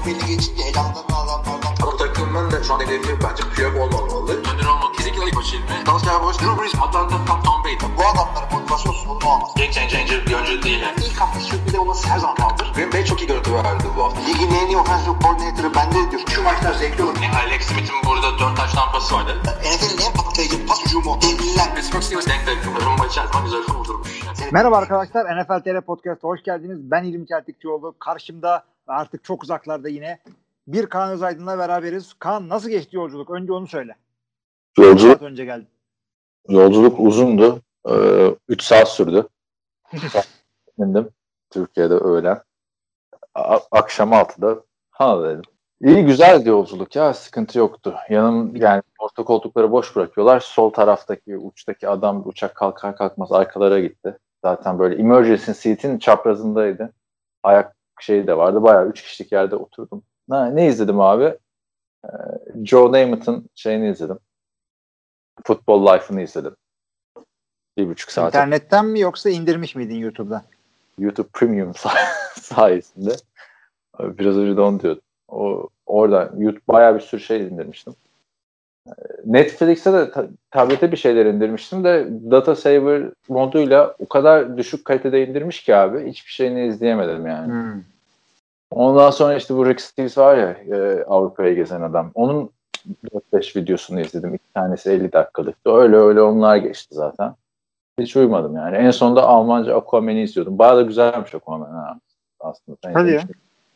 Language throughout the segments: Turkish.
belli geçince elanlarını alanlardan. Bu takımın da şu an hedefi bence Piyok olmamalı. Önder olmalı. Kesinlikle ilk başı ilmi. Dalsya Boş, Drew Brees, Atlanta, Tom Brady. Bu adamların motivasyon sorunu olmaz. Game changer bir oyuncu değil. Yani. İlk hafta sürpriz olması her zaman kaldır. Green Bay çok iyi görüntü verdi bu hafta. Ligin en iyi offensive coordinator'ı bende diyor. Şu maçlar zevkli olur. Alex Smith'in burada 4 taş tampası vardı. NFL'in en patlayıcı pas hücumu. Devliler. Pittsburgh Steelers denkte rumba içerisinde güzel vurdurmuş. Merhaba arkadaşlar, NFL TR Podcast'a hoş geldiniz. Ben İlmi Çeltikçioğlu. Karşımda artık çok uzaklarda yine bir Kaan Özaydın'la beraberiz. Kaan, nasıl geçti yolculuk? Önce onu söyle. Yolculuk Önce geldim. Yolculuk uzundu. 3 saat sürdü. Indim. Türkiye'de öğlen. Akşam 6'da dedim. İyi, güzeldi yolculuk ya. Sıkıntı yoktu. Yani orta koltukları boş bırakıyorlar. Sol taraftaki uçtaki adam uçak kalkar kalkmaz arkalara gitti. Zaten böyle emergency seat'in çaprazındaydı. Ayak şeyi de vardı. Bayağı 3 kişilik yerde oturdum. Ne izledim abi? Joe Namath'ın şeyini izledim. Football Life'ını izledim. 1,5 saat. İnternetten mi yoksa indirmiş miydin YouTube'dan? YouTube Premium sayesinde. Biraz önce de onu diyordum. Orada YouTube bayağı bir sürü şey indirmiştim. Netflix'te de tablete bir şeyler indirmiştim de Data Saver moduyla o kadar düşük kalitede indirmiş ki abi hiçbir şeyini izleyemedim yani. Ondan sonra işte bu Rick Steves var ya Avrupa'ya gezen adam. Onun 4-5 videosunu izledim. 2 tanesi 50 dakikalıktı. Öyle onlar geçti zaten. Hiç uyumadım yani. En sonunda Almanca Aquaman'i izliyordum. Bayağı da güzelmiş Aquaman ha. Aslında. Hadi ya.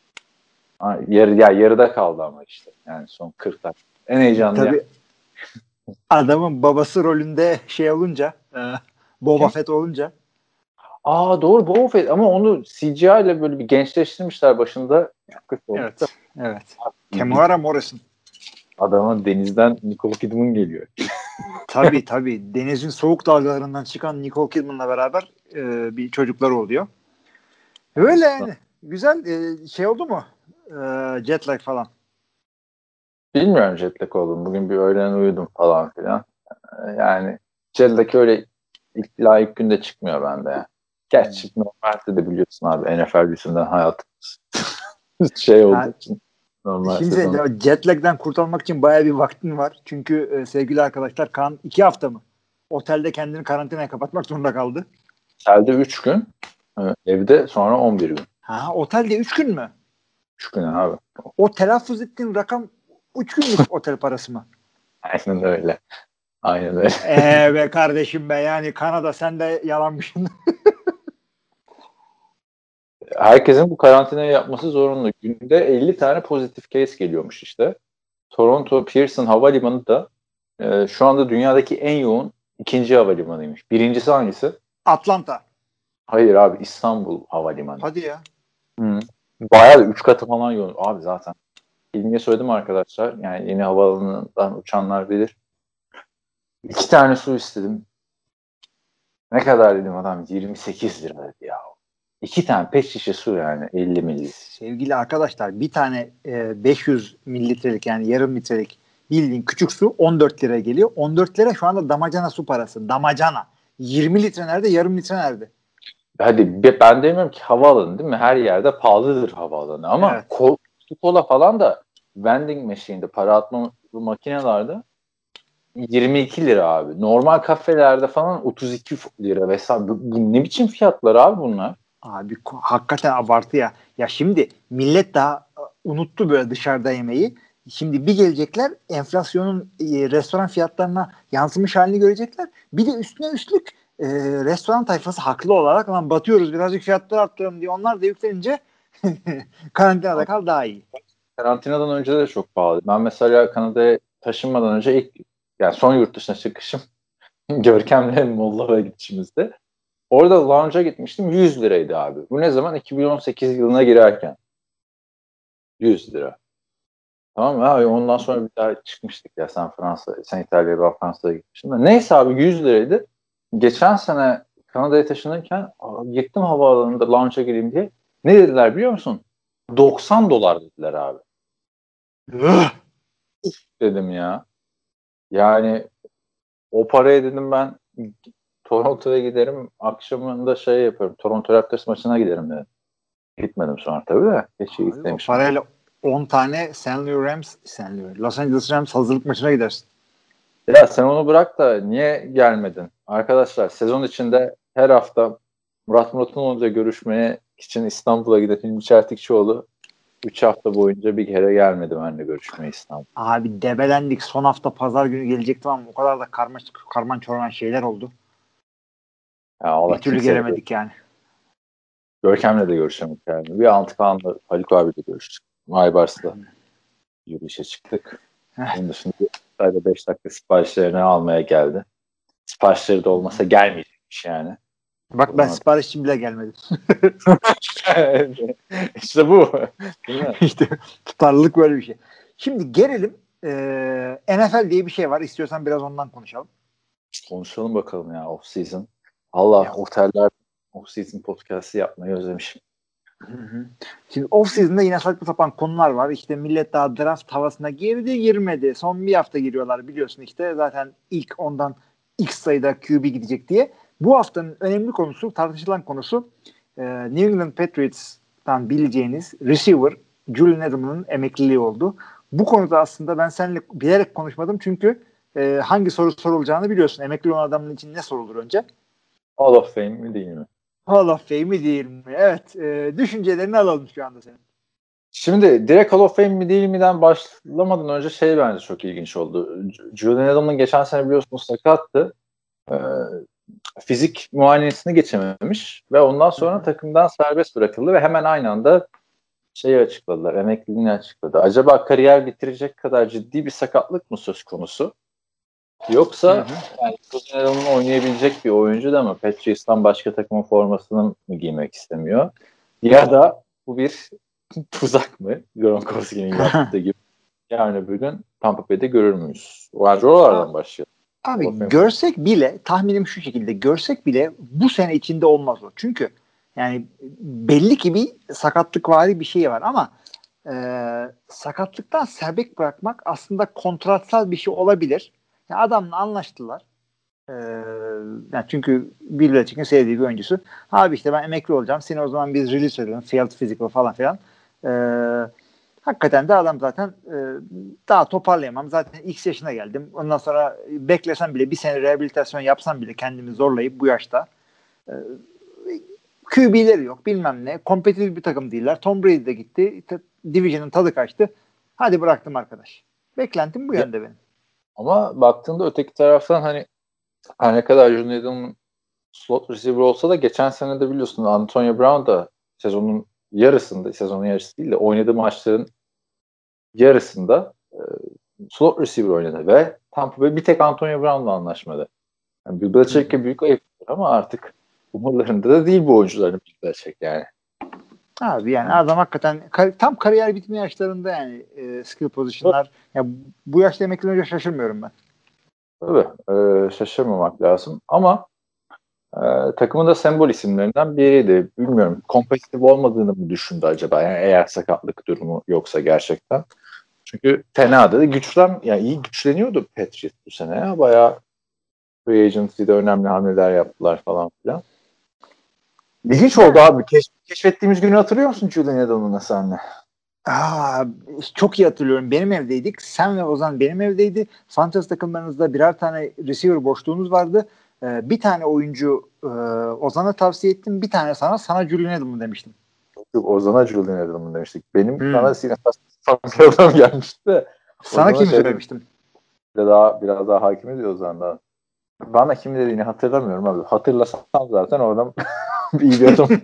Yarıda kaldı ama işte. Yani son 40 dakika. En heyecanlı. Tabii. Adamın babası rolünde şey olunca, Boba Fett olunca. Doğru, Boba Fett ama onu CGI ile böyle bir gençleştirmişler başında. Çok kötü oldu. Evet. Temuera Morrison. Adamın denizden Nicole Kidman geliyor. Tabii. Denizin soğuk dalgalarından çıkan Nicole Kidman'la beraber bir çocukları oluyor. Öyle yani. Güzel. Şey oldu mu? Jet lag falan. Bilmiyorum jet lag oldum. Bugün bir öğlen uyudum falan filan. Yani jet lag öyle ilk günde çıkmıyor bende ya. Gerçi normalde de biliyorsun abi NFL yüzünden hayatımız şey olduğu için. Şimdi jet lag'den kurtulmak için bayağı bir vaktin var. Çünkü sevgili arkadaşlar Kaan 2 hafta mı? Otelde kendini karantinaya kapatmak zorunda kaldı. Otelde 3 gün. Evde sonra 11 gün. Otelde 3 gün mü? 3 gün abi. O telaffuz ettiğin rakam 3 günlük otel parası mı? Aynen öyle. Be kardeşim be, yani Kanada sen de yalanmışsın. Herkesin bu karantinayı yapması zorunlu. Günde 50 tane pozitif case geliyormuş işte. Toronto Pearson Havalimanı da şu anda dünyadaki en yoğun 2. havalimanıymış. Birincisi hangisi? Atlanta. Hayır abi, İstanbul Havalimanı. Hadi ya. Bayağı 3 katı falan yoğun. Abi zaten. İlmiye söyledim arkadaşlar. Yani yeni havaalanından uçanlar bilir. 2 tane su istedim. Ne kadar dedim adam? 28 lira dedi ya. 2 tane pet şişe su yani 50 mililitre. Sevgili arkadaşlar, bir tane 500 mililitrelik yani yarım litrelik bildiğin küçük su 14 liraya geliyor. 14 lira şu anda damacana su parası. Damacana. 20 litre nerede? Yarım litre nerede? Hadi ben demiyorum ki havaalanı değil mi? Her yerde pahalıdır havaalanı ama evet. Kola falan da vending machine'de para atma makinelerde 22 lira abi. Normal kafelerde falan 32 lira vesaire. Bu ne biçim fiyatlar abi bunlar? Abi hakikaten abartı ya. Ya şimdi millet daha unuttu böyle dışarıda yemeği. Şimdi bir gelecekler, enflasyonun restoran fiyatlarına yansımış halini görecekler. Bir de üstüne üstlük restoran tayfası haklı olarak lan batıyoruz, birazcık fiyatları arttıralım diye onlar da yüklenince karantinada kal daha iyi. Karantinadan önce de çok pahalı. Ben mesela Kanada'ya taşınmadan önce yani son yurt dışına çıkışım Görkem'le Mollova'ya gidişimizde. Orada lounge'a gitmiştim. 100 liraydı abi. Bu ne zaman? 2018 yılına girerken. 100 lira. Tamam mı? Abi ondan sonra bir daha çıkmıştık ya. Sen İtalya'ya, ben Fransa'ya gitmiştim. Neyse abi 100 liraydı. Geçen sene Kanada'ya taşınırken gittim havaalanında lounge'a gireyim diye. Ne dediler biliyor musun? $90 dediler abi. Dedim ya. Yani o paraya dedim ben Toronto'ya giderim. Akşamında şey yaparım. Toronto Raptors maçına giderim dedim. Gitmedim sonra tabii de. Hiç gitmemişim. 10 tane Los Angeles Rams hazırlık maçına gidersin. Ya sen onu bırak da niye gelmedin? Arkadaşlar sezon içinde her hafta Murat Muratoğlu'yla görüşmeye için İstanbul'a giden Hilmi Çeltikçioğlu 3 hafta boyunca bir kere gelmedi benimle görüşmeye İstanbul'a. Abi debelendik. Son hafta pazar günü gelecektim ama o kadar da karman çorman şeyler oldu. Ya Allah bir türlü gelemedik yani. Görkem'le de görüşemedik yani. Bir Antikan'la Haluk abiyle görüştük. Maybars'la yürüyüşe çıktık. Onun dışında sadece 5 dakika siparişlerini almaya geldi. Siparişleri de olmasa gelmeyecekmiş yani. Bak ben siparişçi bile gelmedim. İşte bu. İşte tutarlılık böyle bir şey. Şimdi gelelim. NFL diye bir şey var. İstiyorsan biraz ondan konuşalım. Konuşalım bakalım ya off season. Allah ya. Oteller off season podcast'ı yapmayı özlemişim. Hı. Şimdi off season'da yine saçma sapan konular var. İşte millet daha draft havasına girmedi. Son bir hafta giriyorlar biliyorsun işte. Zaten ilk ondan X sayıda QB gidecek diye. Bu haftanın önemli konusu, tartışılan konusu New England Patriots'tan bileceğiniz receiver Julian Edelman'ın emekliliği oldu. Bu konuda aslında ben seninle bilerek konuşmadım çünkü hangi soru sorulacağını biliyorsun. Emekli olan adamın için ne sorulur önce? Hall of Fame mi değil mi? Hall of Fame mi değil mi? Evet. Düşüncelerini alalım şu anda senin. Şimdi direkt Hall of Fame mi değil mi'den başlamadan önce bence çok ilginç oldu. Julian Edelman geçen sene biliyorsunuz sakattı. Fizik muayenesini geçememiş ve ondan sonra takımdan serbest bırakıldı ve hemen aynı anda açıkladılar, emekliliğini açıkladı. Acaba kariyer bitirecek kadar ciddi bir sakatlık mı söz konusu? Yoksa yani Julian Edelman oynayabilecek bir oyuncu da mı? Patriots'tan başka takımın formasını mı giymek istemiyor? Ya da bu bir tuzak mı? Gronkowski'nin yaptığı gibi. Yarın öbür gün Tampa Bay'de görür müyüz? Bence oralardan başlıyor. Abi görsek bile, tahminim şu şekilde, görsek bile bu sene içinde olmaz o. Çünkü yani belli ki bir sakatlıkvari bir şey var ama sakatlıktan serbest bırakmak aslında kontratsal bir şey olabilir. Yani adamla anlaştılar. Yani çünkü Bill Belichick'in sevdiği bir oyuncusu. Abi işte ben emekli olacağım. Seni o zaman biz release edelim. Field physical falan filan. Hakikaten de adam zaten daha toparlayamam. Zaten X yaşına geldim. Ondan sonra beklesem bile bir sene rehabilitasyon yapsam bile kendimi zorlayıp bu yaşta QB'leri yok bilmem ne. Kompetitif bir takım değiller. Tom Brady de gitti. Division'ın tadı kaçtı. Hadi bıraktım arkadaş. Beklentim bu yönde benim. Ama baktığında öteki taraftan hani her ne kadar Julian Edelman slot receiver olsa da geçen sene de biliyorsun Antonio Brown da sezonun yarısı değil de oynadığı maçların yarısında slot receiver oynadı ve Tampa Bay bir tek Antonio Brown'la anlaşmadı. Yani Bill Belichick'e büyük ayıptır ama artık umurlarında da değil bu oyuncuların Bill Belichick yani. Abi yani adam hakikaten tam kariyer bitme yaşlarında yani skill pozisyonlar. Ya bu yaşta emekli olunca şaşırmıyorum ben. Tabii şaşırmamak lazım ama takımın da sembol isimlerinden biriydi. Bilmiyorum kompetitif olmadığını mı düşündü acaba yani eğer sakatlık durumu yoksa gerçekten. Çünkü fena da yani iyi güçleniyordu Patriots bu sene ya. Bayağı free agency'de önemli hamleler yaptılar falan filan. İlginç oldu abi. Keşfettiğimiz günü hatırlıyor musun Julian Edelman'la senle? Çok iyi hatırlıyorum. Benim evdeydik. Sen ve Ozan benim evdeydi. Fantasy takımlarınızda birer tane receiver boşluğunuz vardı. Bir tane oyuncu Ozan'a tavsiye ettim. Bir tane sana Julian Edelman demiştim. Yok, Ozan'a Julian Edelman demiştik. Benim bana bir adam gelmişti de. Sana kimi söylemiştim? Biraz daha hakim ediyor Ozan'da. Bana kim dediğini hatırlamıyorum abi. Hatırlasam zaten oradan iyi bir adam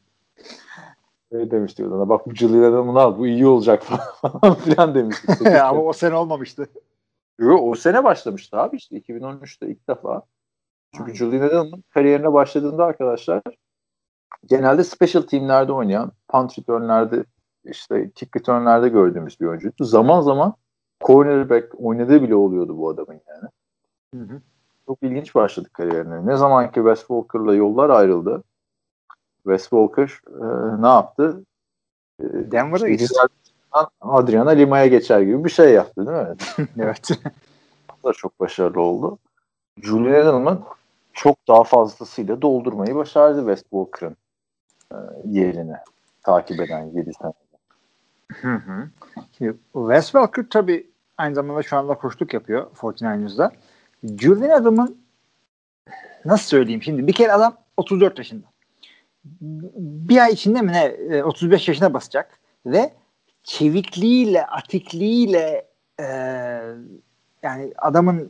öyle demişti Ozan'a. Bak bu Julian Edelman'ı al. Bu iyi olacak falan filan demiştik. Ama o sene olmamıştı. Yok o sene başlamıştı abi işte 2013'te ilk defa. Çünkü Julian Edelman kariyerine başladığında arkadaşlar genelde special teamlerde oynayan, punt return'lerde işte kick return'lerde gördüğümüz bir oyuncuydu. Zaman zaman cornerback oynadığı bile oluyordu bu adamın yani. Hı. Çok ilginç başladı kariyerine. Ne zaman ki Wes Walker'la yollar ayrıldı, Wes Walker ne yaptı? Denver'a gitti. Adriana Lima'ya geçer gibi bir şey yaptı değil mi? Evet. O da çok başarılı oldu. Julian Edelman çok daha fazlasıyla doldurmayı başardı Wes Walker'ın yerini takip eden 7 sene. Hı hı. Şimdi Wes Welker tabii aynı zamanda şu anda koçluk yapıyor 49ers'da. Julian Edelman nasıl söyleyeyim şimdi bir kere adam 34 yaşında. Bir ay içinde mi ne 35 yaşına basacak ve çevikliğiyle, atikliğiyle yani adamın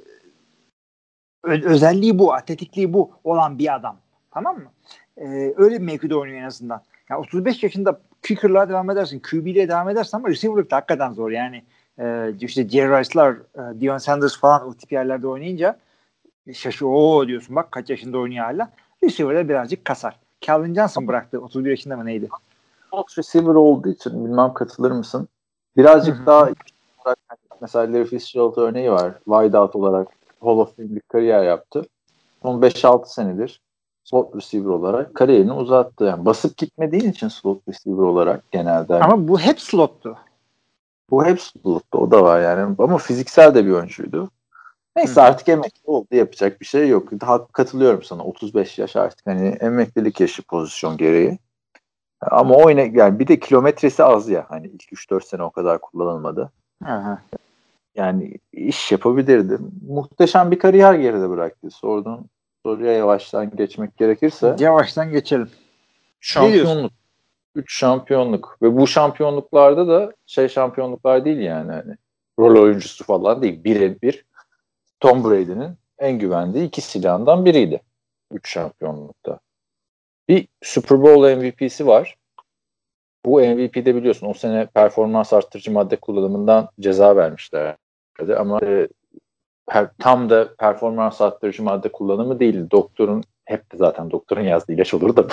özelliği bu, atletikliği bu olan bir adam. Tamam mı? Öyle bir mevkide oynuyor en azından. Yani 35 yaşında kicker'lığa devam edersin, QB'liğe devam edersin ama receiver'lık da hakikaten zor. Yani işte Jerry Rice'lar, Deion Sanders falan o tip yerlerde oynayınca o diyorsun bak kaç yaşında oynuyor hala. Receiver'da birazcık kasar. Calvin Johnson bıraktı. 31 yaşında mı neydi? Slot receiver olduğu için bilmem katılır mısın? Birazcık daha mesela Larry Fitzgerald örneği var. Wideout olarak Hall of Fame bir kariyer yaptı. Son 5-6 senedir slot receiver olarak kariyerini uzattı. Yani basıp gitmediğin için slot receiver olarak genelde. Ama bu hep slottu. Bu hep slottu. O da var yani. Ama fiziksel de bir oyuncuydu. Neyse artık emekli oldu. Yapacak bir şey yok. Daha katılıyorum sana. 35 yaş artık. Hani emeklilik yaşı pozisyon gereği. Ama yani bir de kilometresi az ya. Hani ilk 3-4 sene o kadar kullanılmadı. Aha. Yani iş yapabilirdi. Muhteşem bir kariyer geride bıraktı. Sorduğun soruya yavaştan geçmek gerekirse. Yavaştan geçelim. Şampiyonluk. 3 şampiyonluk. Ve bu şampiyonluklarda da şampiyonluklar değil yani. Hani rol oyuncusu falan değil. Birebir Tom Brady'nin en güvendiği 2 silahından biriydi. 3 şampiyonlukta. Bir Super Bowl MVP'si var. Bu MVP'de biliyorsun o sene performans arttırıcı madde kullanımından ceza vermişler. Ama tam da performans arttırıcı madde kullanımı değil. Doktorun hep de zaten doktorun yazdığı ilaç olur da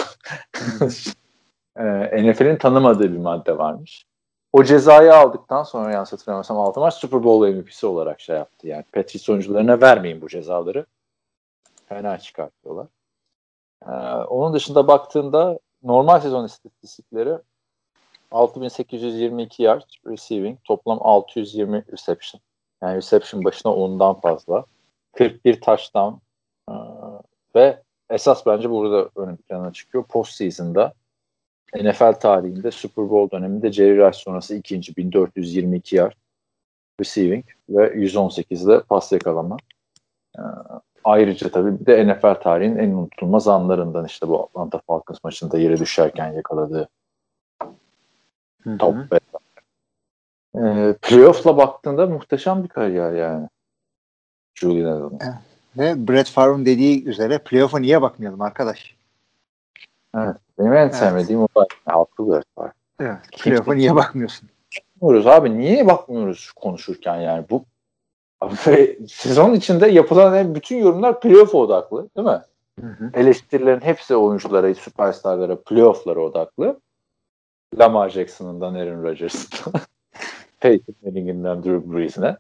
NFL'in tanımadığı bir madde varmış. O cezayı aldıktan sonra yanlış hatırlamıyorsam 6 maç Super Bowl MVP'si olarak yaptı. Yani Patriots oyuncularına vermeyin bu cezaları. Fena çıkartıyorlar. Onun dışında baktığında normal sezon istatistikleri 6.822 yard receiving, toplam 620 reception. Yani reception başına 10'dan fazla. 41 touchdown ve esas bence burada ön plana çıkıyor. Postseason'da NFL tarihinde Super Bowl döneminde Jerry Rice sonrası ikinci 1422 yard receiving ve 118'de pas yakalama. Ayrıca tabii bir de NFL tarihinin en unutulmaz anlarından işte bu Atlanta Falcons maçında yere düşerken yakaladığı top ve playoff'la baktığında muhteşem bir kariyer yani. Julian Edelman. Ve Brett Favre'ın dediği üzere playoff'a niye bakmayalım arkadaş? Evet. Benim en sevmediğim o da haklı Brett Favre. Evet. Playoff'a niye bakmıyorsun? Bakmıyoruz abi. Niye bakmıyoruz konuşurken yani? Bu sezon içinde yapılan bütün yorumlar playoff odaklı değil mi? Hı. Eleştirilerin hepsi oyunculara, süperstarlara, playoff'lara odaklı. Lamar Jackson'ından Aaron Rodgers'ından Peyton Manning'inden Drew Brees'ine.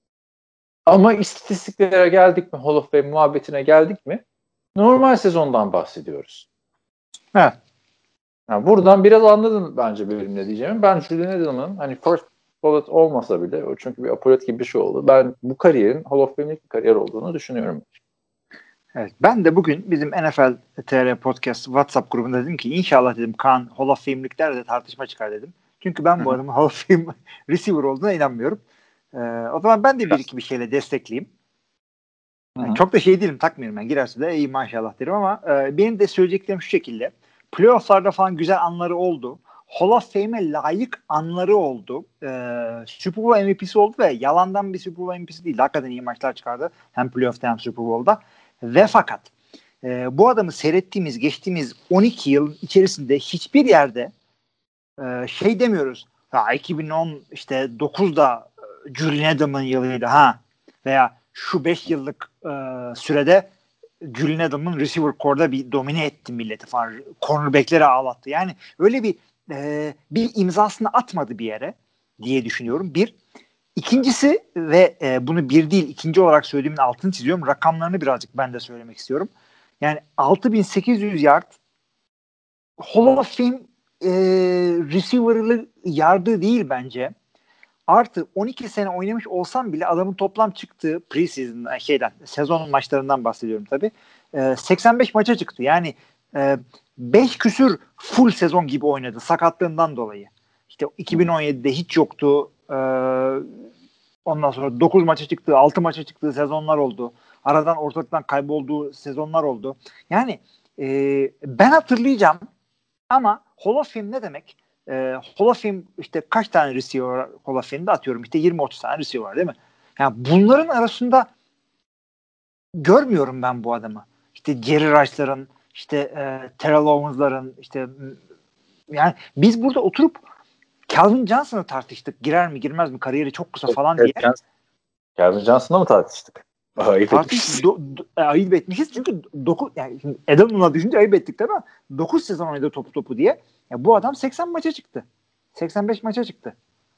Ama istatistiklere geldik mi? Hall of Fame muhabbetine geldik mi? Normal sezondan bahsediyoruz. Evet. Yani buradan biraz anladın bence benim ne diyeceğimi. Ben Julian Edelman'ın hani first ballot olmasa bile o çünkü bir apolet gibi bir şey oldu. Ben bu kariyerin Hall of Fame'lik bir kariyer olduğunu düşünüyorum. Evet, ben de bugün bizim NFL TR Podcast WhatsApp grubunda dedim ki inşallah dedim Kaan Hall of Fame'likler de tartışma çıkar dedim. Çünkü ben bu adamın Hall of Fame receiver olduğuna inanmıyorum. O zaman ben de bir iki bir şeyle destekleyeyim. Yani çok da şey değilim, takmıyorum ben. Girerse de iyi maşallah derim ama benim de söyleyeceklerim şu şekilde. Playoff'larda falan güzel anları oldu. Hall of Fame'e layık anları oldu. Super Bowl MVP'si oldu ve yalandan bir Super Bowl MVP'si değil. Hakikaten iyi maçlar çıkardı. Hem playoff'ta hem Super Bowl'da. Ve fakat bu adamı seyrettiğimiz, geçtiğimiz 12 yıl içerisinde hiçbir yerde şey demiyoruz. 2010 işte 9'da Julian Edelman yılıydı ha veya şu 5 yıllık sürede Julian Edelman receiver core'da bir domine etti milleti falan. Cornerback'leri ağlattı. Yani öyle bir imzasını atmadı bir yere diye düşünüyorum. Bir. İkincisi ve bunu bir değil ikinci olarak söylediğimin altını çiziyorum. Rakamlarını birazcık ben de söylemek istiyorum. Yani 6.800 yard Hall of Fame receiver'lı yardı değil bence. Artı 12 sene oynamış olsam bile adamın toplam çıktığı preseason sezonun maçlarından bahsediyorum tabii. 85 maça çıktı. Yani 5 küsür full sezon gibi oynadı sakatlığından dolayı. İşte 2017'de hiç yoktu. Ondan sonra 9 maça çıktığı, 6 maça çıktığı sezonlar oldu. Aradan ortalıktan kaybolduğu sezonlar oldu. Yani ben hatırlayacağım ama Hall of Fame ne demek? Hall of Fame işte kaç tane receiver var Hall of Fame'de atıyorum. İşte 20-30 tane receiver var değil mi? Yani bunların arasında görmüyorum ben bu adamı. İşte Jerry Rice'ların, işte Terrell Owens'ların, işte yani biz burada oturup Calvin Johnson'ı tartıştık. Girer mi girmez mi kariyeri çok kısa falan diye. Calvin Johnson'la mı tartıştık? Ayıp etmişiz çünkü yani Edelman'a düşünce ayıp ettik değil mi? 9 sezon oynadı topu diye. Ya bu adam 80 maça çıktı. 85 maça çıktı.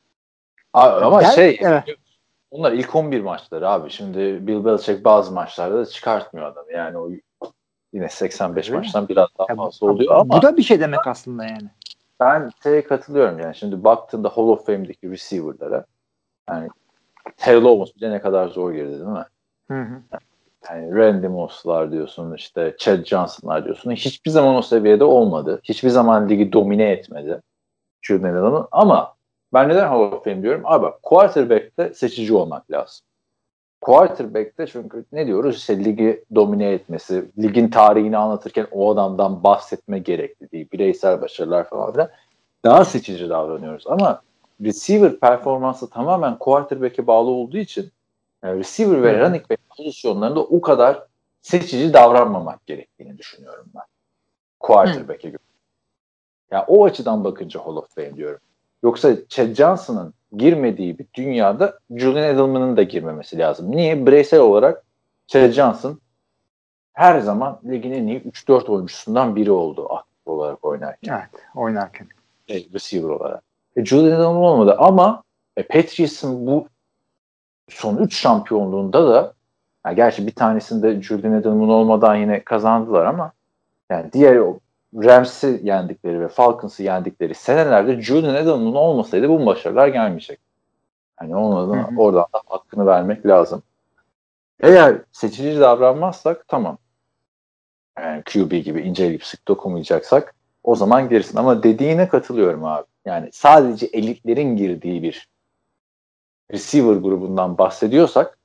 Ama evet. Onlar ilk 11 maçları abi. Şimdi Bill Belichick bazı maçlarda da çıkartmıyor adamı. Yani o yine 85 Öyle maçtan biraz daha ya, fazla oluyor ama bu da bir şey demek aslında yani. ben katılıyorum yani. Şimdi baktığında Hall of Fame'deki receiver'lara yani Terrell Owens bile ne kadar zor girdi değil mi? Hı. Yani Randy Moss'lar diyorsun, işte Chad Johnson'lar diyorsun. Hiçbir zaman o seviyede olmadı. Hiçbir zaman ligi domine etmedi. Julian Edelman. Ama ben neden Hall of Fame diyorum? Abi bak, quarterback'te seçici olmak lazım. Quarterback'te çünkü ne diyoruz? İşte ligi domine etmesi, ligin tarihini anlatırken o adamdan bahsetme gerekli değil. Bireysel başarılar falan filan. Daha seçici davranıyoruz. Ama receiver performansı tamamen quarterback'e bağlı olduğu için yani receiver ve running back pozisyonlarında o kadar seçici davranmamak gerektiğini düşünüyorum ben. Quarterback'e göre. Yani o açıdan bakınca Hall of Fame diyorum. Yoksa Chad Johnson'ın girmediği bir dünyada Julian Edelman'ın da girmemesi lazım. Niye? Bireysel olarak Chad Johnson her zaman ligin en iyi 3-4 oyuncusundan biri oldu aktif olarak oynarken. Evet, oynarken. Receiver olarak. Julian Edelman olmadı ama Patriots'ın bu son 3 şampiyonluğunda da yani gerçi bir tanesinde Julian Edelman olmadan yine kazandılar ama yani diğer Rams'i yendikleri ve Falcons'ı yendikleri senelerde Julian Edelman olmasaydı bu başarılar gelmeyecek. Yani oradan da hakkını vermek lazım. Eğer seçici davranmazsak tamam. Yani QB gibi inceleyip sık dokunmayacaksak o zaman girsin. Ama dediğine katılıyorum abi. Yani sadece elitlerin girdiği bir receiver grubundan bahsediyorsak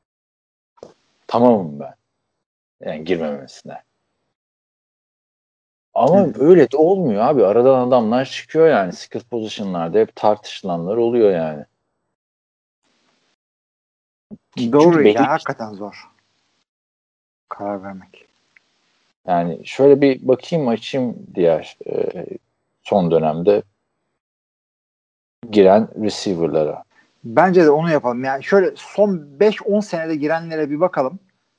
tamamım ben. Yani girmemesine. Ama öyle de olmuyor abi. Aradan adamlar çıkıyor yani. Skill position'larda hep tartışılanlar oluyor yani. Doğru ya. Hakikaten zor. Karar vermek. Yani şöyle bir bakayım açayım diğer son dönemde giren receiver'lara. Bence de onu yapalım. Yani şöyle son 5-10 senede girenlere bir bakalım.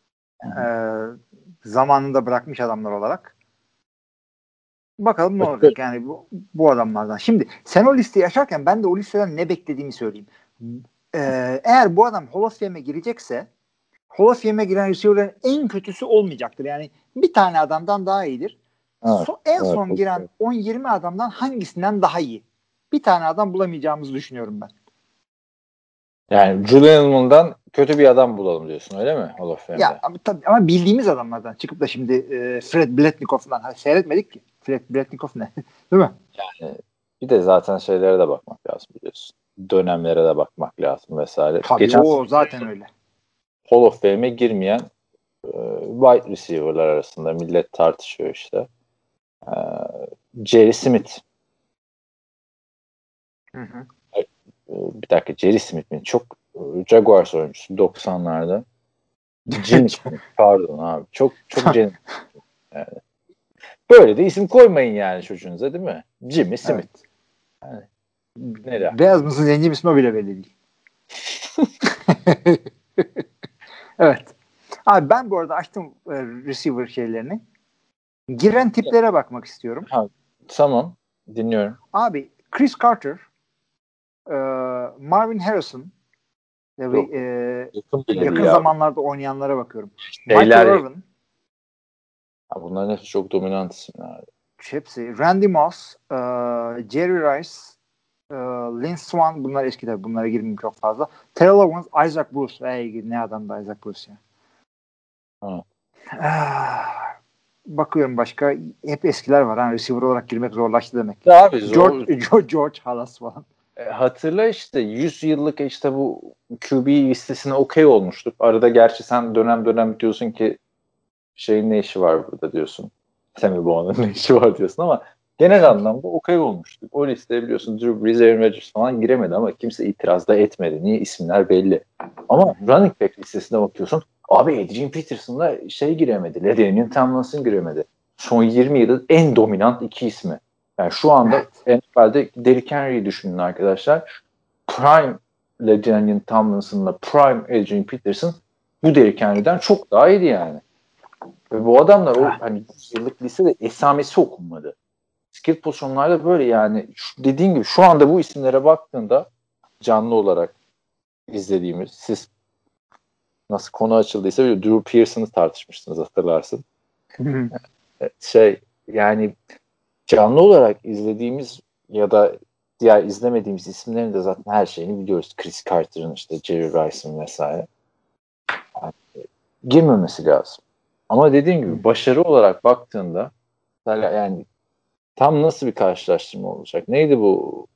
Zamanında bırakmış adamlar olarak. Bakalım ne olacak yani bu adamlardan. Şimdi sen o listeyi açarken ben de o listeden ne beklediğimi söyleyeyim. Eğer bu adam Hall of Fame'e girecekse Hall of Fame'e giren receiver'ların en kötüsü olmayacaktır. Yani bir tane adamdan daha iyidir. Evet, son giren 10-20 adamdan hangisinden daha iyi? Bir tane adam bulamayacağımızı düşünüyorum ben. Yani Julian Edelman'dan kötü bir adam bulalım diyorsun öyle mi? Hall of Fame'de. Ya ama bildiğimiz adamlardan çıkıp da şimdi Fred Biletnikov'dan seyretmedik ki. Fred Biletnikov ne? Değil mi? Yani bir de zaten şeylere de bakmak lazım biliyorsun. Dönemlere de bakmak lazım vesaire. Tabii o zaten öyle. Hall of Fame'e girmeyen wide receiver'lar arasında millet tartışıyor işte. Jerry Smith. Bir dakika, Jerry Smith mi? Çok Jaguars oyuncusu 90'larda. Jimmy Smith. Pardon abi. Çok Jimmy. Yani. Böyle de isim koymayın yani çocuğunuza değil mi? Jimmy Smith. Evet. Yani, beyaz mısın zenci misin o bile belli değil. Evet. Abi ben bu arada açtım receiver şeylerini. Giren tiplere bakmak istiyorum. Ha, tamam. Dinliyorum. Abi Chris Carter, Marvin Harrison yakın zamanlarda oynayanlara bakıyorum. Michael Irvin. Bunların hepsi çok dominant isimler. Hepsi. Randy Moss, Jerry Rice, Lynn Swann, bunlar eski tabii. Bunlara girmeyeyim çok fazla. Terrell Owens, Isaac Bruce. Ne adamdı Isaac Bruce ya. bakıyorum başka hep eskiler var. Ha, receiver olarak girmek zorlaştı demek. Ya abi zor. George Halas falan. Hatırla işte 100 yıllık işte bu QB listesine okey olmuştuk. Arada gerçi sen dönem dönem diyorsun ki şeyin ne işi var burada diyorsun. Sammy Bowen'ın ne işi var diyorsun ama genel anlamda okey olmuştuk. O listeye biliyorsun Drew Brees, Aaron Rodgers falan giremedi ama kimse itiraz da etmedi. Niye? İsimler belli. Ama running back listesine bakıyorsun. Abi Adrian Peterson'la giremedi. LaDainian Tomlinson giremedi. Son 20 yılın en dominant iki ismi. Yani şu anda NFL'de Derrick Henry'yi düşünün arkadaşlar. Prime LaDainian Tomlinson'la Prime Adrian Peterson bu Derrick Henry'den çok daha iyiydi yani. Ve bu adamlar o hani yıllık listede esamesi okunmadı. Skill pozisyonlarda böyle yani dediğin gibi şu anda bu isimlere baktığında canlı olarak izlediğimiz siz nasıl konu açıldıysa Drew Pearson'ı tartışmıştınız hatırlarsın. Yani canlı olarak izlediğimiz ya da diğer izlemediğimiz isimlerin de zaten her şeyini biliyoruz. Chris Carter'ın işte Jerry Rice'ın vesaire. Yani, girmemesi lazım. Ama dediğim gibi başarı olarak baktığında yani tam nasıl bir karşılaştırma olacak? Neydi bu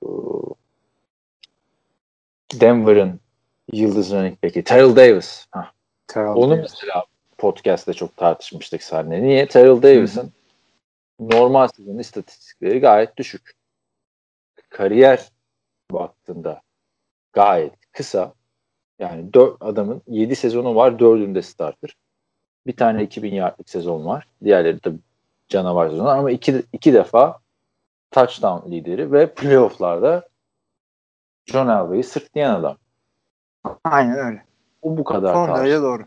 Denver'ın yıldız running back'i? Terrell Davis. Onu mesela podcast'te çok tartışmıştık seninle. Niye? Terrell Davis'in normal sezon istatistikleri gayet düşük. Kariyer baktığında gayet kısa. Yani adamın 7 sezonu var. 4'ünde starter. Bir tane 2000 yardlık sezon var. Diğerleri de canavar sezonu ama iki defa touchdown lideri ve playoff'larda John Elway'i sırtlayan adam. Aynen öyle. O bu kadar son derece doğru.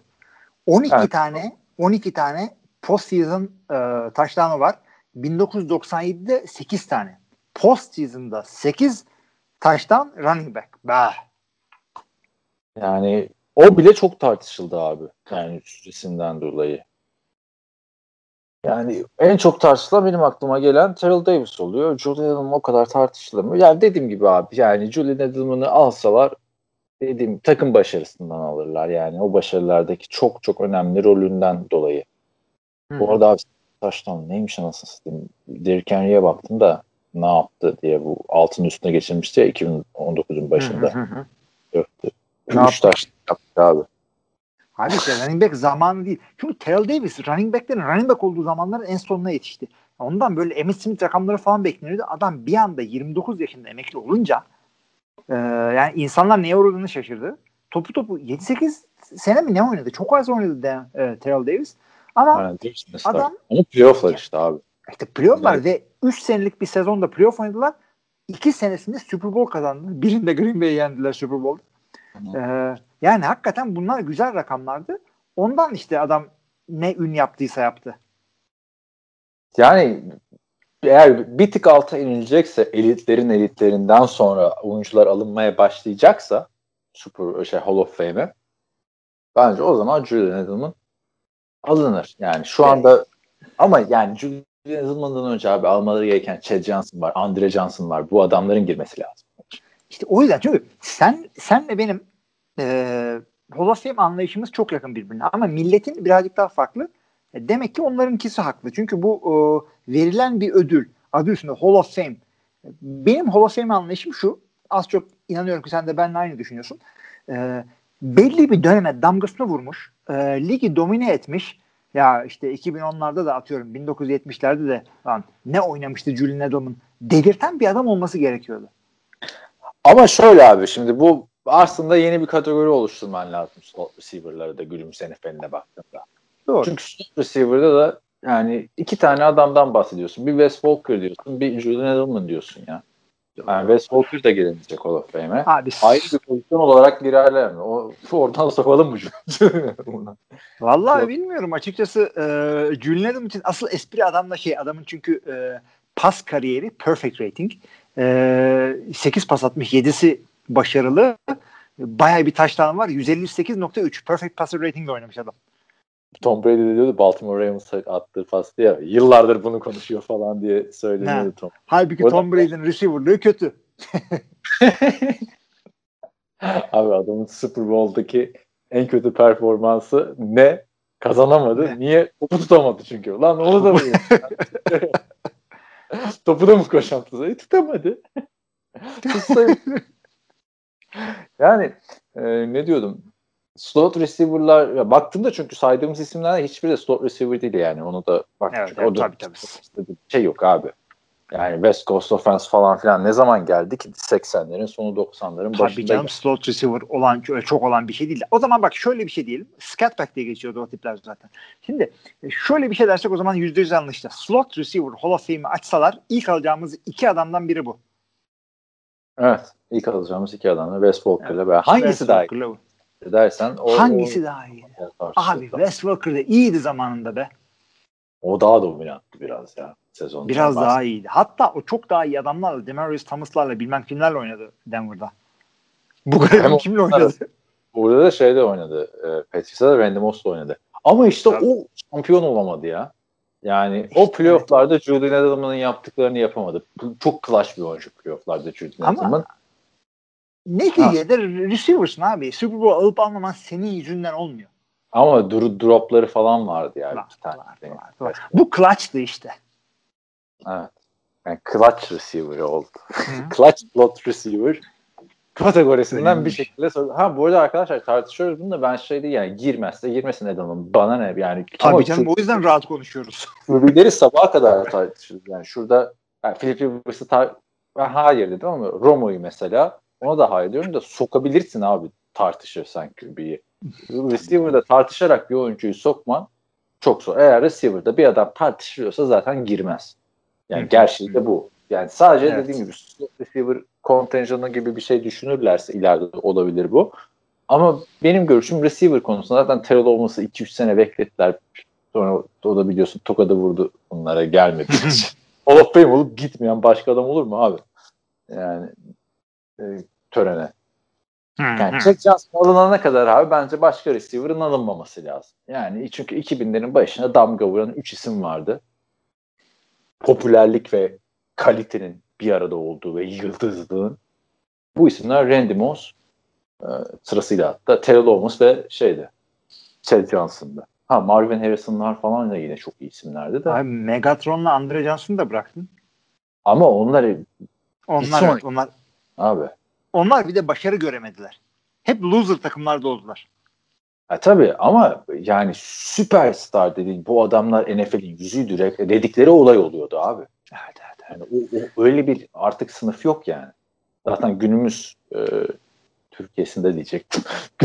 12 tane postseason touchdown'u var. 1997'de 8 tane. Postseason'da 8 touchdown running back. Yani o bile çok tartışıldı abi. Yani süresinden dolayı. Yani en çok tartışılan benim aklıma gelen Terrell Davis oluyor. Julian Edelman o kadar tartışılamıyor. Yani dediğim gibi abi yani Julian Edelman'ı alsalar dediğim takım başarısından alırlar. Yani o başarılardaki çok çok önemli rolünden dolayı. Bu arada abi taştan neymiş anasını satayım. Derrick Henry'e baktım da ne yaptı diye bu altın üstüne geçirmişti ya 2019'un başında. 3 taş yaptı abi. Abi işte running back zamanı değil. Çünkü Terrell Davis running back'lerin running back olduğu zamanların en sonuna yetişti. Ondan böyle Emmitt Smith rakamları falan bekleniyordu. Adam bir anda 29 yaşında emekli olunca yani insanlar neye uğradığını şaşırdı. Topu 7-8 sene mi ne oynadı? Çok az oynadı Terrell Davis. Ama adam ama playoff'lar işte abi. İşte playoff'lar ve 3 senelik bir sezonda playoff oynadılar. 2 senesinde Super Bowl kazandı. Birinde Green Bay'i yendiler Super Bowl'da. Yani hakikaten bunlar güzel rakamlardı. Ondan işte adam ne ün yaptıysa yaptı. Yani eğer bir tık alta inilecekse elitlerin elitlerinden sonra oyuncular alınmaya başlayacaksa Hall of Fame'e bence o zaman Julian Edelman alınır. Yani şu anda ama yani Julian Edelman'dan önce abi almaları gereken Chad Johnson var, Andre Johnson var. Bu adamların girmesi lazım. İşte o yüzden çünkü senle benim Hall of Fame anlayışımız çok yakın birbirine ama milletin birazcık daha farklı. Demek ki onlarınkisi haklı. Çünkü bu verilen bir ödül. Adı üstünde Hall of Fame. Benim Hall of Fame anlayışım şu. Az çok inanıyorum ki sen de benimle aynı düşünüyorsun. Belli bir döneme damgasını vurmuş. Ligi domine etmiş. Ya işte 2010'larda da atıyorum 1970'lerde de lan ne oynamıştı Julian Edelman delirten bir adam olması gerekiyordu. Ama şöyle abi şimdi bu aslında yeni bir kategori oluşturman lazım slot receiver'ları da günümüz NFL'ine baktığında. Doğru. Çünkü slot receiver'da da yani 2 tane adamdan bahsediyorsun. Bir Wes Welker diyorsun, bir Julian Edelman diyorsun ya. Yani Wes Welker da gelemeyecek Hall of Fame'e. Ayrı bir pozisyon olarak girerler mi? Oradan sokalım mı Julian Edelman'a? Vallahi bilmiyorum. Açıkçası Julian Edelman için asıl espri adamın çünkü pas kariyeri perfect rating. 8 pas atmış. 7'si başarılı. Bayağı bir touchdown var. 158.3 perfect passer rating'de oynamış adam. Tom Brady de diyordu Baltimore Ravens attığı pastı ya. Yıllardır bunu konuşuyor falan diye söyleniyordu Tom. Halbuki Tom Brady'nin receiver'lığı kötü. Abi adamın Super Bowl'daki en kötü performansı ne? Kazanamadı. Ne? Niye? Topu tutamadı çünkü. Lan onu da mı? Topu da mı koşan tutamadı? Tutsaydı. Yani ne diyordum? Slot receiver'lar ya baktığımda çünkü saydığımız isimler hiçbiri de slot receiver değil yani. Onu da bak Evet, çünkü o da tabii. bir şey yok abi. Yani West Coast Offense falan filan ne zaman geldi ki 80'lerin sonu 90'ların başında. Tabii canım, slot receiver olan çok olan bir şey değil. O zaman bak şöyle bir şey diyelim. Scatback diye geçiyordu o tipler zaten. Şimdi şöyle bir şey dersek o zaman %100 yanlıştı. Slot receiver Hall of Fame'i açsalar ilk alacağımız iki adamdan biri bu. Evet. İlk alacağımız iki adam da Wes Welker'la beraber. Hangisi daha iyi dersen hangisi daha iyi? Abi Wes Welker de iyiydi zamanında be. O daha dominanttı biraz ya sezonda. Biraz daha iyiydi. Hatta o çok daha iyi adamlarla, Demaryius Thomas'larla bilmem kimlerle oynadı Denver'da. Bu kadar kimle oynadı? Burada da şeyde oynadı. Patrice'de de Randy Moss'la oynadı. Ama işte o şampiyon olamadı ya. Yani işte, o playoff'larda evet. Julian Edelman'ın yaptıklarını yapamadı. Çok clutch bir oyuncu playoff'larda Julian Edelman. Ama neticede receiver'sın abi. Super Bowl alıp almaman senin yüzünden olmuyor. Ama dropları falan vardı yani. Var. Bu clutch'tı işte. Evet. Yani clutch receiver oldu. Clutch slot receiver kategorisinden bir şekilde bu arada arkadaşlar tartışıyoruz bunu da ben değil yani girmezse girmesin Edelman. Bana ne yani. Tabii canım o yüzden rahat konuşuyoruz. QB'leri sabaha kadar tartışıyoruz. Yani şurada Philip Rivers'ı ben hayır dedim ama Romo'yu mesela ona da hayır diyorum da sokabilirsin abi tartışırsan QB'yi. Receiver'da tartışarak bir oyuncuyu sokman çok zor. Eğer receiver'da bir adam tartışılıyorsa zaten girmez. Yani gerçeği de bu. Yani sadece dediğim gibi receiver kontenjanı gibi bir şey düşünürlerse ileride olabilir bu. Ama benim görüşüm receiver konusunda zaten Terrell olması 2-3 sene beklettiler. Sonra o da biliyorsun tokada vurdu onlara gelmedi. Hall of Fame olup gitmeyen başka adam olur mu abi? Yani törene. Yani Jack Johnson alınana kadar abi bence başka receiver'ın alınmaması lazım. Yani çünkü 2000'lerin başına damga vuran 3 isim vardı. Popülerlik ve kalitenin bir arada olduğu ve yıldızlığın. Bu isimler Randy Moss sırasıyla hatta Terrell Owens ve Chad Johnson'da. Marvin Harrison'lar falan da yine çok iyi isimlerdi de. Abi Megatron'la Andre Johnson'ı da bıraktın. Ama onlar abi. Onlar bir de başarı göremediler. Hep loser takımlarda oldular. Tabii ama yani süperstar dediğin bu adamlar NFL'in yüzüydü dedikleri olay oluyordu abi. Evet. Yani o öyle bir artık sınıf yok yani. Zaten günümüz Türkiye'sinde diyecektim.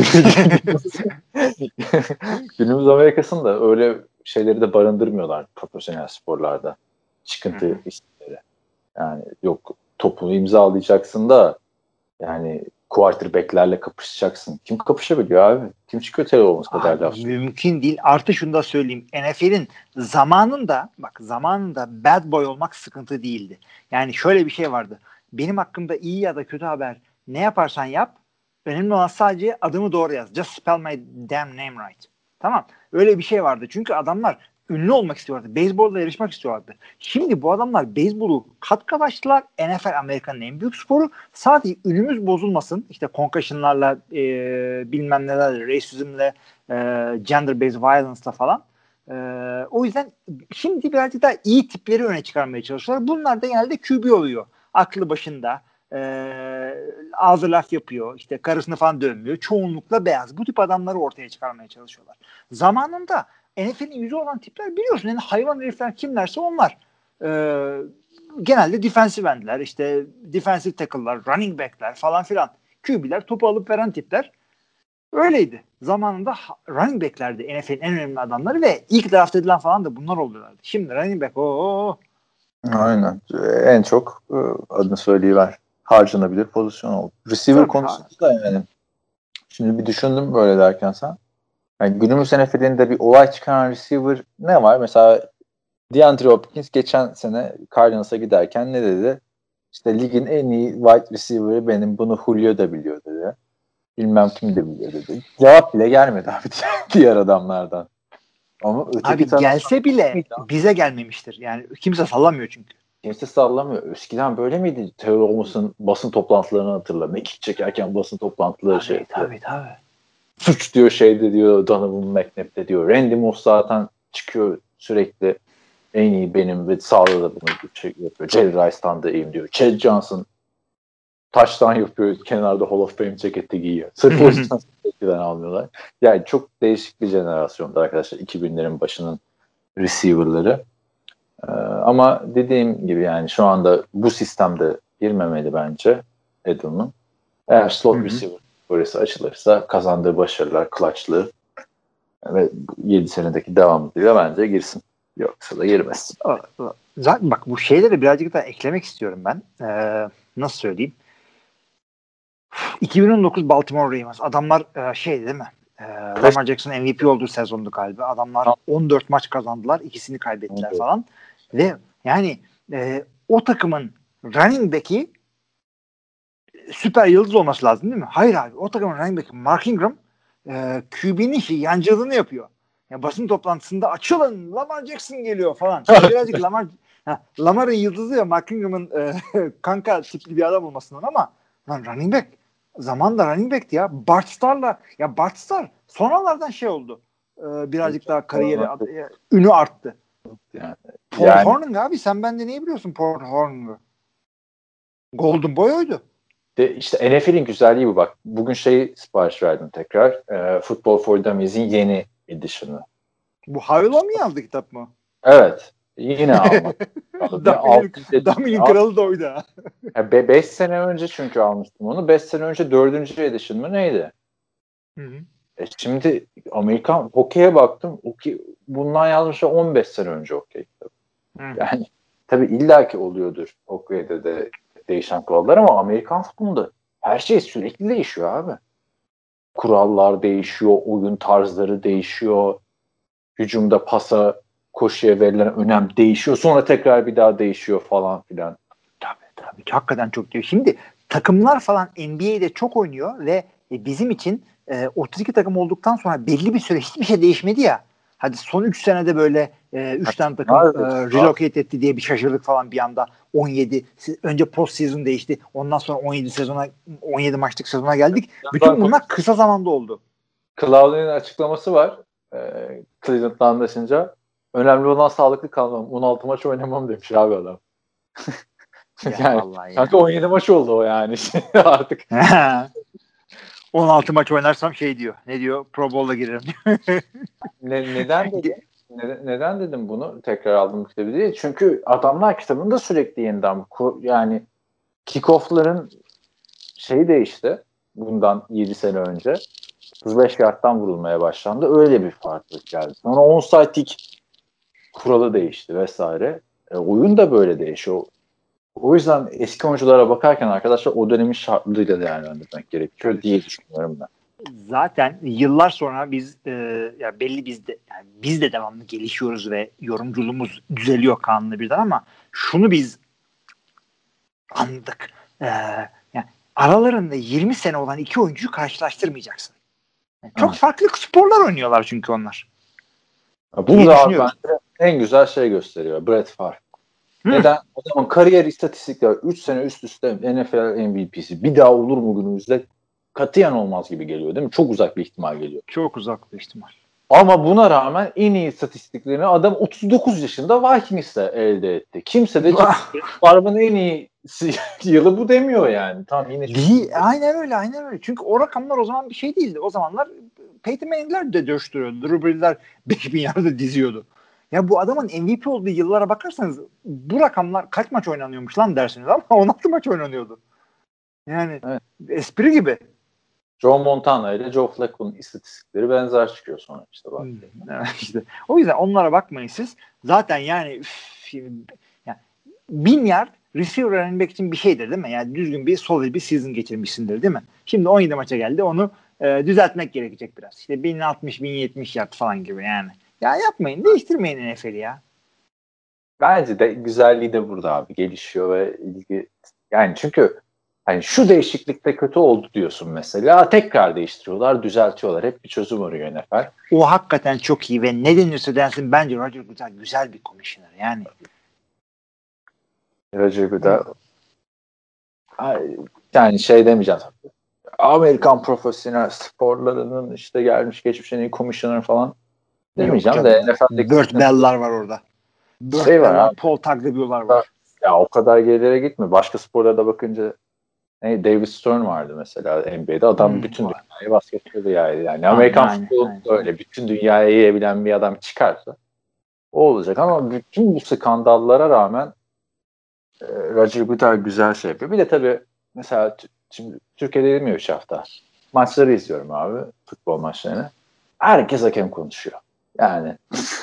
Günümüz Amerika'sında öyle şeyleri de barındırmıyorlar profesyonel sporlarda. Çıkıntı isimleri. Yani yok topunu imzalayacaksın da yani quarterback'lerle kapışacaksın. Kim kapışabiliyor abi? Kim çıkıyor Terrell Owens kadar laf? Mümkün değil. Artı şunu da söyleyeyim. NFL'in zamanında bad boy olmak sıkıntı değildi. Yani şöyle bir şey vardı. Benim hakkımda iyi ya da kötü haber ne yaparsan yap. Önemli olan sadece adımı doğru yaz. Just spell my damn name right. Tamam. Öyle bir şey vardı. Çünkü adamlar ünlü olmak istiyorlardı. Beyzbolla yarışmak istiyorlardı. Şimdi bu adamlar beyzbolu kat açtılar. NFL Amerika'nın en büyük sporu. Sadece ünümüz bozulmasın. İşte concussion'larla bilmem nelerle, racism'le, gender based violence'la falan. O yüzden şimdi birazcık daha iyi tipleri öne çıkarmaya çalışıyorlar. Bunlar da genelde QB oluyor. Aklı başında. Ağzı laf yapıyor. İşte karısını falan dövmüyor. Çoğunlukla beyaz. Bu tip adamları ortaya çıkarmaya çalışıyorlar. Zamanında NFL'in yüzü olan tipler biliyorsun. Yani hayvan herifler kimlerse onlar. Genelde defensive endler, işte defensive tackle'lar, running back'ler falan filan. QB'ler topu alıp veren tipler. Öyleydi. Zamanında running back'lerdi NFL'in en önemli adamları ve ilk draft edilen falan da bunlar oluyorlardı. Şimdi running back Aynen. En çok adını söyleyiver. Harcanabilir pozisyon oldu. Receiver konusunda da yani. Şimdi bir düşündüm böyle derken sen. Yani günümüz NFL'inde bir olay çıkaran receiver ne var? Mesela DeAndre Hopkins geçen sene Cardinals'a giderken ne dedi? İşte ligin en iyi wide receiver'ı benim. Bunu Julio da biliyor dedi. Bilmem kim de biliyor dedi. Cevap bile gelmedi abi diğer adamlardan. Ama abi gelse bile bize gelmemiştir. Yani kimse sallamıyor çünkü. Kimse sallamıyor. Eskiden böyle miydi? Terrell Owens'ın basın toplantılarını hatırla. Mekik çekerken basın toplantıları Tabii. suç diyor şeyde diyor Donovan McNabb'de diyor. Randy Moss zaten çıkıyor sürekli en iyi benim ve sağda da bunu yapıyor. Jerry Rice'tan da iyiyim diyor. Chad Johnson taştan yapıyor. Kenarda Hall of Fame ceketi giyiyor. Sırf o yüzden sürekli almıyorlar. Yani çok değişik bir jenerasyonda arkadaşlar. 2000'lerin başının receiver'ları. Ama dediğim gibi yani şu anda bu sistemde girmemeli bence Edelman. Eğer slot receiver burası açılırsa kazandığı başarılar, clutch'lığı ve 7 senedeki devamlılığıyla bence girsin. Yoksa da girmez. Zaten bak bu şeyleri birazcık daha eklemek istiyorum ben. Nasıl söyleyeyim? 2019 Baltimore Ravens. Adamlar şeydi değil mi? Lamar Jackson MVP olduğu sezondu galiba. Adamlar 14 maç kazandılar. İkisini kaybettiler falan. Ve yani o takımın running back'i süper yıldız olması lazım değil mi? Hayır abi. O takımın running back'i Mark Ingram QB'nin yancılığını yapıyor. Yani basın toplantısında açılın Lamar Jackson geliyor falan. Birazcık Lamar'ın yıldızı ya Mark Ingram'ın kanka tipli bir adam olmasından ama lan running back zamanında running back'ti ya. Bart Starr sonralardan şey oldu. Birazcık daha kariyeri ünü arttı. Paul Hornung abi sen bende neyi biliyorsun Paul Hornung'u? Golden Boy oydu. İşte NFL'in güzelliği bu bak. Bugün sipariş verdim tekrar. Football for Dummies'in yeni edition'ı. Bu Havilo mu yazdı kitap mı? Evet. Yine almak. Dummy'nin kralı da oydu ha. 5 sene önce çünkü almıştım onu. 5 sene önce 4. edition mı neydi? Hı. Şimdi Amerikan hokeye baktım. Bundan yazmışlar 15 sene önce hokey kitabı. Yani tabii illaki oluyordur hokeyde de değişen kurallar ama Amerikan futbolunda her şey sürekli değişiyor abi. Kurallar değişiyor, oyun tarzları değişiyor. Hücumda pasa, koşuya verilen önem değişiyor. Sonra tekrar bir daha değişiyor falan filan. Tabii. Hakikaten çok diyor. Şimdi takımlar falan NBA'de çok oynuyor ve bizim için 32 takım olduktan sonra belli bir süre hiçbir şey değişmedi ya. Hadi son 3 senede böyle 3 tane takım relocate etti diye bir şaşırdık falan bir anda. 17 önce post season değişti. Ondan sonra 17 maçlık sezona geldik. Bütün bunlar kısa zamanda oldu. Clowney'in açıklaması var. Cleveland'la anlaşınca önemli olan sağlıklı kalmam. 16 maç oynamam demiş abi adam. Yani kanka 17 maç oldu o yani artık. 16 maç oynarsam şey diyor. Ne diyor? Pro Bowl'a girerim diyor. Neden dedim? Neden dedim bunu? Tekrar aldım kitabı diye. Çünkü adamlar kitabında sürekli yeniden yani kickoff'ların şeyi değişti. Bundan 7 sene önce. 35 yardtan vurulmaya başlandı. Öyle bir farklılık geldi. Sonra onside kick kuralı değişti vesaire. Oyun da böyle değişiyor. O yüzden eski oyunculara bakarken arkadaşlar o dönemin şartlarıyla değerlendirmek gerekiyor diye düşünüyorum ben. Zaten yıllar sonra biz ya belli biz de devamlı gelişiyoruz ve yorumculuğumuz düzeliyor kanlı birden ama şunu biz anladık. Yani aralarında 20 sene olan iki oyuncuyu karşılaştırmayacaksın. Yani çok farklı sporlar oynuyorlar çünkü onlar. Bu da bence en güzel şey gösteriyor. Brett Favre. Neden? Adamın kariyer istatistikleri 3 sene üst üste NFL MVP'si. Bir daha olur mu günümüzde? Katiyen olmaz gibi geliyor değil mi? Çok uzak bir ihtimal geliyor. Çok uzak bir ihtimal. Ama buna rağmen en iyi istatistiklerini adam 39 yaşında Vikings'le elde etti. Kimse de Favre'ın en iyi yılı bu demiyor yani. Tamam yine. Aynen öyle. Çünkü o rakamlar o zaman bir şey değildi. O zamanlar Peyton Manning'ler de döştürüyordu. Drew Brees'ler 5000 yarda diziyordu. Ya bu adamın MVP olduğu yıllara bakarsanız bu rakamlar kaç maç oynanıyormuş lan dersiniz ama 16 maç oynanıyordu. Yani evet. Espri gibi. Joe Montana ile Joe Flacco'nun istatistikleri benzer çıkıyor sonra işte. İşte. O yüzden onlara bakmayın siz. Zaten yani 1000 yard receiver running back için bir şeydir değil mi? Yani düzgün bir solid bir season geçirmişsindir değil mi? Şimdi 17 maça geldi onu düzeltmek gerekecek biraz. İşte 1060-1070 yard falan gibi yani. Ya yapmayın, değiştirmeyin NFL'i ya. Bence de güzelliği de burada abi. Gelişiyor ve ilgi. Yani çünkü hani şu değişiklikte kötü oldu diyorsun mesela. Tekrar değiştiriyorlar, düzeltiyorlar. Hep bir çözüm arıyor NFL. O hakikaten çok iyi ve ne denirse densin bence Roger Goodell güzel bir komisyoner yani. Roger Goodell yani şey demeyeceğim. Amerikan profesyonel sporlarının işte gelmiş geçmiş en iyi commissioner falan demeyeceğim de NFL'deki Burt Bell'lar var orada. Burt şey var Bell'lar, abi. Paul Tagliabue'lar var. Ya o kadar gerilere gitme. Başka sporlarda bakınca David Stern vardı mesela NBA'de. Adam bütün dünyayı basketbolu yaydı. Yani Amerikan futbolu öyle. Bütün dünyaya yayabilen bir adam çıkarsa o olacak. Ama bütün bu skandallara rağmen Roger Goodell güzel şey yapıyor. Bir de tabii mesela şimdi Türkiye'de dedim ya 3 hafta. Maçları izliyorum abi. Futbol maçlarını. Herkes hakem konuşuyor. Yani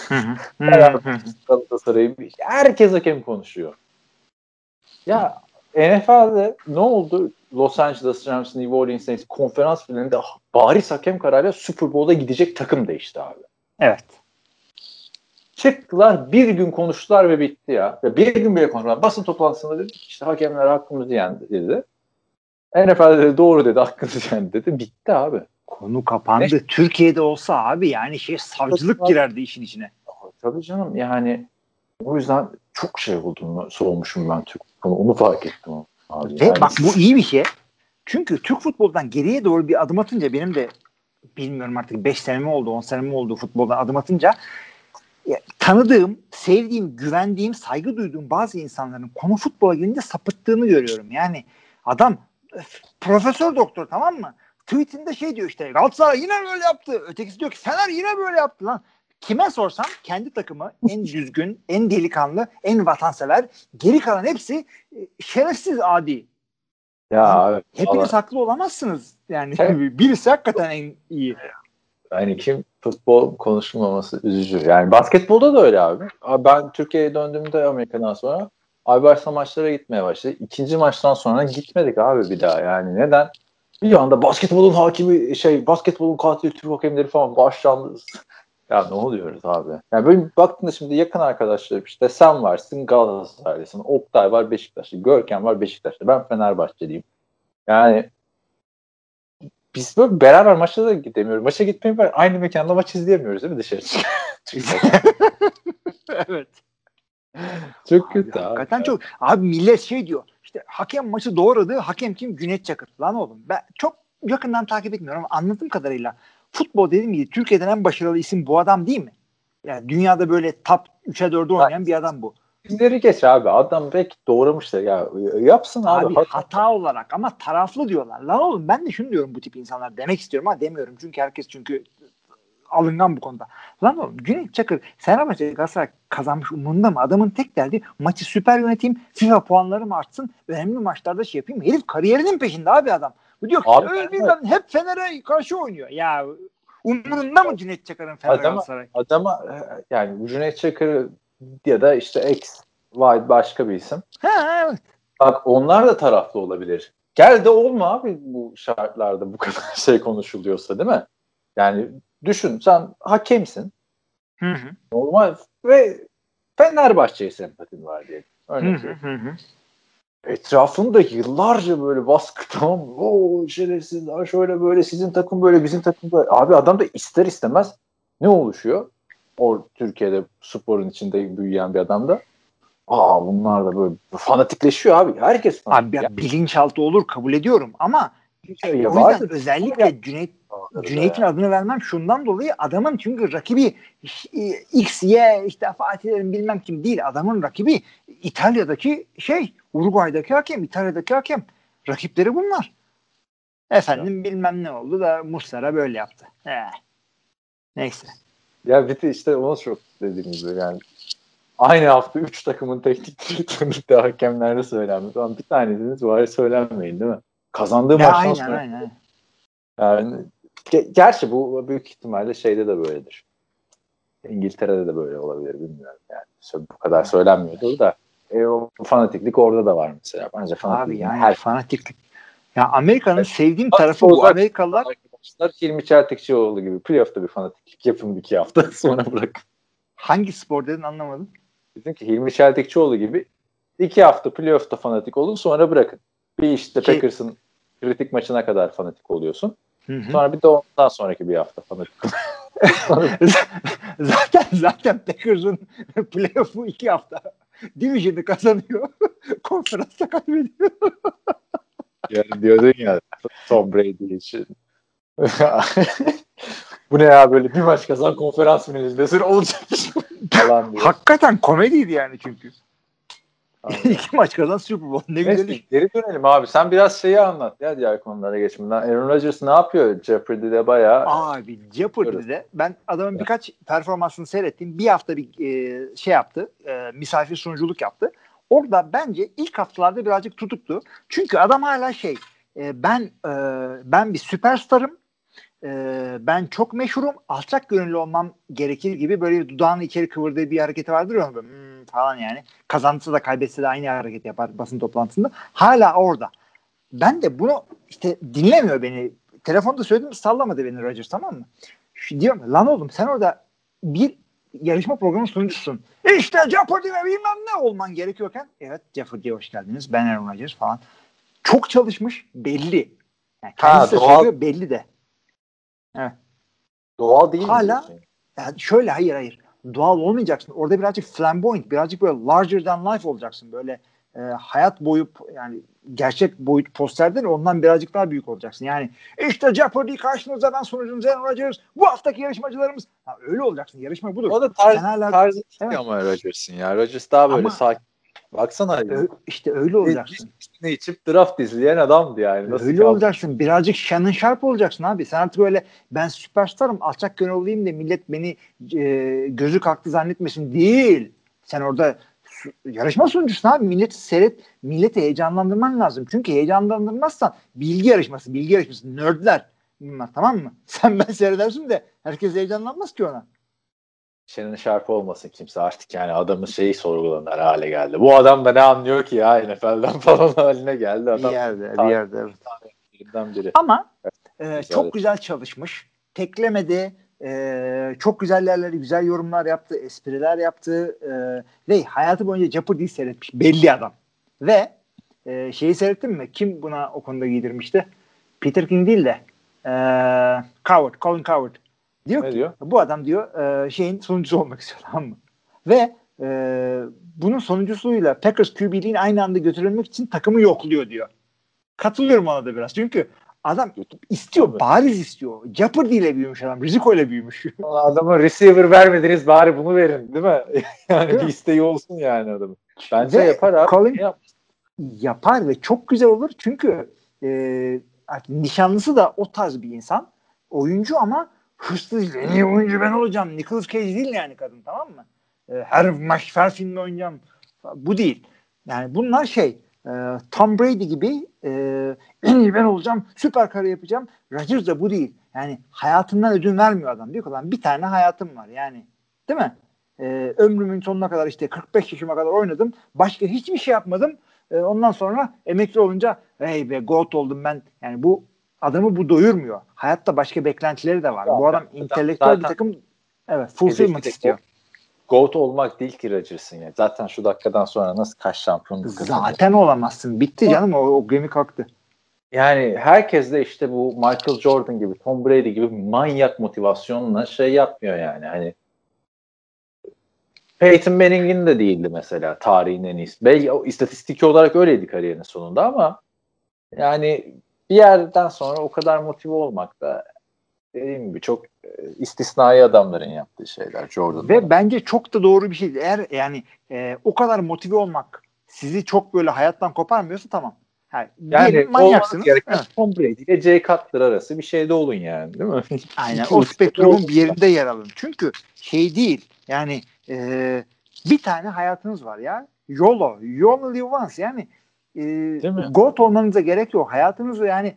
herkes hakem konuşuyor. Ya NFL'de ne oldu? Los Angeles Rams, New Orleans Saints konferans finalinde bariz hakem kararıyla Super Bowl'a gidecek takım değişti abi. Evet. Çıktılar bir gün konuştular ve bitti ya. Ve bir gün bile konuştular. Basın toplantısında dedi işte hakemler hakkımızı yendi dedi. NFL'de de doğru dedi hakkınızı yendi dedi. Bitti abi. Konu kapandı. Türkiye'de olsa abi yani savcılık girerdi işin içine. Tabii canım yani o yüzden çok şey olduğunu soğumuşum ben Türk futbolu. Onu fark ettim abi. Ve yani bak bu iyi bir şey. Çünkü Türk futboldan geriye doğru bir adım atınca benim de bilmiyorum artık 5 sene mi oldu 10 sene mi oldu futboldan adım atınca tanıdığım, sevdiğim, güvendiğim, saygı duyduğum bazı insanların konu futbola gelince sapıttığını görüyorum. Yani adam profesör doktor tamam mı? Tweetinde şey diyor işte Galatasaray yine böyle yaptı. Ötekisi diyor ki Fener yine böyle yaptı lan. Kime sorsam kendi takımı en düzgün, en delikanlı, en vatansever. Geri kalan hepsi şerefsiz adi. Ya abi, hepiniz haklı olamazsınız. Yani birisi hakikaten en iyi. Yani kim futbol konuşulmaması üzücü. Yani basketbolda da öyle abi. Ben Türkiye'ye döndüğümde Amerika'dan sonra Aybars'la maçlara gitmeye başladı. İkinci maçtan sonra gitmedik abi bir daha. Yani neden? Bir anda basketbolun hakimi basketbolun katili Türk hakemleri falan başlandı. Ya ne oluyoruz abi? Yani böyle baktığında şimdi yakın arkadaşlarım işte sen varsın Galatasaraylısın. Oktay var Beşiktaşlı. Görkem var Beşiktaşlı. Ben Fenerbahçeliyim. Yani biz böyle beraber maça da gidemiyoruz. Maça gitmeyi var. Aynı mekanda maç izleyemiyoruz değil mi dışarı Evet. Çok kötü abi. Hakikaten çok. Abi millet şey diyor. İşte hakem maçı doğradı. Hakem kim? Güneş Çakır. Lan oğlum ben çok yakından takip etmiyorum ama anladığım kadarıyla futbol dediğim gibi Türkiye'den en başarılı isim bu adam değil mi? Yani dünyada böyle top 3'e 4'e oynayan bir adam bu. İsimleri geç abi. Adam belki doğramışlar. Ya yapsın abi. Hata olarak ama taraflı diyorlar. Lan oğlum ben de şunu diyorum bu tip insanlar demek istiyorum ama demiyorum. Çünkü herkes alıngan bu konuda. Lan oğlum Cüneyt Çakır Fenerbahçe Galatasaray kazanmış umurunda mı? Adamın tek derdi maçı süper yöneteyim, FIFA puanlarım artsın, önemli maçlarda şey yapayım. Herif kariyerinin peşinde abi adam. Bu diyor ki hep Fener'e karşı oynuyor. Ya umurunda mı Cüneyt Çakır'ın Fener Galatasaray? Adama yani Cüneyt Çakır ya da işte X, Y başka bir isim. Ha evet. Bak onlar da taraflı olabilir. Gel de olma abi bu şartlarda bu kadar şey konuşuluyorsa değil mi? Yani düşün sen hakemsin. Hı. Normal ve Fenerbahçe'ye sempatin var diye. Örnek veriyorum. Etrafında yıllarca böyle baskı tamam mı? O şerefsizler şöyle böyle sizin takım böyle bizim takım böyle. Abi adam da ister istemez ne oluşuyor? O Türkiye'de sporun içinde büyüyen bir adamda. Bunlar da böyle fanatikleşiyor abi. Herkes fanatik. Abi bilinçaltı olur kabul ediyorum ama o yüzden özellikle Cüneyt'in adını vermem şundan dolayı adamın çünkü rakibi X, Y işte Fatihlerin bilmem kim değil. Adamın rakibi İtalya'daki Uruguay'daki hakem, İtalya'daki hakem. Rakipleri bunlar. Efendim bilmem ne oldu da Muslera böyle yaptı. Neyse. Ya bir de işte onu çok dediğim gibi yani aynı hafta 3 takımın teknik direktörü de hakemlerde söylenmiş. Ama bir tanesiniz bari söylenmeyin değil mi? Kazandığı maçtan sonra. Aynen. Yani gerçi bu büyük ihtimalle şeyde de böyledir. İngiltere'de de böyle olabilir bilmiyorum yani. Bu kadar söylenmiyordu da o fanatiklik orada da var mesela. Bence fanatiklik. Abi yani fanatiklik. Ya Amerika'nın sevdiğim tarafı bu. Amerikalılar arkadaşlar Hilmi Çeltikçioğlu gibi playoff'ta bir fanatiklik yapın 2 hafta sonra bırakın. Hangi spor dedin anlamadım. Dedim ki Hilmi Çeltikçioğlu gibi 2 hafta playoff'ta fanatik olun sonra bırakın. Bir işte Packers'ın kritik maçına kadar fanatik oluyorsun. Hı. Sonra bir de ondan sonraki bir hafta fanatik zaten Packers'ın playoff'u 2 hafta. Division'ı kazanıyor. Konferansta kaybediyor. Yani diyordun ya Tom Brady için. Bu ne ya böyle bir maç kazan konferans finalindesin olacak falan diyor. Hakikaten komediydi yani çünkü. 2 maç kazan Super Bowl. Ne güzel iş. Geri dönelim abi. Sen biraz şeyi anlat ya diğer konulara geçmeden. Aaron Rodgers ne yapıyor Jeopardy'de bayağı? Abi Jeopardy'de ben adamın birkaç performansını seyrettim. Bir hafta bir şey yaptı. Misafir sunuculuk yaptı. Orada bence ilk haftalarda birazcık tutuktu. Çünkü adam hala ben bir süperstarım. Ben çok meşhurum. Alçak gönüllü olmam gerekir gibi böyle dudağını içeri kıvırdığı bir hareketi vardır ya böyle falan yani. Kazansa da kaybetse de aynı hareket yapar basın toplantısında. Hala orada. Ben de bunu işte dinlemiyor beni. Telefonda söyledim sallamadı beni Rodgers, tamam mı? Diyorum lan oğlum sen orada bir yarışma programı sunucusun. İşte Jeopardy ve bilmem ne olman gerekiyorken evet Jeopardy'ye hoş geldiniz. Ben Aaron Rodgers falan. Çok çalışmış belli. Yani kendisi de söylüyor belli de. Evet. Doğal değil hala, mi? Yani şöyle hayır. Doğal olmayacaksın. Orada birazcık flamboyant, birazcık böyle larger than life olacaksın. Böyle hayat boyu yani gerçek boyut posterden ondan birazcık daha büyük olacaksın. Yani işte Jeopardy karşınızda ben sunucunuz Aaron Rodgers. Bu haftaki yarışmacılarımız. Ha, öyle olacaksın. Yarışma budur. O da tarzı evet. Ama Rodgers'ın ya. Rodgers daha böyle sakin. Baksana. İşte öyle olacaksın. Ne içip draft izleyen adamdı yani. Nasıl öyle olacaksın. Birazcık Shannon Sharp olacaksın abi. Sen artık öyle ben süperstarım, alçak gönüllü olayım da millet beni gözü kalktı zannetmesin değil. Sen orada yarışma sunucusun abi. Milleti heyecanlandırman lazım. Çünkü heyecanlandırmazsan bilgi yarışması. Nerdler. Bunlar, tamam mı? Sen ben seyredersin de herkes heyecanlanmaz ki ona. Shannon Sharp olmasın kimse artık yani adamın şeyi sorgulanır hale geldi. Bu adam da ne anlıyor ki ya NFL'den falan haline geldi. Adam bir yerde. Biri. Ama çok güzel çalışmış. Teklemedi. Çok güzel yerleri, güzel yorumlar yaptı. Espriler yaptı. Ve hayatı boyunca Jeopardy'yi seyretmiş. Belli adam. Ve şeyi seyrettin mi? Kim buna o konuda giydirmişti? Peter King değil de Colin Cowherd. Diyor? Bu adam diyor şeyin sunucusu olmak istiyor, tamam mı? Ve bunun sonuncusuyla Packers QB'liğin aynı anda götürülmek için takımı yokluyor diyor. Katılıyorum ona da biraz. Çünkü adam istiyor, bariz istiyor. Jeopardy ile büyümüş adam. Riziko ile büyümüş. Adama receiver vermediniz bari bunu verin değil mi? Yani değil bir mi? İsteği olsun yani adamın. Bence ve yapar abi. Colin yapar ve çok güzel olur. Çünkü artık nişanlısı da o tarz bir insan. Oyuncu ama hırslı. En iyi oyuncu ben olacağım. Nicolas Cage değil yani kadın, tamam mı? Her filmde oynayacağım. Bu değil. Yani bunlar Tom Brady gibi en iyi ben olacağım. Süper kariyer yapacağım. Rodgers da bu değil. Yani hayatından ödün vermiyor adam. Diyor ki lan bir tane hayatım var yani. Değil mi? Ömrümün sonuna kadar işte 45 yaşıma kadar oynadım. Başka hiçbir şey yapmadım. Ondan sonra emekli olunca hey be GOAT oldum ben. Yani bu adamı bu doyurmuyor. Hayatta başka beklentileri de var. Bu adam entelektüel bir takım fulfillment istiyor. GOAT olmak değil ki Rodgers'ın ya. Zaten şu dakikadan sonra nasıl kaç şampiyonluk zaten olamazsın. Bitti canım. O gemi kalktı. Yani herkes de işte bu Michael Jordan gibi, Tom Brady gibi manyak motivasyonla şey yapmıyor yani. Hani Peyton Manning'in de değildi mesela tarihin en iyisi. Belki o istatistik olarak öyleydi kariyerinin sonunda ama yani bir yerden sonra o kadar motive olmak da dediğim gibi çok istisnai adamların yaptığı şeyler Jordan'da. Ve bence çok da doğru bir şey. Eğer yani o kadar motive olmak sizi çok böyle hayattan koparmıyorsa tamam. Yani manyaksınız. Tom Brady ile Jay Cutler arası bir şeyde olun yani değil mi? Aynen. O spektrumun bir yerinde yer alın. Çünkü şey değil yani bir tane hayatınız var ya. YOLO. You only live once. Yani GOAT olmanıza gerek yok. Hayatınızı yani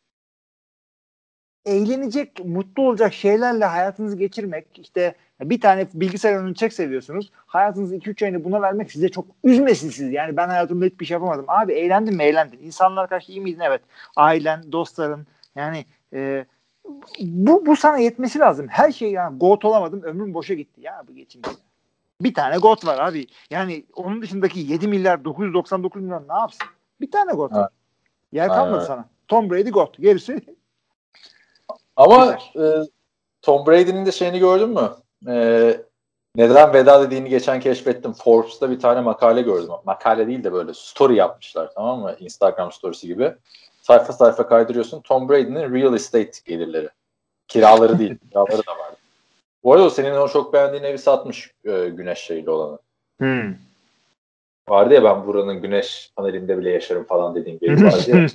eğlenecek, mutlu olacak şeylerle hayatınızı geçirmek, işte bir tane bilgisayar oyununu çok seviyorsunuz. Hayatınızın 2-3 ayını buna vermek size çok üzmesin sizi. Yani ben hayatımda hiçbir şey yapamadım. Abi eğlendin mi? Eğlendin. İnsanlar karşı iyi miydin? Evet. Ailen, dostların. Yani bu sana yetmesi lazım. Her şey yani GOAT olamadım. Ömrüm boşa gitti. Ya bu geçim. Bir tane GOAT var abi. Yani onun dışındaki 7 milyar 999 milyon ne yapsın? Bir tane GOAT var. Yer kalmadı sana. Tom Brady GOAT. Gerisi ama Tom Brady'nin de şeyini gördün mü? Neden veda dediğini geçen keşfettim. Forbes'ta bir tane makale gördüm. Makale değil de böyle story yapmışlar, tamam mı? Instagram story'si gibi. sayfa sayfa kaydırıyorsun. Tom Brady'nin real estate gelirleri. Kiraları değil. Kiraları da var. Bu arada senin o çok beğendiğin evi satmış güneş şeyli olanı. Vardı ya ben buranın güneş panelinde bile yaşarım falan dediğim bir ev vardı ya.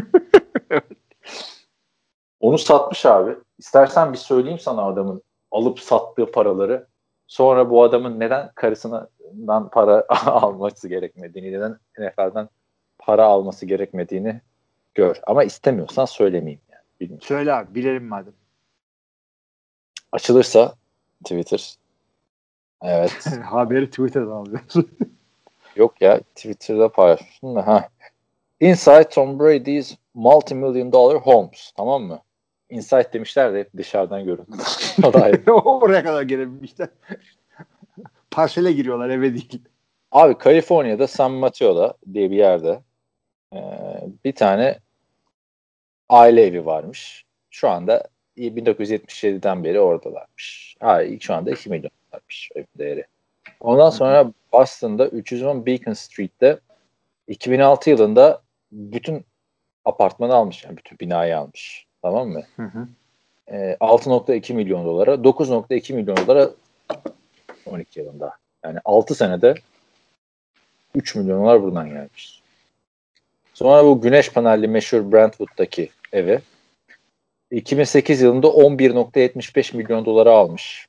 Onu satmış abi. İstersen bir söyleyeyim sana adamın alıp sattığı paraları. Sonra bu adamın neden karısından para alması gerekmediğini, neden NFL'den para alması gerekmediğini gör. Ama istemiyorsan söylemeyeyim yani. Bilmiyorum. Söyle abi, bilelim madem. Açılırsa Twitter. Evet. Haberi Twitter'dan alacağız. Yok ya Twitter'da paylaşmışsın da. Ha. Inside Tom Brady's multi-million dollar homes. Tamam mı? Inside demişler de hep dışarıdan görün. Oraya kadar gelebilmişler. Parsele giriyorlar, eve değil. Abi Kaliforniya'da San Mateo'da diye bir yerde bir tane aile evi varmış. Şu anda 1977'den beri oradalarmış. Şu anda 2 milyon dolarmış ev değeri. Ondan sonra Boston'da 310 Beacon Street'te 2006 yılında bütün apartmanı almış. Yani bütün binayı almış. Tamam mı? 6.2 milyon dolara, 9.2 milyon dolara 12 yılında. Yani 6 senede 3 milyon dolar buradan gelmiş. Sonra bu güneş panelli meşhur Brentwood'daki evi 2008 yılında 11.75 milyon dolara almış.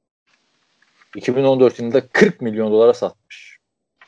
2014 yılında 40 milyon dolara satmış.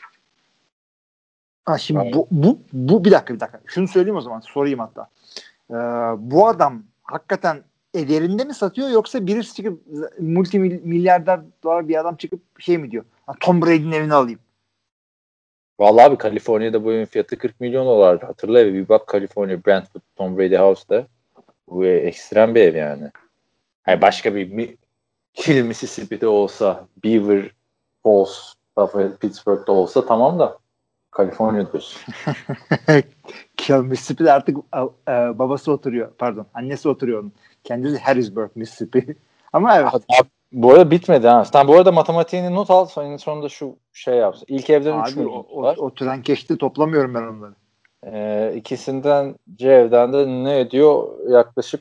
Şimdi bu bir dakika. Şunu söyleyeyim o zaman. Sorayım hatta. Bu adam hakikaten ederinde mi satıyor yoksa birisi çıkıp multimilyarder dolar bir adam çıkıp şey mi diyor? Tom Brady'nin evini alayım. Vallahi abi Kaliforniya'da bu evin fiyatı 40 milyon dolar. Hatırla evi bir bak Kaliforniya Brentwood Tom Brady House'da. Bu ekstrem bir ev yani. Yani başka bir Hill Mississippi'de olsa, Beaver Falls, Pittsburgh'da olsa tamam da Kaliforniya'da diyorsun. Hill Mississippi'de artık babası oturuyor. Pardon, annesi oturuyor onun. Kendisi Harrisburg, Mississippi. Ama evet. Bu arada bitmedi ha. Sen bu arada matematiğini not al. Sonunda şu şey yapsın. İlk evden 3 milyon var. O tren geçti, toplamıyorum ben onları. İkisinden C evden de ne ediyor? Yaklaşık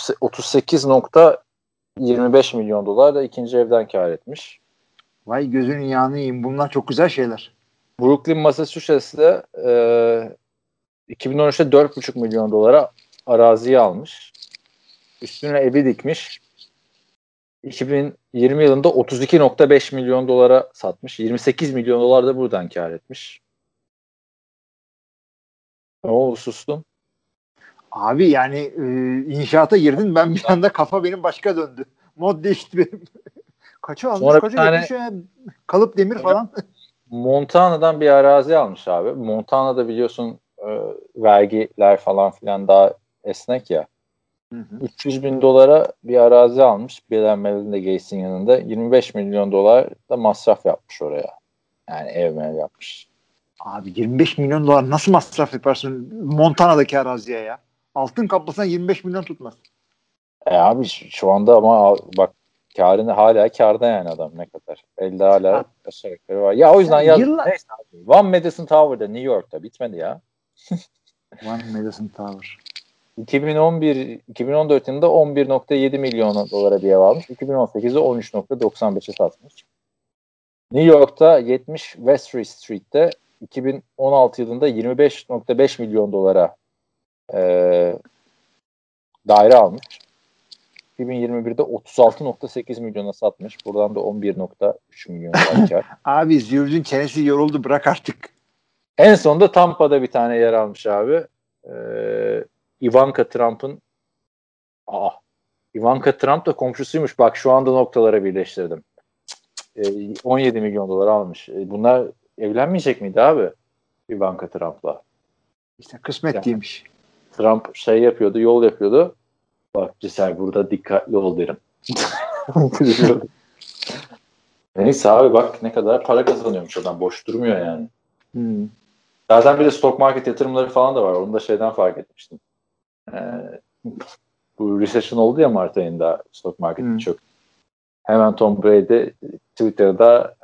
38.25 milyon dolar da ikinci evden kar etmiş. Vay gözünün yağını yiyeyim. Bunlar çok güzel şeyler. Brooklyn, Massachusetts'te 2013'te 4.5 milyon dolara araziyi almış. Üstüne evi dikmiş. 2020 yılında 32.5 milyon dolara satmış. 28 milyon dolar da buradan kar etmiş. Ne oldu sustun? Abi yani inşaata girdin. Ben bir anda kafa benim başka döndü. Mod değişti benim. Kaça almış? Sonra kaça almış? Kalıp demir falan. Montana'dan bir arazi almış abi. Montana'da biliyorsun vergiler falan filan daha esnek ya. 300 bin dolara bir arazi almış. Bill Melinda Gates'in yanında. 25 milyon dolar da masraf yapmış oraya. Yani ev yapmış. Abi 25 milyon dolar nasıl masraf yaparsın Montana'daki araziye ya? Altın kaplasan 25 milyon tutmaz. Abi şu anda ama bak karını hala karda yani adam ne kadar. Elde hala aşağı yukarı var. Ya o yüzden neyse abi. One Madison Tower'da New York'ta bitmedi ya. One Madison Tower. 2014 yılında 11.7 milyon dolara bir ev almış. 2018'de 13.95'e satmış. New York'ta 70 West Street'te 2016 yılında 25.5 milyon dolara daire almış. 2021'de 36.8 milyona satmış. Buradan da 11.3 milyon dolar kar. Abi Zürdün çenesi yoruldu, bırak artık. En sonunda Tampa'da bir tane yer almış abi. Ivanka Trump'ın Ivanka Trump da komşusuymuş. Bak şu anda noktalara birleştirdim. 17 milyon dolar almış. Bunlar evlenmeyecek miydi abi? Ivanka Trump'la. İşte kısmet yani, değilmiş. Trump şey yapıyordu, yol yapıyordu. Bak Cisel burada dikkatli ol derim. Neyse abi bak ne kadar para kazanıyormuş adam. Boş durmuyor yani. Zaten bir de stock market yatırımları falan da var. Onu da şeyden fark etmiştim. Bu recession oldu ya Mart ayında stock market çok. Hemen Tom Brady Twitter'da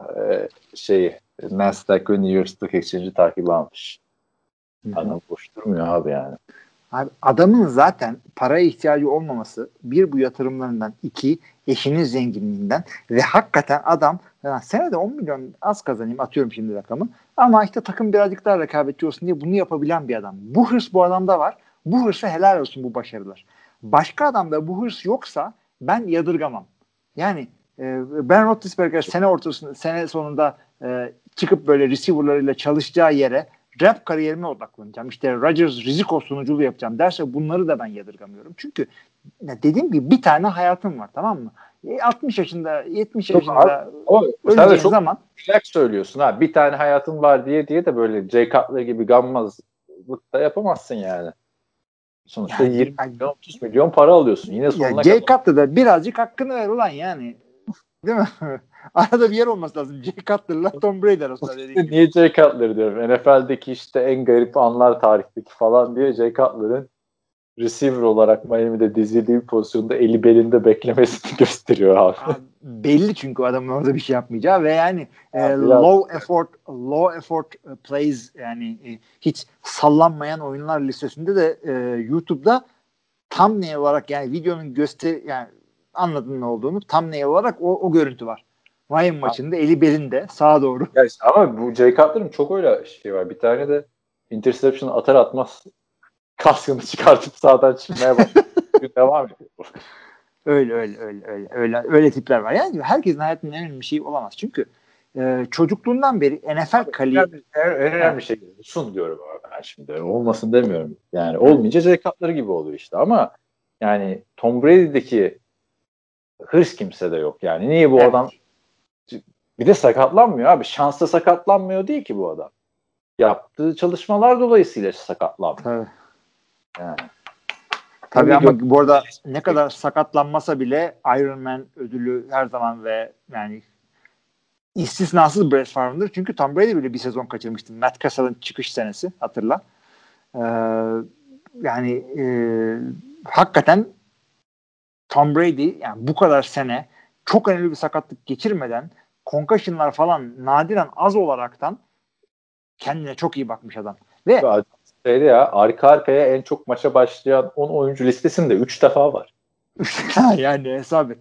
Nasdaq ve New York Stock Exchange'i takip almış. Adam boş durmuyor abi yani. Abi adamın zaten paraya ihtiyacı olmaması bir bu yatırımlarından, iki eşinin zenginliğinden ve hakikaten adam yani senede 10 milyon az kazanayım atıyorum şimdi rakamı ama işte takım birazcık daha rekabetçi olsun diye bunu yapabilen bir adam. Bu hırs bu adamda var. Bu hırsa helal olsun bu başarılar. Başka adamda bu hırs yoksa ben yadırgamam. Yani Ben Roethlisberger sene sonunda çıkıp böyle receiver'larıyla çalışacağı yere rap kariyerime odaklanacağım. İşte Rodgers riziko sunuculuğu yapacağım derse bunları da ben yadırgamıyorum. Çünkü dediğim gibi bir tane hayatım var, tamam mı? 60 yaşında 70 Çok yaşında sen de öleceğin çok zaman güzel söylüyorsun ha. Bir tane hayatın var diye de böyle Jay Cutler gibi gammazlık da yapamazsın yani. Sonuçta yani, 20 milyon 30 milyon para alıyorsun. Yine sonuna Jay kadar. Cutler'da birazcık hakkını ver ulan yani. Değil mi? Arada bir yer olması lazım. Jay Cutler'la Tom Brady arasında dediğim gibi. Niye Jay Cutler diyorum? NFL'deki işte en garip anlar tarihteki falan diye Jay Cutler'ın receiver olarak Miami'de dizildiği bir pozisyonda eli belinde beklemesini gösteriyor abi. Belli çünkü adamın orada bir şey yapmayacağı ve yani biraz low effort plays yani hiç sallanmayan oyunlar listesinde de YouTube'da thumbnail olarak yani videonun yani anladın ne olduğunu thumbnail olarak o görüntü var. Miami maçında eli belinde sağa doğru. Ya işte ama bu Jay Cutler'ın çok öyle şey var. Bir tane de interception atar atmaz kaskını çıkartıp sağdan çıkmaya başlıyor. Devam ediyor. Öyle tipler var. Yani herkesin hayatının en önemli şeyi olamaz. Çünkü çocukluğundan beri NFL En önemli şey sun diyorum ben şimdi. Olmasın demiyorum. Yani olmayınca Jay Cutler gibi oluyor işte. Ama yani Tom Brady'deki hırs kimsede yok. Yani niye bu adam bir de sakatlanmıyor abi. Şansla sakatlanmıyor değil ki bu adam. Yaptığı çalışmalar dolayısıyla sakatlanmıyor. Yani. Tabii ama bu arada ne kadar sakatlanmasa bile Iron Man ödülü her zaman ve yani istisnasız Brett Favre'dır. Çünkü Tom Brady bile bir sezon kaçırmıştı. Matt Cassel'ın çıkış senesi hatırla. Yani hakikaten Tom Brady yani bu kadar sene çok önemli bir sakatlık geçirmeden concussionlar falan nadiren az olaraktan kendine çok iyi bakmış adam. Ve arka arkaya en çok maça başlayan 10 oyuncu listesinde 3 defa var. yani hesap et.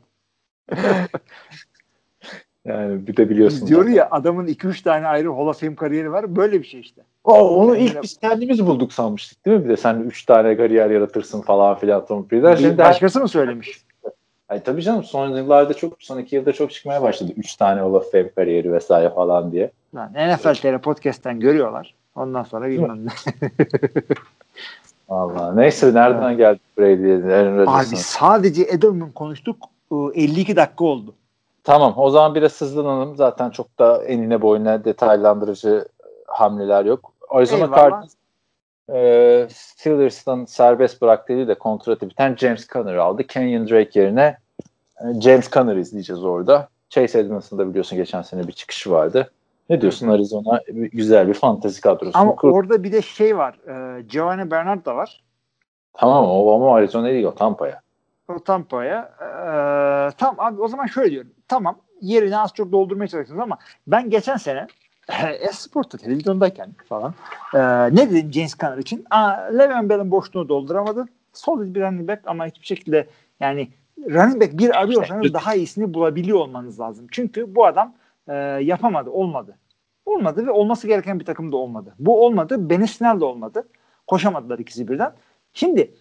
Yani bir de biliyorsun. Diyor ya adamın 2-3 tane ayrı Hall of Fame kariyeri var. Böyle bir şey işte. Onu ilk biz kendimiz bulduk sanmıştık değil mi? Bir de sen 3 tane kariyer yaratırsın falan filan. Şimdi başkası mı söylemiş? Ay tabii canım son yıllarda son 2 yılda çok çıkmaya başladı. 3 tane Hall of Fame kariyeri vesaire falan diye. NFL TR Podcast'ten görüyorlar. Ondan sonra bilmem ne. Vallahi neyse nereden geldik Brady'ye? Abi sadece Edelman konuştuk. 52 dakika oldu. Tamam o zaman biraz hızlanalım. Zaten çok da enine boyuna detaylandırıcı hamleler yok. Arizona Cardinals Steelers'tan serbest bıraktığıyla de kontratı biten James Conner'ı aldı. Kenyon Drake yerine James Conner izleyeceğiz orada. Chase Edmonds'ın da biliyorsun geçen sene bir çıkışı vardı. Ne diyorsun Arizona güzel bir fantezi kadrosu. Ama orada bir de şey var. Giovanni Bernard da var. Tamam ama Arizona değil o Tampa'ya. O Tampa'ya. Tamam abi o zaman şöyle diyorum. Tamam yerini az çok doldurmaya çalışıyorsunuz ama ben geçen sene Esport'ta televizyondayken falan ne dedim James Conner için? Le'Veon Bell'in boşluğunu dolduramadı. Solid bir running back ama hiçbir şekilde yani running back bir arıyorsanız daha iyisini bulabiliyor olmanız lazım. Çünkü bu adam yapamadı. Olmadı. Olmadı ve olması gereken bir takımda olmadı. Bu olmadı. Benny Snell de olmadı. Koşamadılar ikisi birden. Şimdi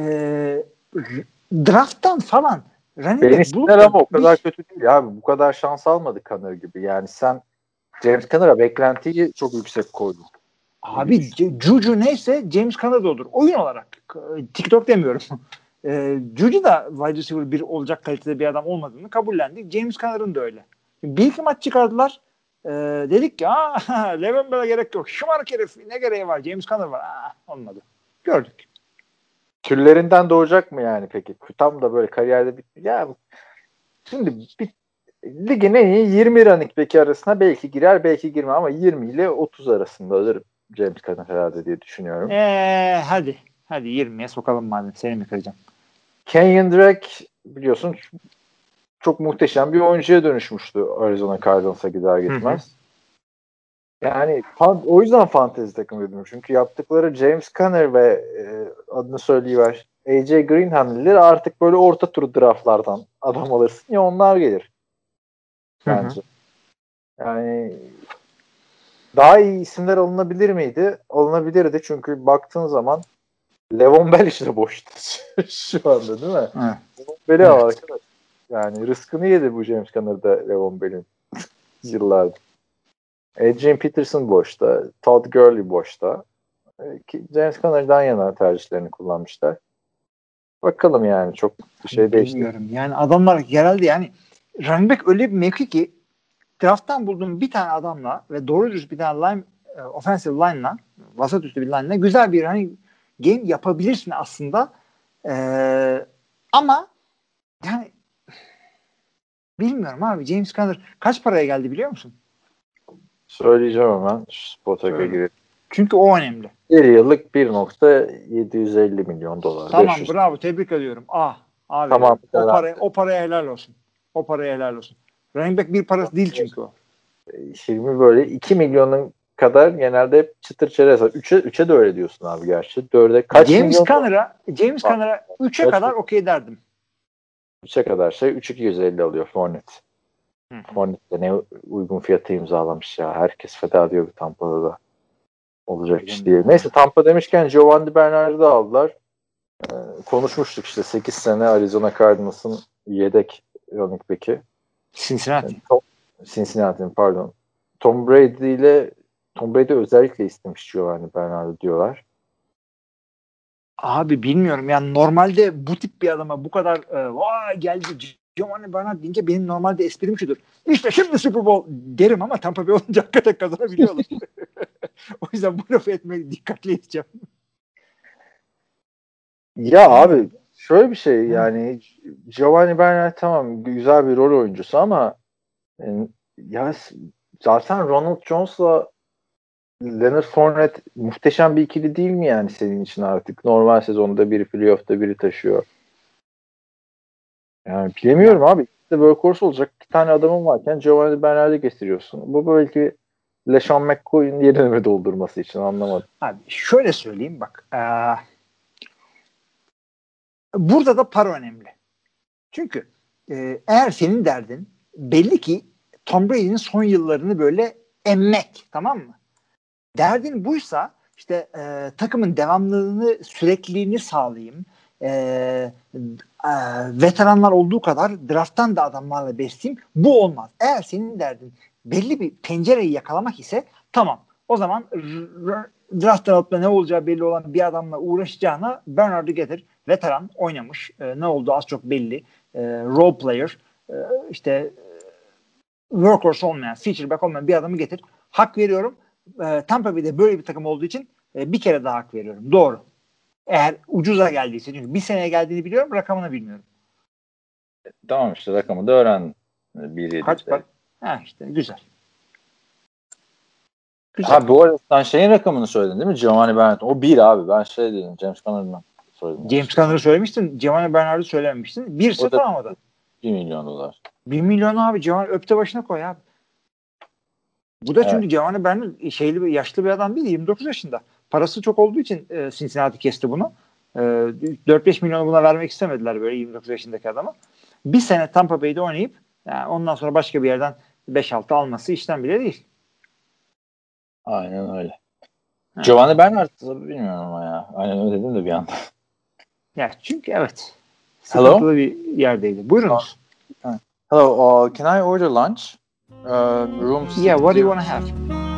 drafttan falan Benny Snell ama o kadar kötü değil abi. Bu kadar şans almadı Conner gibi. Yani sen James Conner'a beklentiyi çok yüksek koydun. Abi Juju neyse James Conner da olur. Oyun olarak. TikTok demiyorum. Juju da wide receiver bir olacak kalitede bir adam olmadığını kabullendik. James Conner'ın da öyle. Bir iki maç çıkardılar. Dedik ki Le'Veon Bell'e gerek yok. Şımarık herif ne gereği var? James Conner var. Olmadı. Gördük. Küllerinden doğacak mı yani peki? Tam da böyle kariyerde bitti. Ya şimdi ligin en iyi 20 running back'i arasına belki girer belki girmez ama 20 ile 30 arasında alır James Conner herhalde diye düşünüyorum. Hadi 20'ye sokalım madem. Seni mi kıracağım? Kenyon Drake biliyorsun çok muhteşem bir oyuncuya dönüşmüştü Arizona Cardinals'a gider gitmez. Yani o yüzden fantezi takım dedim. Çünkü yaptıkları James Conner ve adını söyleyiver AJ Green hamleleri artık böyle orta tur draftlardan adam alırsın ya onlar gelir. Bence. Yani daha iyi isimler alınabilir miydi? Alınabilirdi çünkü baktığın zaman Levon Bell işte boştu şu anda değil mi? Evet. Levon Bell'i al arkadaş. Yani rızkını yedi bu James Conner'da Levon Bell'in yıllardır. Adrian Peterson boşta. Todd Gurley boşta. James Conner'dan yana tercihlerini kullanmışlar. Bakalım yani çok bir şey değişti. Bilmiyorum. Yani adamlar herhalde yani running back öyle bir mevki ki drafttan bulduğum bir tane adamla ve doğru düz bir tane line, offensive line'la vasat üstü bir line'la güzel bir hani game yapabilirsin aslında. Ama yani bilmiyorum abi. James Conner kaç paraya geldi biliyor musun? Söyleyeceğim hemen. Spotak'a girip. Çünkü o önemli. Bir yıllık 1.750 milyon dolar. Tamam 500. bravo tebrik ediyorum. Abi tamam, o paraya helal olsun. O paraya helal olsun. Running back bir parası değil çünkü o. Hilmi böyle 2 milyonun kadar genelde hep çıtır çerez. 3'e de öyle diyorsun abi gerçi. 4'e kaç James milyon? Conner'a 3'e kadar okey derdim. 3'e kadar 3.250 alıyor Fournette. Fournette de ne uygun fiyatı imzalamış ya. Herkes feda diyor bir Tampa'da da. Olacak iş değil. Neyse Tampa demişken Giovanni Bernard'ı da aldılar. Konuşmuştuk işte 8 sene Arizona Cardinals'ın yedek running back'i. Cincinnati'nin pardon. Tom Brady özellikle istemiş Giovanni Bernard'ı diyorlar. Abi bilmiyorum yani normalde bu tip bir adama bu kadar vay geldi Giovanni Bernard deyince benim normalde esprim şudur. İşte şimdi Super Bowl derim ama Tampa Bay olunca hakikaten kazanabiliyorlar. O yüzden bu lafı etmeye dikkatli edeceğim. Ya abi şöyle bir şey yani Giovanni Bernard tamam güzel bir rol oyuncusu ama ya zaten Ronald Jones'la Leonard Fournette muhteşem bir ikili değil mi yani senin için artık? Normal sezonda biri playoff'ta biri taşıyor. Yani bilemiyorum abi. İşte workhorse olacak 2 tane adamın varken Giovanni Bernard'ı getiriyorsun. Bu belki LeSean McCoy'un yerini doldurması için anlamadım. Abi şöyle söyleyeyim bak. Burada da para önemli. Çünkü eğer senin derdin belli ki Tom Brady'nin son yıllarını böyle emmek, tamam mı? Derdin buysa işte takımın devamlılığını, sürekliliğini sağlayayım. Veteranlar olduğu kadar drafttan da adamlarla besleyeyim. Bu olmaz. Eğer senin derdin belli bir pencereyi yakalamak ise tamam. O zaman draft altında ne olacağı belli olan bir adamla uğraşacağına Bernard'ı getir. Veteran oynamış. Ne oldu az çok belli. Role player. İşte workhorse olmayan, feature back olmayan bir adamı getir. Hak veriyorum. Tampa Bay'de böyle bir takım olduğu için bir kere daha hak veriyorum. Doğru. Eğer ucuza geldiyse. Çünkü bir seneye geldiğini biliyorum. Rakamını bilmiyorum. Tamam işte rakamı da öğren. Kaç bak. İşte güzel. Ha bu arada sen şeyin rakamını söyledin değil mi? Giovanni Bernard. O 1 abi. Ben şey dedim. James Conner'dan söyledim. James Conner'ı söylemiştin. Giovanni Bernard'ı söylememiştin. 1'se tamam o da. 1 milyon dolar. 1 milyon abi. Giovanni öpte başına koy abi. Bu da çünkü Giovanni Bernard yaşlı bir adam değil. 29 yaşında. Parası çok olduğu için Cincinnati kesti bunu. 4-5 milyonu buna vermek istemediler böyle 29 yaşındaki adama. Bir sene Tampa Bay'de oynayıp yani ondan sonra başka bir yerden 5-6 alması işten bile değil. Aynen öyle. Giovanni Bernard bilmiyorum ama ya. Aynen öyle dedim de bir anda. Ya çünkü evet. Sıkıntılı bir yerdeydi. Buyurunuz. Hello, can I order lunch? Room 60. Yeah, what do you want to have?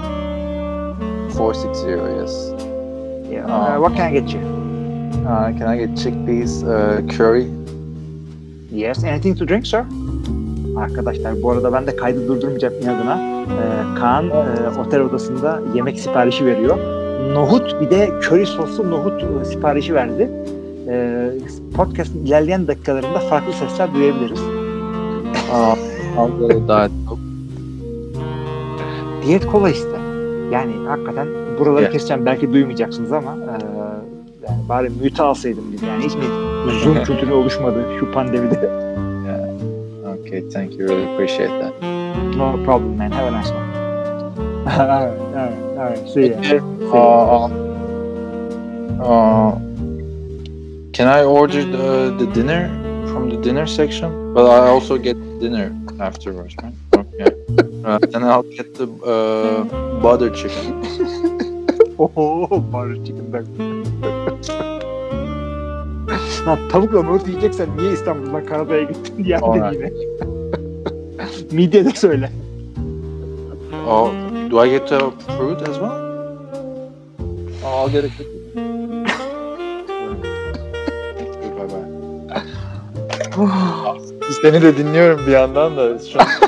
460, yes. Yeah. What can I get you? Can I get chickpeas, curry? Yes. Anything to drink, sir? Arkadaşlar bu arada ben de kaydı durdurmayacağım inadına. Kaan otel odasında yemek siparişi veriyor. Nohut bir de köri soslu nohut siparişi verdi. Podcast'ın ilerleyen dakikalarında farklı sesler duyabiliriz. Diyet kola iste. Yani hakikaten buraları keseceğim. Belki duymayacaksınız ama yani bari mute alsaydım biz. Yani hiç mi Zoom kültürü oluşmadı şu pandemide? Okay, thank you. Really appreciate that. No problem, man. Have a nice one. Evet. Şey can I order the dinner from the dinner section? But I also get dinner afterwards, right? Okay. Then I'll get the butter chicken. Butter chicken'dan. Lan tavukla nohut yiyeceksen niye İstanbul'dan Karadağ'a gittin diye yine. Midye de söyle. Oh, do I get fruit as well? I'll get a cookie. Seni de dinliyorum bir yandan da. Şu an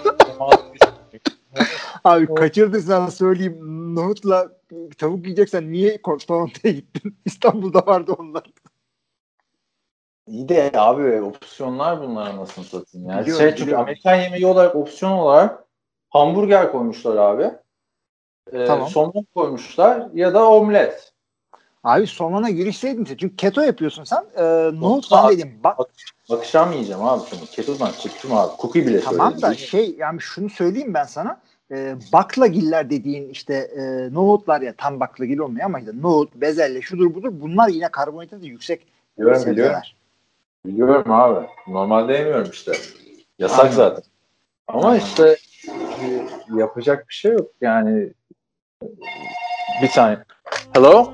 Abi kaçırdın sana söyleyeyim. Nohutla tavuk yiyeceksen niye Toronto'ya gittin? İstanbul'da vardı onlar. İyi de abi opsiyonlar bunlar anasını satayım. Yani Biliyorum. Çünkü Amerikan yemeği olarak opsiyon olarak hamburger koymuşlar abi. Tamam. Somon koymuşlar ya da omlet. Abi somona girişseydin sen. Çünkü keto yapıyorsun sen. Nohut falan dedim. Akşam yiyeceğim abi şimdi. Keto'dan çıktım abi. Cookie bile tamam da yani şunu söyleyeyim ben sana. Baklagiller dediğin işte nohutlar ya tam baklagil olmuyor ama işte nohut, bezelye, şudur budur bunlar yine karbonhidratı yüksek. Biliyorum abi. Normalde yemiyorum işte. Yasak zaten. Ama işte yapacak bir şey yok. Yani bir saniye. Hello?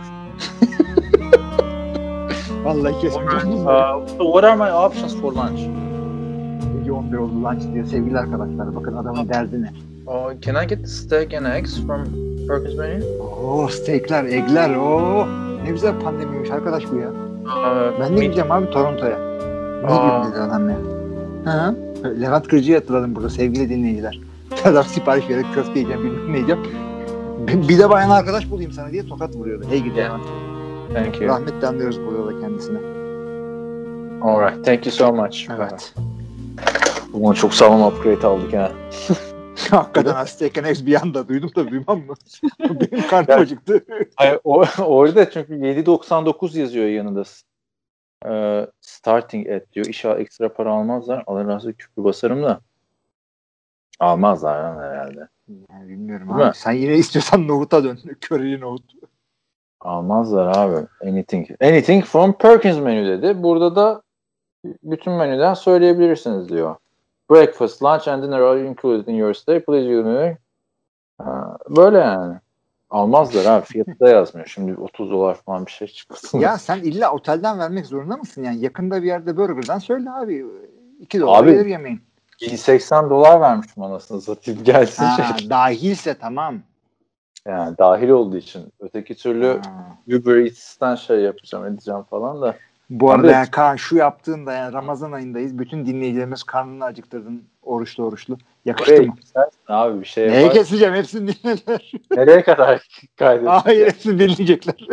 Vallahi kesmeyeceğim. What are my options for lunch? 11 oldu lunch diyor sevgili arkadaşlar. Bakın adamın derdi ne? Can I get the steak and eggs from Perkins menu? Steakler, eggler. Ne güzel pandemiymiş arkadaş bu ya. Ben de gideceğim abi Toronto'ya. Ne diyeyim dedi adam ya. Levent Kırcı'yı hatırladım burada sevgili dinleyiciler. Adam sipariş verip köfte yiyeceğim bilmem ne yiyeceğim. Bir de bayan arkadaş bulayım sana diye tokat vuruyordu. Hey gidi Levent. Thank you. Rahmetle anlıyoruz burada da kendisine. Alright. Thank you so much. Evet. Bugün çok sağlam upgrade aldık ha. Hakikaten steak and eggs bir anda duydum da duymam mı? Benim karnım acıktı. Hayır, orada çünkü 7.99 yazıyor yanında. Starting at diyor. İnşallah ekstra para almazlar. Allah razı küpü basarım da. Almazlar herhalde. Yani bilmiyorum değil abi. Mi? Sen yine istiyorsan nohuta dön. Köreli nohut. Almazlar abi. Anything from Perkins menü dedi. Burada da bütün menüden söyleyebilirsiniz diyor. Breakfast, lunch and dinner are included in your stay. Please use böyle yani. Almazlar abi. Fiyatı da yazmıyor. Şimdi $30 falan bir şey çıkmasın. Ya sen illa otelden vermek zorunda mısın? Yani yakında bir yerde burgerdan söyle abi. $2 abi, gelir yemeğin. $80 vermişim anasını satayım. Gelsin Dahilse tamam. Yani dahil olduğu için. Öteki türlü Uber Eats'ten yapacağım edeceğim falan da. Bu arada yani Kaan şu yaptığında yani Ramazan ayındayız. Bütün dinleyicilerimiz karnını acıktırdın oruçlu. Yakıştı mı? Abi bir şey neye keseceğim? Hepsini dinlerler. Nereye kadar kaydedeceğim? Hayır hepsini dinleyecekler.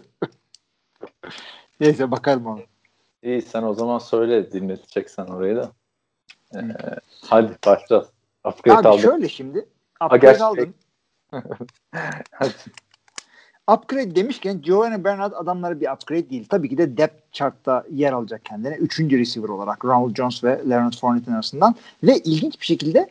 Neyse bakarım ona. İyi sen o zaman söyle dinleteceksen orayı da. Hadi başlayalım. Upgrade abi şöyle şimdi. Upgrade aldın. Hadi. Upgrade demişken Giovanni Bernard adamları bir upgrade değil. Tabii ki de depth chart'ta yer alacak kendine. 3. receiver olarak Ronald Jones ve Leonard Fournette'in arasından. Ve ilginç bir şekilde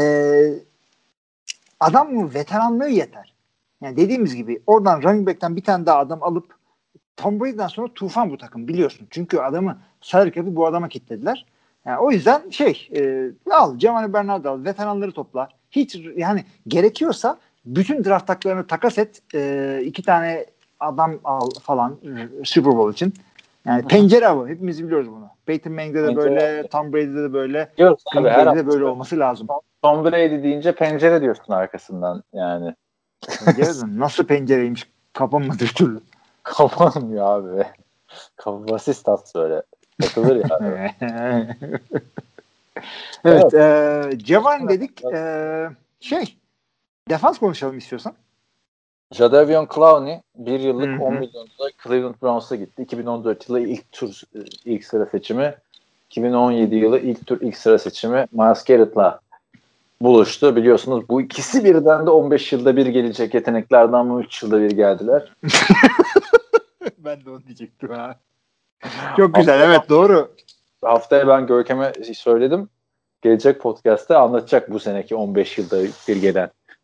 adamın veteranlığı yeter. Yani dediğimiz gibi oradan running back'ten bir tane daha adam alıp Tom Brady'den sonra tufan bu takım biliyorsun. Çünkü adamı salary cap'i bu adama kilitlediler. Yani o yüzden al Giovanni Bernard al. Veteranları topla. Hiç yani gerekiyorsa bütün draft taklarını takas et. 2 tane adam al falan Super Bowl için. Yani pencere avı. Hepimiz biliyoruz bunu. Peyton Manning'de de böyle, Tom Brady'de de böyle. Green Bay'de de böyle olması lazım. Tom Brady deyince pencere diyorsun arkasından yani. Nasıl pencereymiş? Kapanmadı bir türlü. Kapanmıyor abi. Kafası stat böyle. Takılır ya. Evet. Giovanni dedik. Defans konuşalım istiyorsan. Jadavion Clowney 1 yıllık $10 milyon Cleveland Browns'a gitti. 2014 yılı ilk sıra seçimi. 2017 yılı ilk sıra seçimi Myles Garrett'la buluştu. Biliyorsunuz bu ikisi birden de 15 yılda bir gelecek yeteneklerden ama 3 yılda bir geldiler. Ben de onu diyecektim ha. Çok güzel. Evet doğru. Haftaya ben Görkem'e söyledim. Gelecek podcast'ta anlatacak bu seneki 15 yılda bir gelen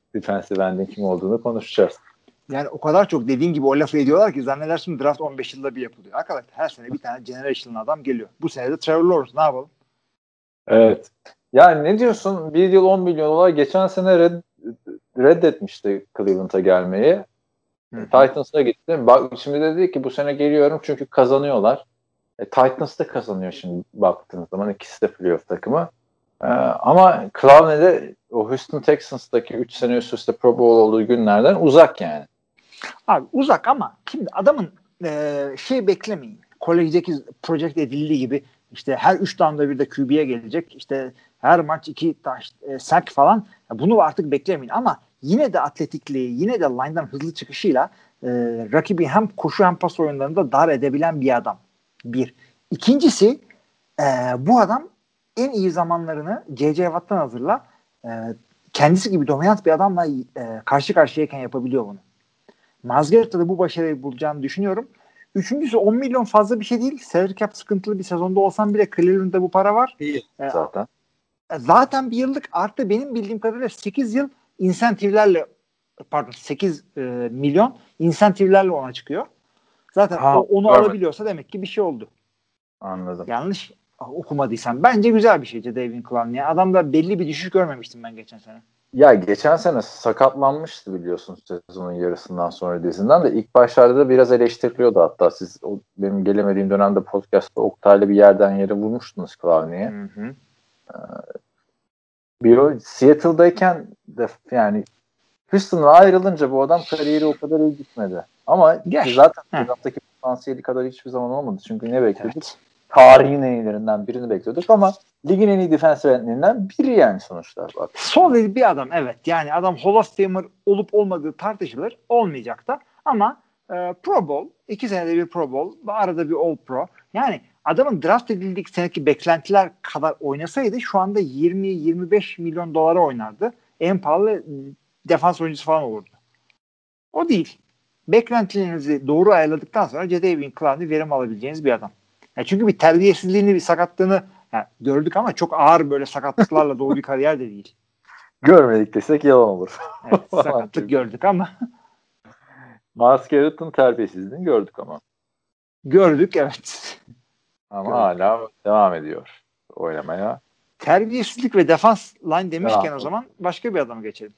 defensive end'in kim olduğunu konuşacağız. Yani o kadar çok dediğin gibi o lafı ediyorlar ki zannedersin draft 15 yılda bir yapılıyor. Arkadaşlar her sene bir tane generational adam geliyor. Bu sene de Trevor Lawrence, ne yapalım? Evet. Yani ne diyorsun? 1 yıl 10 milyon dolar geçen sene reddetmişti Cleveland'a gelmeyi. Titans'a gitti. Bak şimdi dedi ki bu sene geliyorum çünkü kazanıyorlar. Titans da kazanıyor şimdi baktığınız zaman, ikisi de playoff takımı. Ama Clowney'de o Houston Texans'taki 3 sene üst üste Pro Bowl olduğu günlerden uzak yani. Abi uzak ama şimdi adamın beklemeyin. Kolejdeki project edildiği gibi işte her 3 down'da bir de QB'ye gelecek. İşte her maç 2 sack falan. Bunu artık beklemeyin ama yine de atletikliği, yine de line'dan hızlı çıkışıyla rakibi hem koşu hem pas oyunlarında dar edebilen bir adam. Bir. İkincisi bu adam en iyi zamanlarını J.J. Watt'tan hazırla. Kendisi gibi dominant bir adamla karşı karşıyayken yapabiliyor bunu. Mazgaret'te de bu başarıyı bulacağını düşünüyorum. Üçüncüsü 10 milyon fazla bir şey değil. Salary cap sıkıntılı bir sezonda olsam bile Cleveland'da bu para var. Zaten. Zaten bir yıllık artı benim bildiğim kadarıyla 8 yıl insentivlerle 8 milyon insentivlerle ona çıkıyor. Zaten onu alabiliyorsa demek ki bir şey oldu. Anladım. Yanlış okumadıysam. Bence güzel bir şey Jadeveon Clowney. Adamda belli bir düşüş görmemiştim ben geçen sene. Ya geçen sene sakatlanmıştı biliyorsun sezonun yarısından sonra dizinden de. İlk başlarda da biraz eleştiriliyordu hatta. Siz benim gelemediğim dönemde podcast'ta Oktay'la bir yerden yere vurmuştunuz Clowney'e. Seattle'dayken de yani Houston'a ayrılınca bu adam kariyeri o kadar iyi gitmedi. Ama zaten draft'taki potansiyeli kadar hiçbir zaman olmadı. Çünkü ne bekliyorduk? Evet. Tarihin en iyilerinden birini bekliyorduk ama ligin en iyi defensive endlerinden biri yani sonuçta. Bak. Solid bir adam evet. Yani adam Hall of Famer olup olmadığı tartışılır. Olmayacak da. Ama Pro Bowl, 2 senede bir Pro Bowl, arada bir All Pro. Yani adamın draft edildiği seneki beklentiler kadar oynasaydı şu anda 20-25 milyon dolara oynardı. En pahalı defans oyuncusu falan olurdu. O değil. Beklentilerinizi doğru ayarladıktan sonra Jadeveon Clowney verim alabileceğiniz bir adam. Yani çünkü bir terbiyesizliğini, bir sakatlığını gördük ama çok ağır böyle sakatlıklarla dolu bir kariyer de değil. Görmedik desek yalan olur. Evet, sakatlık gördük ama. Myles Garrett'ın terbiyesizliğini gördük ama. Gördük evet. Ama hala devam ediyor oynamaya. Terbiyesizlik ve defans line demişken o zaman başka bir adama geçelim.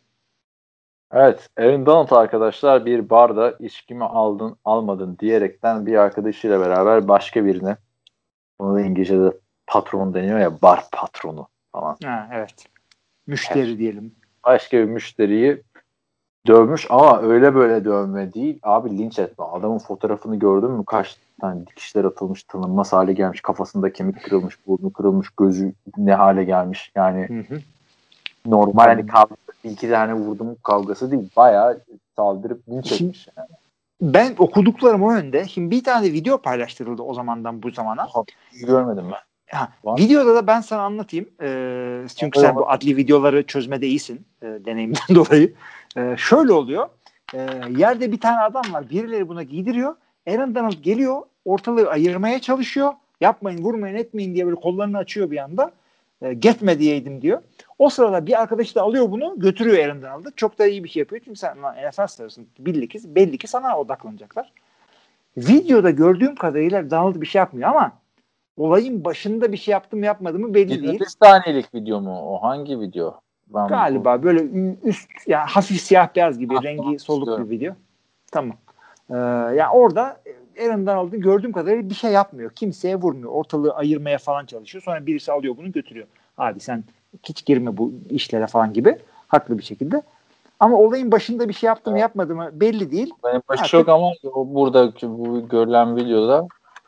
Evet. Aaron Donald arkadaşlar bir barda içkimi aldın almadın diyerekten bir arkadaşıyla beraber başka birine, bunu da İngilizce'de patron deniyor ya, bar patronu falan. Evet. Müşteri diyelim. Başka bir müşteriyi dövmüş ama öyle böyle dövme değil. Abi linç etme. Adamın fotoğrafını gördün mü? Kaç tane dikişler atılmış, tanınmaz hale gelmiş. Kafasında kemik kırılmış, burnu kırılmış, gözü ne hale gelmiş. Yani normal hani kavga, 2 tane vurdum kavgası değil. Bayağı saldırıp linç etmiş yani. Ben okuduklarım o yönde. Şimdi bir tane video paylaştırıldı o zamandan bu zamana. Görmedim ben. Videoda da ben sana anlatayım. Çünkü sen bu adli videoları çözmede iyisin. Deneyimden dolayı. Şöyle oluyor. Yerde bir tane adam var. Birileri buna giydiriyor. Aaron Donald geliyor. Ortalığı ayırmaya çalışıyor. Yapmayın, vurmayın, etmeyin diye böyle kollarını açıyor bir anda. Getme diyeydim diyor. O sırada bir arkadaş da alıyor bunu, götürüyor Aaron Donald'ı. Çok da iyi bir şey yapıyor. Çünkü sen NFL starısın. Belli ki sana odaklanacaklar. Videoda gördüğüm kadarıyla Donald bir şey yapmıyor ama olayın başında bir şey yaptı mı yapmadı mı belli değil. 28 saniyelik video mu? O hangi video? Galiba böyle üst yani hafif siyah beyaz gibi rengi soluk bir video. Tamam. Yani orada Aaron Donald'ı gördüğüm kadarıyla bir şey yapmıyor. Kimseye vurmuyor. Ortalığı ayırmaya falan çalışıyor. Sonra birisi alıyor bunu götürüyor. Abi sen hiç girme bu işlere falan gibi. Haklı bir şekilde. Ama olayın başında bir şey yaptı mı yapmadı mı belli değil. Benim başı yok ama burada bu görülen videoda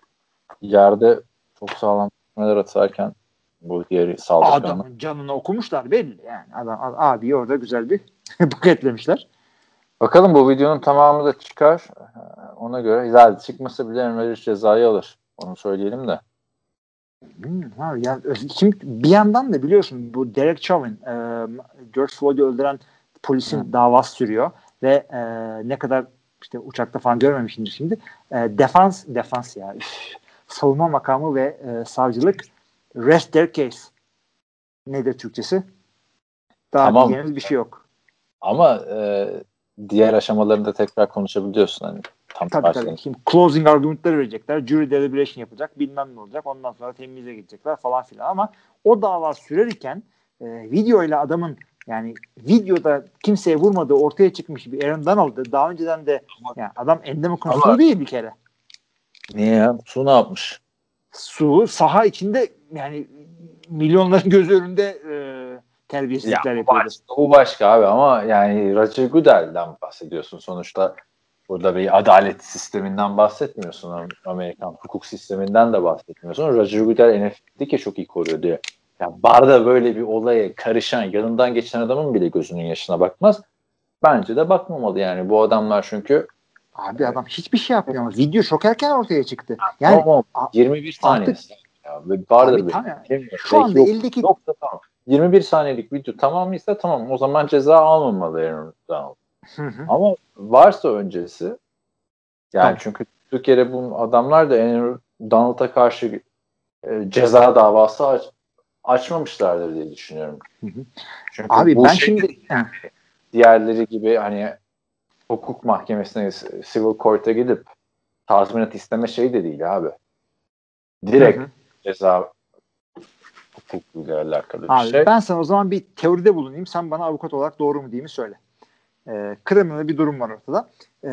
yerde çok sağlam neler atarken bu diğeri saldırganlar. Adamın canını okumuşlar belli. Yani adam abi orada güzel bir paketlemişler. Bakalım bu videonun tamamı da çıkar. Ona göre zaten çıkmasa bile Emre cezayı alır. Onu söyleyelim de. Yani şimdi bir yandan da biliyorsun bu Derek Chauvin George Floyd'u öldüren polisin davası sürüyor ve ne kadar işte uçakta falan görmemişimdir şimdi. Defans ya. Savunma makamı ve savcılık rest their case. Nedir Türkçesi? Daha diyeceğimiz bir şey yok. Ama diğer aşamalarında tekrar konuşabiliyorsun hani. Tabii. Şimdi closing argument'ları verecekler. Jury deliberation yapacak. Bilmem ne olacak. Ondan sonra temize gidecekler falan filan. Ama o dava sürerken videoyla adamın yani videoda kimseye vurmadığı ortaya çıkmış bir Aaron Donald'ı daha önceden de yani adam endemik Su değil bir kere. Niye ya? Su ne yapmış? Su saha içinde yani milyonların gözü önünde terbiyesizlikler yapıyordu. Bu başka abi ama yani Roger Goodell'den bahsediyorsun sonuçta. Burada bir adalet sisteminden bahsetmiyorsun. Amerikan hukuk sisteminden de bahsetmiyorsun. Roger Goodell NFL'deki çok iyi koruyor diyor. Ya barda böyle bir olaya karışan, yanından geçen adamın bile gözünün yaşına bakmaz. Bence de bakmamalı yani. Bu adamlar çünkü abi adam hiçbir şey yapmıyor ama video çok erken ortaya çıktı. Yani tamam, 21 saniye. Ya, bardır tamam. Şu anda eldeki yoksa tamam. 21 saniyelik video tamamıysa tamam. O zaman ceza almamalı Aaron Donald. Ama varsa öncesi yani tamam. Çünkü Türkiye'de bu adamlar da Aaron Donald'a karşı ceza davası açmamışlardır diye düşünüyorum. Çünkü abi ben şimdi diğerleri gibi hani hukuk mahkemesine civil court'a gidip tazminat isteme şey de değil abi. Direkt ceza hukukuyla alakalı bir şey. Ben sana o zaman bir teoride bulunayım. Sen bana avukat olarak doğru mu diye mi söyle. Kriminal bir durum var ortada.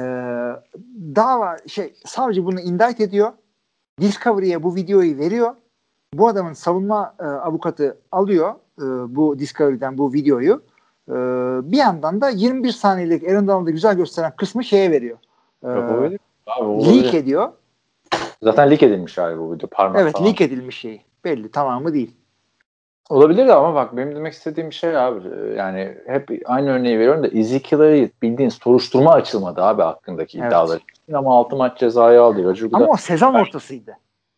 Dava savcı bunu indict ediyor. Discovery'ye bu videoyu veriyor. Bu adamın savunma avukatı alıyor bu Discovery'den bu videoyu. Bir yandan da 21 saniyelik Aaron Donald'ı güzel gösteren kısmı şeye veriyor. Leak ediyor. Zaten leak edilmiş abi bu video. Evet falan. Leak edilmiş şey. Belli tamamı değil. Olabilir de ama bak benim demek istediğim bir şey abi. Yani hep aynı örneği veriyorum da Ezekiel Elliott bildiğin soruşturma açılmadı abi hakkındaki iddiaları. Ama 6 maç cezayı aldı. Ama o sezon ortasıydı.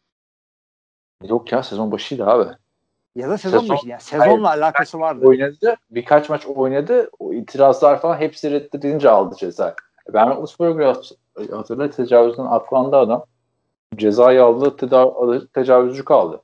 Yok ya sezon başıydı abi. Ya da sezon başı yani. Sezonla alakası vardı. Oynadı. Birkaç maç oynadı. O itirazlar falan hepsi reddedince aldı ceza. Ben Roethlisberger'ı hatırla tecavüzden aklandı adam. Cezayı aldı. Tecavüzcü kaldı.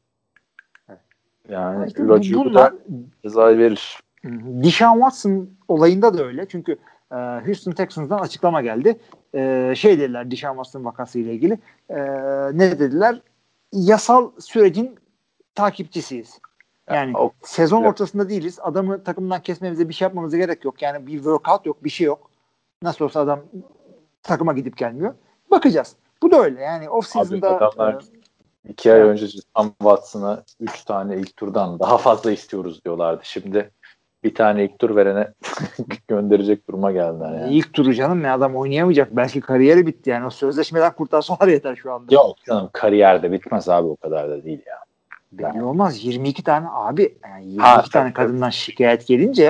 Yani işte bunlar cezayı verir. Deshaun Watson olayında da öyle. Çünkü Houston Texans'dan açıklama geldi. Dediler Deshaun Watson vakasıyla ilgili. Ne dediler? Yasal sürecin takipçisiyiz. Yani sezon ortasında değiliz. Adamı takımdan kesmemize bir şey yapmamıza gerek yok. Yani bir workout yok, bir şey yok. Nasıl olsa adam takıma gidip gelmiyor. Bakacağız. Bu da öyle. Yani off-season'da adamlar 2 ay önce Sam Watson'a 3 tane ilk turdan daha fazla istiyoruz diyorlardı. Şimdi bir tane ilk tur verene gönderecek duruma geldiler yani. İlk turu canım ya adam oynayamayacak. Belki kariyeri bitti yani. O sözleşmeden kurtarsalar yeter şu anda. Yok canım kariyerde bitmez abi o kadar da değil ya. Belli olmaz. 22 tane abi yani 22 tane kadından şikayet gelince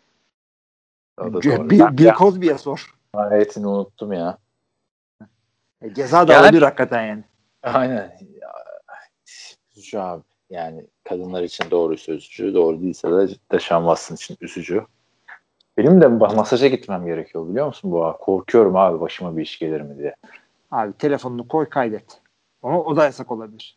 Bill Cosby'ye sor. Hayatını unuttum ya. Ceza da olabilir hakikaten yani. Aynen. Üzücü abi. Yani kadınlar için doğru sözcü. Doğru değilse de Deshaun Watson için üzücü. Benim de masaja gitmem gerekiyor biliyor musun bu? Korkuyorum abi başıma bir iş gelir mi diye. Abi telefonunu koy kaydet. O da yasak olabilir.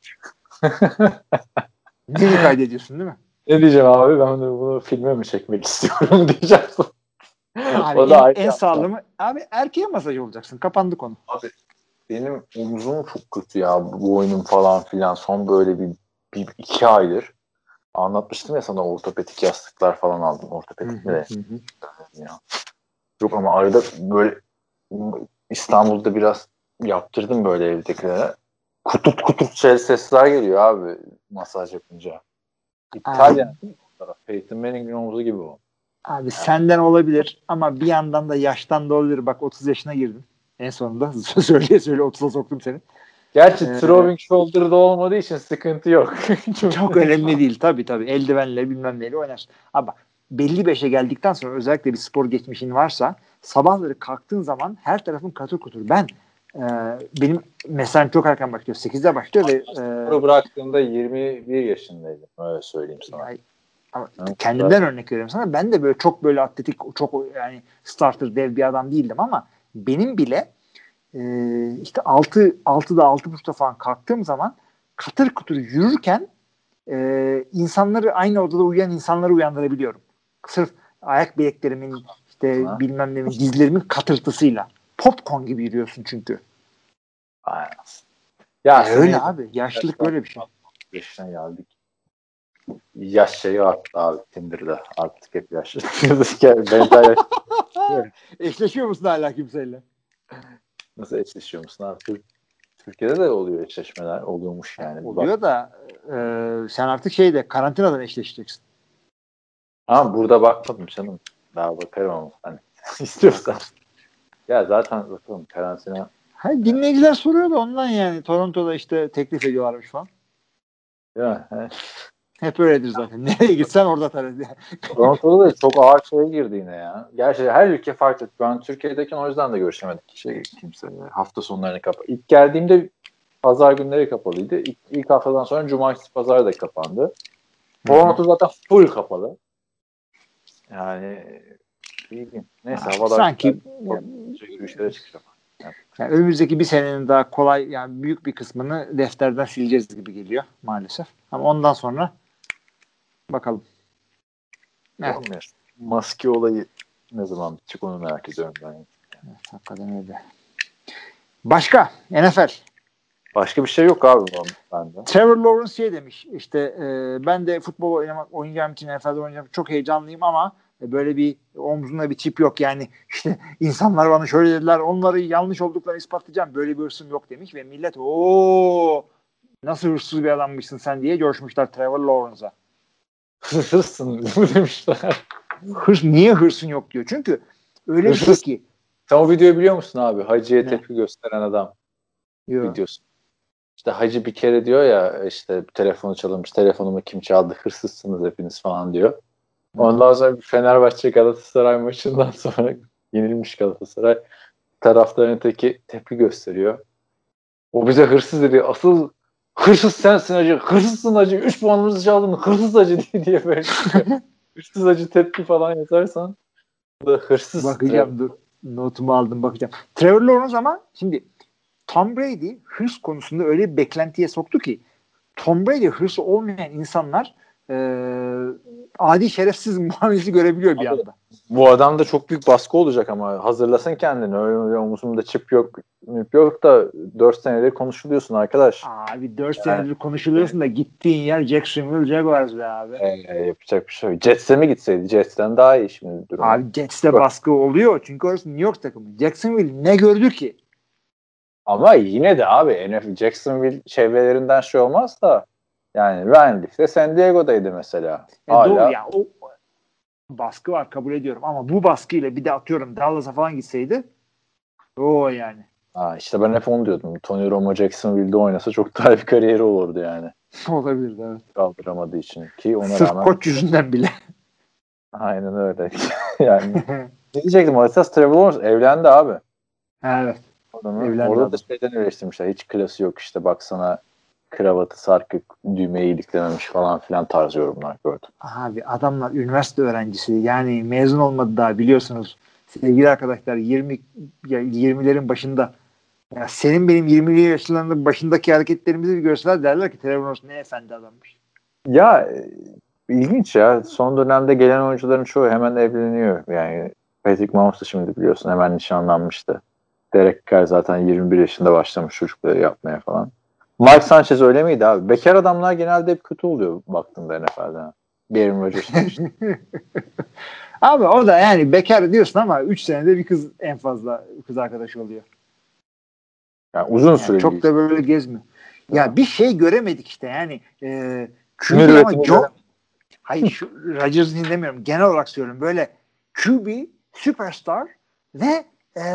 Neyi kaydediyorsun değil mi? Ne diyeceğim abi ben de bunu filme mi çekmek istiyorum diyeceğim. Abi o da en sağlamı abi erkeğe masaj olacaksın. Kapandı konu. Abi benim omzum çok kötü ya bu oyunum falan filan son böyle bir 2 aydır. Anlatmıştım ya sana ortopedik yastıklar falan aldım. Ortopedik mi? Ya. Yok ama arada böyle İstanbul'da biraz yaptırdım böyle evdekilere. Kutup sesler geliyor abi masaj yapınca. İtalyan taraf. Peyton Manning'in omuzu gibi o. Abi yani. Senden olabilir ama bir yandan da yaştan da olabilir. Bak 30 yaşına girdin. En sonunda söyle 30'a soktum seni. Gerçi throwing shoulder'da olmadığı için sıkıntı yok. Çok önemli değil. Tabii. Eldivenle bilmem neyle oynar. Ama belli 5'e geldikten sonra özellikle bir spor geçmişin varsa sabahları kalktığın zaman her tarafın katır kutur. Benim mesaim çok erken başlıyor. 8'de başlıyor ve bıraktığımda 21 yaşındaydım. Öyle söyleyeyim sana. Ama kendimden örnek veriyorum sana. Ben de böyle çok böyle atletik, çok yani starter dev bir adam değildim ama benim bile işte 6'da 6.30'da falan kalktığım zaman katır kutur yürürken insanları aynı odada uyuyan insanları uyandırabiliyorum. Sırf ayak bileklerimin işte bilmem ne dizlerimin katırtısıyla. Popcorn gibi yürüyorsun çünkü. Aynen. Ya öyle abi. Yaşlılık böyle bir şey. Yaşına geldik. Yaş şeyi arttı abi Tinder'da. Artık hep yaşlı. Benzer yaş. Eşleşiyor musun hala kimseyle? Nasıl eşleşiyor musun abi? Türkiye'de de oluyor eşleşmeler. Oluyormuş yani. Oluyor da sen artık karantinadan eşleşeceksin. Ama burada bakmadım canım. Daha bakarım ama hani istiyorsan. Ya zaten bakalım karantina. Hayır, dinleyiciler soruyor da ondan yani. Toronto'da işte teklif ediyorlarmış falan. Ya, hep öyledir zaten. Nereye gitsen orada tarız. Toronto'da da çok ağır şeye girdi yine ya. Gerçi her ülke farklı. Ben Türkiye'deyken o yüzden de görüşemedik kimse. Hafta sonlarını kapalı. İlk geldiğimde pazar günleri kapalıydı. İlk haftadan sonra cumartesi pazar da kapandı. Toronto zaten full kapalı. Yani ilginç. Neyse havalar sanki yürüyüşlere çıkacağım. Yani önümüzdeki bir senenin daha kolay yani büyük bir kısmını defterden sileceğiz gibi geliyor maalesef. Ama ondan sonra bakalım. Evet. Maske olayı ne zaman bitecek onu merak ediyorum ben. Evet, hakikaten öyle. Başka NFL. Başka bir şey yok abi bende. Trevor Lawrence demiş işte ben de futbol oynayacağım için NFL'de oynayacağım çok heyecanlıyım ama böyle bir omzunda bir çip yok yani işte insanlar bana şöyle dediler onları yanlış olduklarını ispatlayacağım böyle bir hırsım yok demiş ve millet nasıl hırsız bir adammışsın sen diye coşmuşlar Trevor Lawrence'a. Hırsın mı demişler. Niye hırsın yok diyor çünkü öyle bir şey ki. Sen o videoyu biliyor musun abi? Hacı'ya tepki gösteren adam. Yok. Videosu. İşte Hacı bir kere diyor ya işte telefonu çalınmış, telefonumu kim çaldı, hırsızsınız hepiniz falan diyor. Ondan sonra Fenerbahçe Galatasaray maçından sonra yenilmiş Galatasaray taraftarın tepki gösteriyor. O bize hırsız dedi. Asıl hırsız sensin Hacı. Hırsızsın Hacı. 3 puanımızı çaldın. Hırsız Hacı diye böyle. Hırsız Hacı tepki falan yazarsan bu da hırsız. Bakacağım dur. Notumu aldım bakacağım. Trevor Lawrence ama şimdi Tom Brady hırs konusunda öyle bir beklentiye soktu ki Tom Brady hırsı olmayan insanlar adi şerefsiz muamelesi görebiliyor bir anda. Bu adamda çok büyük baskı olacak ama hazırlasın kendini. Öyle omuzumda çip yok da 4 senedir konuşuluyorsun arkadaş. Abi 4 senedir konuşuluyorsun da gittiğin yer Jacksonville Jaguars be abi. Yapacak bir şey yok. Jets'e mi gitseydi? Jets'ten daha iyi şimdi durum. Abi Jets'te baskı oluyor çünkü orası New York takımı. Jacksonville ne gördü ki? Ama yine de abi NFL Jacksonville çevrelerinden şey olmaz da yani Ryan Leaf de San Diego'daydı mesela. Hala. Doğru ya o baskı var kabul ediyorum ama bu baskıyla bir de atıyorum Dallas'a falan gitseydi yani. İşte ben hep onu diyordum. Tony Romo Jacksonville'de oynasa çok daha bir kariyeri olurdu yani. Olabilirdi evet. Kaldıramadığı için ki ona sırf rağmen. Koç yüzünden bile. Aynen öyle. Yani ne diyecektim? Esas Trevor Lawrence evlendi abi. Evet. Orada da şeyden eleştirmişler. Hiç klası yok işte baksana kravatı sarkık düğmeyi iliklememiş falan filan tarz yorumlar gördüm. Abi adamlar üniversite öğrencisi yani mezun olmadı daha biliyorsunuz. Sevgili arkadaşlar 20'lerin başında ya senin benim 20'li yaşlarında başındaki hareketlerimizi bir görseler derler ki Trevor Lawrence ne efendi adammış. Ya ilginç ya. Son dönemde gelen oyuncuların çoğu hemen evleniyor. Yani Patrick Mahomes da şimdi biliyorsun hemen nişanlanmıştı. Derek Carr zaten 21 yaşında başlamış çocukları yapmaya falan. Mike Sanchez öyle miydi abi? Bekar adamlar genelde hep kötü oluyor baktığında NFL'den. Aaron Rodgers. Abi o da yani bekar diyorsun ama 3 senede bir kız en fazla kız arkadaşı oluyor. Yani uzun süre. Çok da böyle gezmiyor. Ya bir şey göremedik işte yani. Hayır şu Rodgers'ın demiyorum. Genel olarak söylüyorum. Böyle QB, superstar ve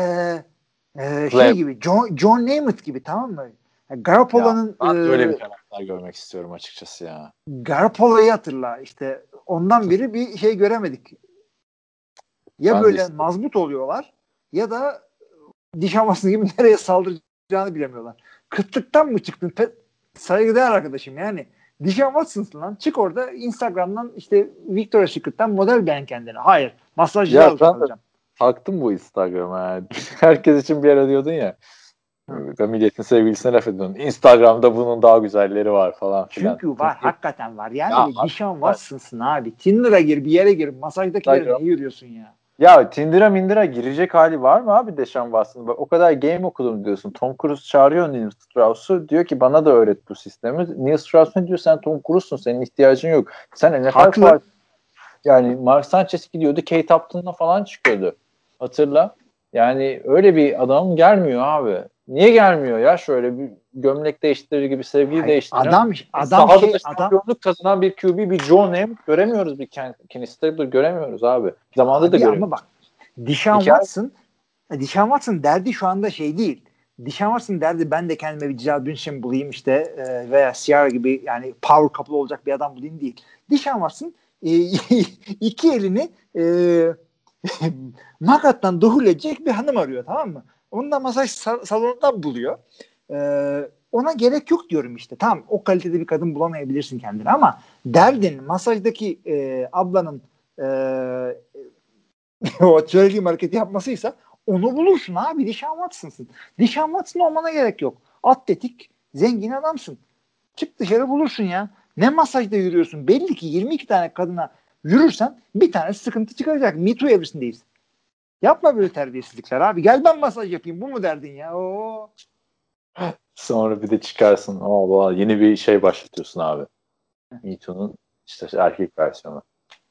gibi John Namath gibi tamam mı? Garoppolo'nun böyle bir karakter görmek istiyorum açıkçası ya. Garoppolo'yu hatırla işte ondan beri bir şey göremedik. Ya ben böyle mazbut oluyorlar ya da diş havası gibi nereye saldıracağını bilemiyorlar. Kıtlıktan mı çıktın? Saygıdeğer arkadaşım yani. Diş havasısın lan. Çık orada Instagram'dan işte Victoria's Secret'tan model beğen kendine. Hayır. Masajcı alacağım. Taktım bu Instagram'a yani. Herkes için bir ara diyordun ya. Milletin sevgilisine laf ediyordun. Instagram'da bunun daha güzelleri var falan filan. Çünkü var. Hakikaten var. Yani diş havasısın abi. Tinder'a gir bir yere gir. Masajdakilere niye yürüyorsun ya? Ya Tindira girecek hali var mı abi Deshaun Watson'ın? Bak o kadar game okudum diyorsun. Tom Cruise çağırıyor Neil Strauss'u. Diyor ki bana da öğret bu sistemi. Neil Strauss ne diyor? Sen Tom Cruise'sun. Senin ihtiyacın yok. Sen NFL Haklı. Yani Mark Sanchez gidiyordu. Kate Upton'la falan çıkıyordu. Hatırla. Yani öyle bir adam gelmiyor abi. Niye gelmiyor ya? Şöyle bir gömlek değiştirir gibi sevgili değiştiren. Adam Sahada şampiyonluk kazanan bir QB, bir Joe Namath göremiyoruz. Bir Kenny Stabler göremiyoruz abi. Zamanında da göremiyoruz. Ama bak Deshaun Watson derdi şu anda şey değil. Deshaun Watson derdi ben de kendime bir Gisele Bündchen bulayım işte veya Ciara gibi yani power couple olacak bir adam bulayım değil. Deshaun Watson iki elini makattan duhul edecek bir hanım arıyor, tamam mı? Onu da masaj salonundan buluyor. Ona gerek yok diyorum işte. Tamam, o kalitede bir kadın bulamayabilirsin kendine ama derdin masajdaki ablanın o söylediğim hareketi yapmasıysa onu bulursun abi. Deshaun Watson'sın. Deshaun Watson olmana gerek yok. Atletik, zengin adamsın. Çık dışarı bulursun ya. Ne masajda yürüyorsun? Belli ki 22 tane kadına yürürsen bir tane sıkıntı çıkaracak. Me too evresindeyiz. Yapma böyle terbiyesizlikler abi. Gel ben masaj yapayım. Bu mu derdin ya? Oo. Sonra bir de çıkarsın. Allah, yeni bir şey başlatıyorsun abi. Me Too'nun işte erkek versiyonu.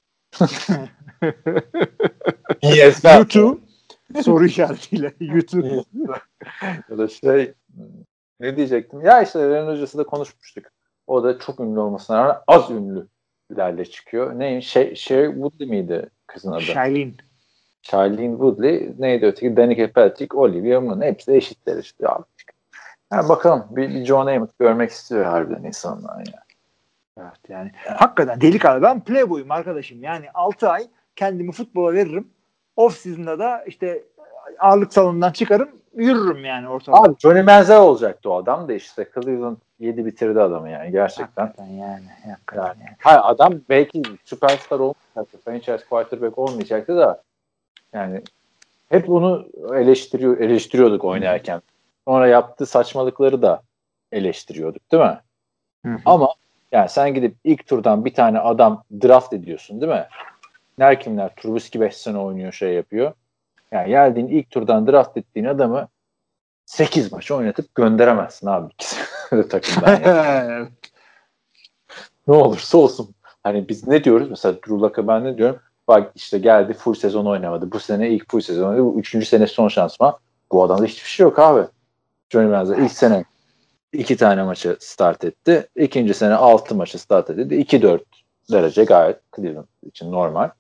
Yes, YouTube soru işaretiyle YouTube. Ya da ne diyecektim? Ya işte Eren hocası da konuşmuştuk. O da çok ünlü olmasına rağmen az ünlülerle çıkıyor. Neymiş? Sherry Woodley miydi kızın adı? Shailene Woodley. Neydi öteki? Danica Patrick, Olivia Munn. Hepsi eşitler işte. Yani bakalım. Bir Joe Namath görmek istiyor harbiden insanlar ya. Evet yani. Hakikaten delikanlı. Ben playboy'um arkadaşım. Yani 6 ay kendimi futbola veririm. Off season'da da işte ağırlık salonundan çıkarım, yürürüm yani ortalıkta. Abi Johnny Manziel olacaktı o adam da işte Cleveland 7 bitirdi adamı yani gerçekten. Hakikaten yani. Hayır, adam belki süperstar olmayacaktı, franchise quarterback olmayacaktı da yani hep onu eleştiriyorduk oynarken. Sonra yaptığı saçmalıkları da eleştiriyorduk değil mi? Hı. Ama yani sen gidip ilk turdan bir tane adam draft ediyorsun değil mi? Kimler? Trubisky 5 sene oynuyor, yapıyor. Yani geldiğin ilk turdan draft ettiğin adamı 8 maç oynatıp gönderemezsin abi takımdan. Yani. Ne olursa olsun. Hani biz ne diyoruz? Mesela Drew Luck'a ben ne diyorum? Bak işte geldi, full sezon oynamadı. Bu sene ilk full sezon oynadı. Bu 3. sene son şansıma. Bu adamda hiçbir şey yok abi. Johnny Manziel ilk sene 2 tane maçı start etti. İkinci sene 6 maçı start etti. 2-4 derece gayet Cleveland için normal.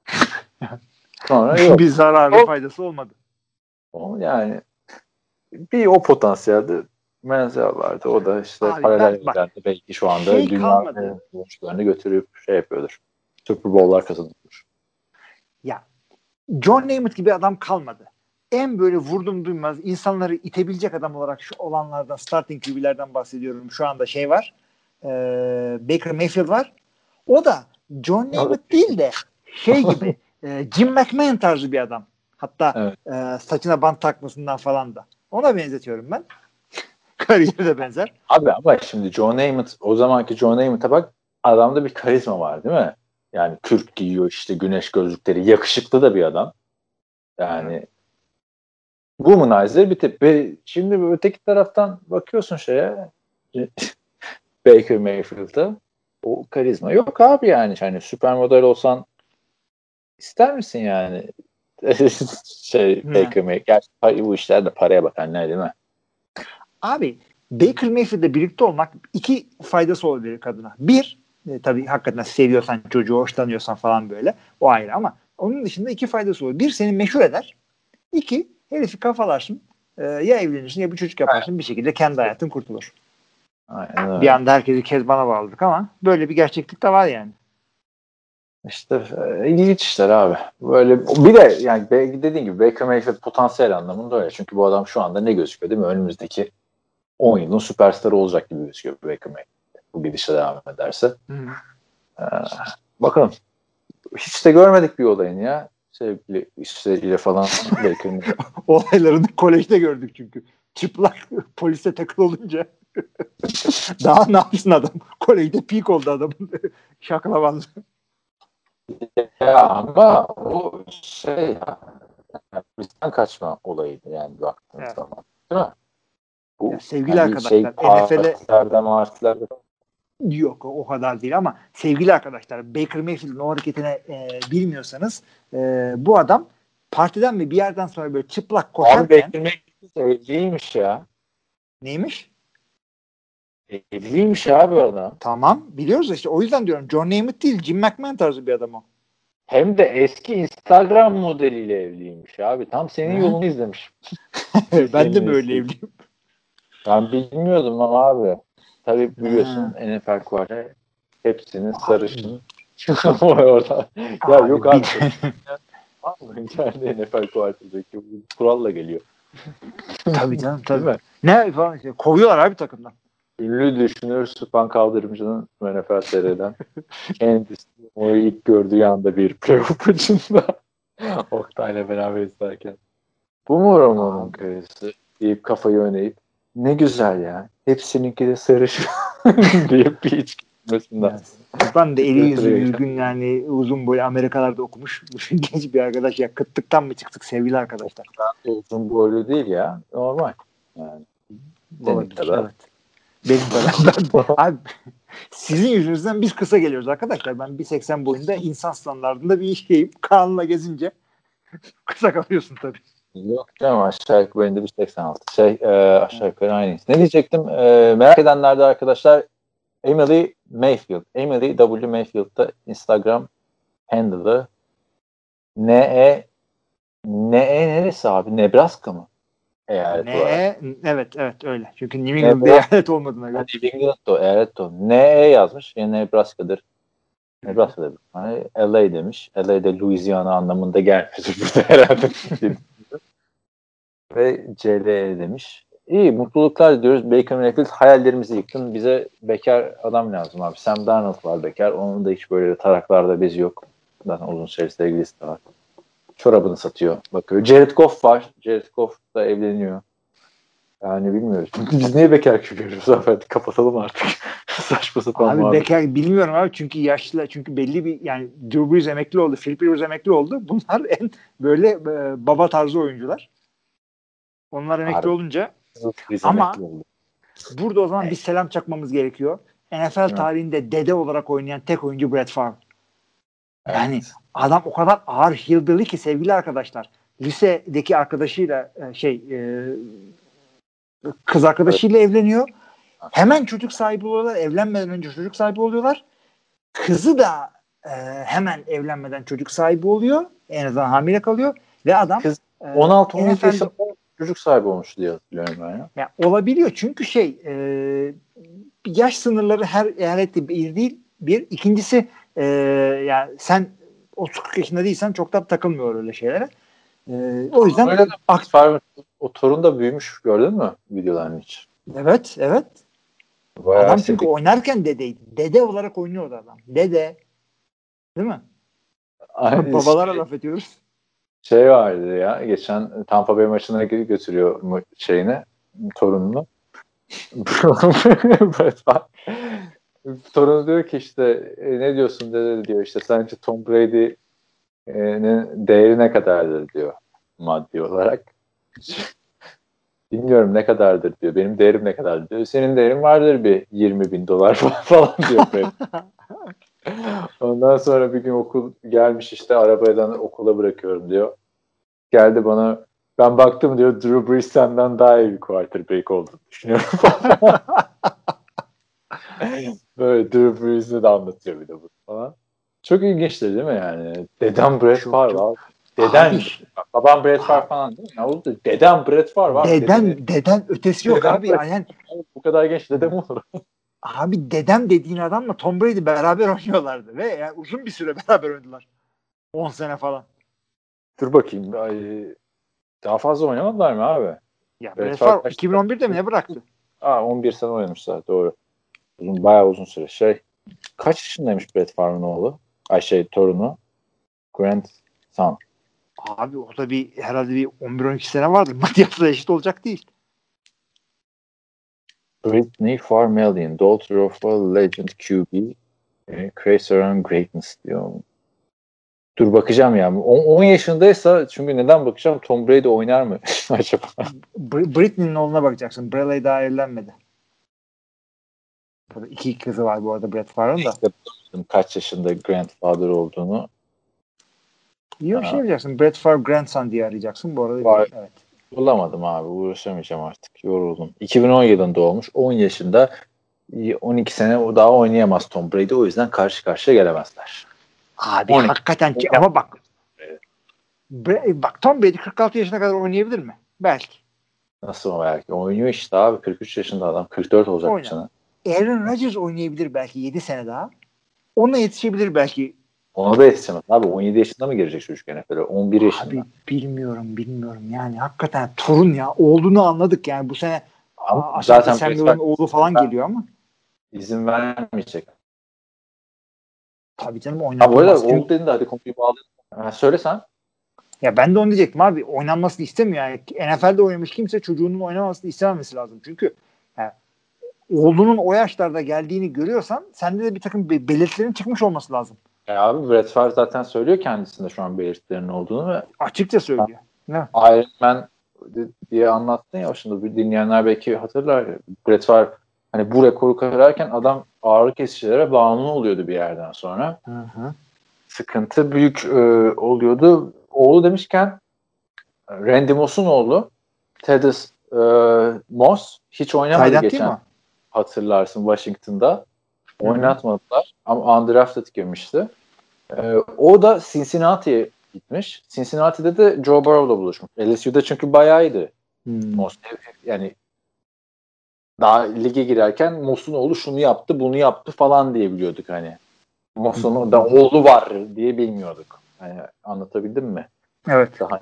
Sonra yok. Bir zararı faydası olmadı. Yani bir o potansiyelde Manziel vardı. O da işte abi, paralel evrende belki şu anda dünya oyuncularını götürüp yapıyordur. Super Bowl'lar kazanıyordur. Ya John Namath gibi adam kalmadı. En böyle vurdum duymaz insanları itebilecek adam olarak şu olanlardan, starting QB'lerden bahsediyorum. Şu anda var. Baker Mayfield var. O da John Namath değil de gibi Jim McMahon tarzı bir adam. Hatta evet. Saçına bant takmasından falan da. Ona benzetiyorum ben. Kariyeri de benzer. Abi ama şimdi John Namath, o zamanki John Namath'a bak, adamda bir karizma var değil mi? Yani kürk giyiyor, işte güneş gözlükleri, yakışıklı da bir adam. Yani womanizer bir tip. Ve şimdi öteki taraftan bakıyorsun Baker Mayfield'a, o karizma yok abi yani. Hani süper model olsan ister misin yani? Baker Mayfield. Gerçi bu işler de paraya bakanlar değil mi? Abi Baker Mayfield'le birlikte olmak iki faydası olabilir kadına. Bir, tabii hakikaten seviyorsan çocuğu, hoşlanıyorsan falan böyle. O ayrı ama onun dışında iki faydası olur. Bir, seni meşhur eder. İki, herifi kafalarsın. Ya evlenirsin ya bir çocuk yaparsın. Evet. Bir şekilde kendi hayatın kurtulur. Aynen öyle. Bir anda herkesi Kezban'a bağladık ama böyle bir gerçeklik de var yani. İşte ilginç işler abi. Böyle bir de yani dediğin gibi Baker Mayfield potansiyel anlamında öyle. Çünkü bu adam şu anda ne gözüküyor değil mi? Önümüzdeki 10 yılın süperstarı olacak gibi gözüküyor Baker Mayfield. Bu gidişle devam ederse. Bakalım. Hiç de görmedik bir olayını ya. Sevgili işleriyle falan Baker Mayfield. Olaylarını kolejde gördük çünkü. Çıplak polise takıl olunca. Daha ne yapsın adam? Kolejde peak oldu adamın. Şaklavanlı. Ya ama o şey ya, bizden kaçma olayıydı yani baktığın Evet. zaman. Değil mi? Bu Ya sevgili yani bir şey arkadaşlar, NFL'e partilerde yok o kadar değil ama sevgili arkadaşlar, Baker Mayfield'in o hareketini bilmiyorsanız, bu adam partiden bir yerden sonra böyle çıplak abi koşarken beklemek evliymiş ya. neymiş? Evliymiş abi adam. Tamam, biliyoruz işte, o yüzden diyorum, John Namath değil, Jim McMahon tarzı bir adam o. Hem de eski Instagram modeliyle evliymiş abi. Tam senin Hı? yolunu izlemiş. Ben de Senin böyle eski. evliyim. Ben bilmiyordum ama abi. Tabii biliyorsun Ha. NFL kuarı hepsinin Abi, sarışın. Var orada. Ya yok abi abi. Vallahi kendi NFL kuartındaki bu kuralla geliyor. tabii canım, Değil tabii. mi? Ne falan işte, kovuyorlar abi takımdan. Ünlü düşünür Süphan Kaldırımcı'nın NFL TR'den kendisi o ilk gördüğü anda bir playoff maçında Oktay'la beraber izlerken. Bu mu Roman'ın Abi. karısı deyip kafayı öneyip ne güzel ya. Hepsininki de sarışın deyip bir iç gitmesinden. Yani, ben de eli yüzü Twitter'a geçen. düzgün, yani uzun boylu, Amerikalarda okumuş genç bir arkadaş ya. Kıtlıktan mı çıktık sevgili arkadaşlar? Uzun boylu değil ya. Normal. Yani senin Olabilir, kadar. evet. Benim kadar. Abi, sizin yüzünüzden biz kısa geliyoruz arkadaşlar. Ben 1.80 boyunda insan standartında bir şeyim. Kaan'la gezince kısa kalıyorsun tabii. Yok canım aşağı yukarı benim de 1.86. Aşağı yukarı aynıyız. Ne diyecektim? Merak edenler de arkadaşlar Emily Mayfield. Emily W. Mayfield'da Instagram handle'ı NE neresi abi? Nebraska mı? Eyalet olarak. Evet öyle. Çünkü New England bir Nebraska. eyalet olmadığına göre. New England o, eyalet o. NE yazmış. Yani Nebraska'dır. Nebraska'dır. Yani LA demiş. LA'de Louisiana anlamında gelmiyordur burada herhalde. Ve CLE demiş. İyi, mutluluklar diyoruz. Baker Mayfield hayallerimizi yıktın. Bize bekar adam lazım abi. Sam Darnold var bekar. Onun da hiç böyle taraklarda bezi yok. Zaten uzun süre sevgilisi de var. Çorabını satıyor. Bakıyor. Jared Goff var. Jared Goff da evleniyor. Yani bilmiyoruz. Biz niye bekar görüyoruz abi? Kapatalım artık. Saçma sapan Abi muhabbet. bekar bilmiyorum abi, çünkü yaşlı, çünkü belli bir, yani Drew Brees emekli oldu, Philip Rivers emekli oldu. Bunlar en böyle baba tarzı oyuncular. Onlar emekli Harbi. olunca, Biz ama emekli oldu. burada o zaman bir selam çakmamız gerekiyor. NFL Evet. tarihinde dede olarak oynayan tek oyuncu Brett Favre. Yani Evet. adam o kadar ağır hillbilly ki sevgili arkadaşlar. Lisedeki arkadaşıyla kız arkadaşıyla evleniyor. Hemen çocuk sahibi oluyorlar. Evlenmeden önce çocuk sahibi oluyorlar. Kızı da hemen evlenmeden çocuk sahibi oluyor. En azından hamile kalıyor. Ve adam Kız 16-17 NFL'de yaşında çocuk sahibi olmuş diye hatırlıyorum ben ya. yani olabiliyor. Çünkü yaş sınırları her eyalette bir değil. Bir. İkincisi, yani sen 30-40 yaşında değilsen çok da takılmıyor öyle şeylere. O yüzden Öyle de o torun da büyümüş, gördün mü videolarını hiç? evet. Bayağı Adam çünkü estetik. oynarken dedeydi. Dede olarak oynuyordu adam. Dede. Değil mi? Babalara laf ediyoruz. Şey vardı ya, geçen Tampa Bay maçına götürüyor torununu. Torunu diyor ki işte ne diyorsun dede diyor, işte sence Tom Brady'nin değeri ne kadardır diyor maddi olarak. Bilmiyorum ne kadardır diyor. Benim değerim ne kadardır diyor. Senin değerin vardır bir $20,000 falan diyor. Ondan sonra bir gün okul gelmiş, işte arabayla okula bırakıyorum diyor. Geldi bana, ben baktım diyor, Drew Brees senden daha iyi bir quarterback olduğunu düşünüyorum. Böyle Drew Brees'i de anlatıyor bir de bu falan. Çok ilginçtir değil mi yani? Dedem Brett Favre abi. Deden. Abi, Babam Brett Favre falan değil mi? Ne oldu? Dedem Brett Favre abi. deden ötesi yok Dedem abi. Brett. Yani Bu kadar genç dedem olur. abi, dedem dediğin adamla Tom Brady beraber oynuyorlardı ve yani uzun bir süre beraber oynadılar. 10 sene falan. Dur bakayım. Ay, daha fazla oynamadılar mı abi? Ya Brett Brett Favre Favre 2011'de mi ne bıraktı? 11 sene oynamışlar, doğru. Bayağı uzun süre. Kaç yaşındaymış Brett Favre'ın oğlu? Torunu. Grandson. Abi o da herhalde bir 11-12 sene vardır. Matias'la eşit olacak değil. Brittany Farmelian, daughter of a legend QB, Crazy Around Greatness diyor. Dur bakacağım ya. 10 yaşındaysa çünkü neden bakacağım? Tom Brady oynar mı acaba? Britney'nin oğluna bakacaksın. Breley daha evlenmedi. Burada 2 kızı var bu arada Brett Favre'ın da. Kaç yaşında grandfather olduğunu. Yok şey yapacaksın. Brett Favre grandson diye arayacaksın. Bu arada evet. Bulamadım abi. Uğraşamayacağım artık. Yoruldum. 2010 yılında olmuş. 10 yaşında 12 sene o daha oynayamaz Tom Brady. O yüzden karşı karşıya gelemezler. Abi hakikaten ama bak bak Tom Brady 46 yaşına kadar oynayabilir mi? Belki. Nasıl o belki? Oynuyor işte abi. 43 yaşında adam. 44 olacak bu sene. Aaron Rodgers oynayabilir belki 7 sene daha. Ona yetişebilir belki. Ona da yetişemez abi. 17 yaşında mı girecek çocuk NFL'e? 11 yaşında. Abi bilmiyorum. Yani hakikaten torun ya. Olduğunu anladık yani bu sene. Zaten Samuel'ın oğlu falan geliyor ama. İzin vermeyecek. Tabii canım oynanmaz. Bu arada oğlu dedin de hadi konuyu bağlayalım. Söyle sen. Ya ben de onu diyecektim abi. Oynanmasını istemiyor. Yani NFL'de oynamış kimse çocuğunun oynamasını istememesi lazım. Çünkü yani, oğlunun o yaşlarda geldiğini görüyorsan sende de bir takım belirtilerin çıkmış olması lazım. Abi Brett Favre zaten söylüyor kendisinde şu an belirtilerinin olduğunu ve açıkça söylüyor. Ne? Iron Man diye anlattın ya şimdi bir dinleyenler belki hatırlar. Brett Favre hani bu rekoru kırarken adam ağrı kesicilere bağımlı oluyordu bir yerden sonra. Hı. Sıkıntı büyük oluyordu. Oğlu demişken Randy Moss'un oğlu Thaddeus Moss hiç oynamadı Tayland geçen. Hatırlarsın Washington'da. Oynatmadılar ama undrafted girmişti. O da Cincinnati'ye gitmiş. Cincinnati'de de Joe Burrow'la buluşmuş. LSU'da çünkü bayağıydı. Moss. Yani daha lige girerken Moss'un oğlu şunu yaptı, bunu yaptı falan diye biliyorduk hani. Moss'un da oğlu var diye bilmiyorduk. Yani anlatabildim mi? Evet. Daha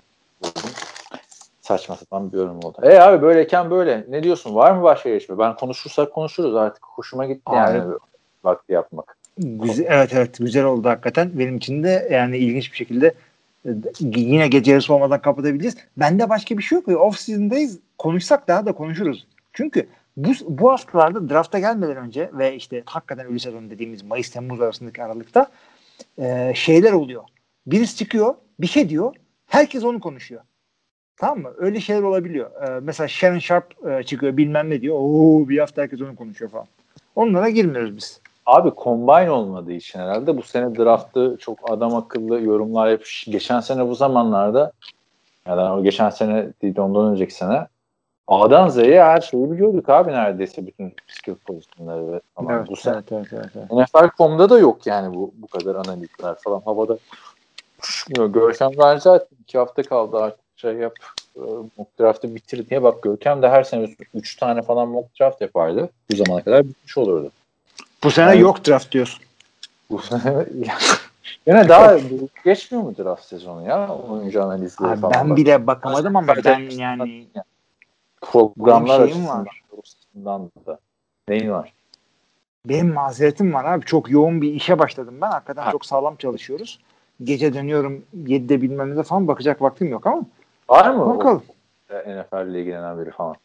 saçma sapan bir yorum oldu. Abi böyleyken böyle. Ne diyorsun? Var mı başka gelişme? Ben konuşursak konuşuruz artık. Hoşuma gitti yani vakti yapmak. Güzel, evet güzel oldu hakikaten. Benim için de yani ilginç bir şekilde yine gece yarısı olmadan kapatabileceğiz. Bende başka bir şey yok. Off season'dayız. Konuşsak daha da konuşuruz. Çünkü bu haftalarda drafta gelmeden önce ve işte hakikaten ölü sezon dediğimiz Mayıs-Temmuz arasındaki aralıkta şeyler oluyor. Birisi çıkıyor, bir şey diyor. Herkes onu konuşuyor. Tamam mı? Öyle şeyler olabiliyor. Mesela Shannon Sharp çıkıyor bilmem ne diyor. Bir hafta herkes onu konuşuyor falan. Onlara girmiyoruz biz. Abi combine olmadığı için herhalde bu sene draftı çok adam akıllı yorumlar yapmış. Geçen sene bu zamanlarda yani o geçen sene değil ondan önceki sene A'dan Z'ye her şeyi biliyorduk abi neredeyse bütün skill pozisyonları ve falan. Evet, bu sene evet. NFL.com'da da yok yani bu kadar analizler falan havada uçuşmuyor. Görkem zaten 2 hafta kaldı artık mock draft'ı bitir diye bak Görkem de her sene 3 tane falan mock draft yapardı. Bu zamana kadar bitmiş olurdu. Bu sene yok draft diyorsun. Bu sene yine daha geçmiyor mu draft sezonu ya? Oyuncu analizleri abi falan. Ben bile bakamadım ama ben yani programlar açısından da. Neyin var? Benim mazeretim var abi. Çok yoğun bir işe başladım ben. Hakikaten çok sağlam çalışıyoruz. Gece dönüyorum 7'de bilmem ne falan bakacak vaktim yok ama. Var mı? Bakalım. NFL ile ilgilenen biri falan.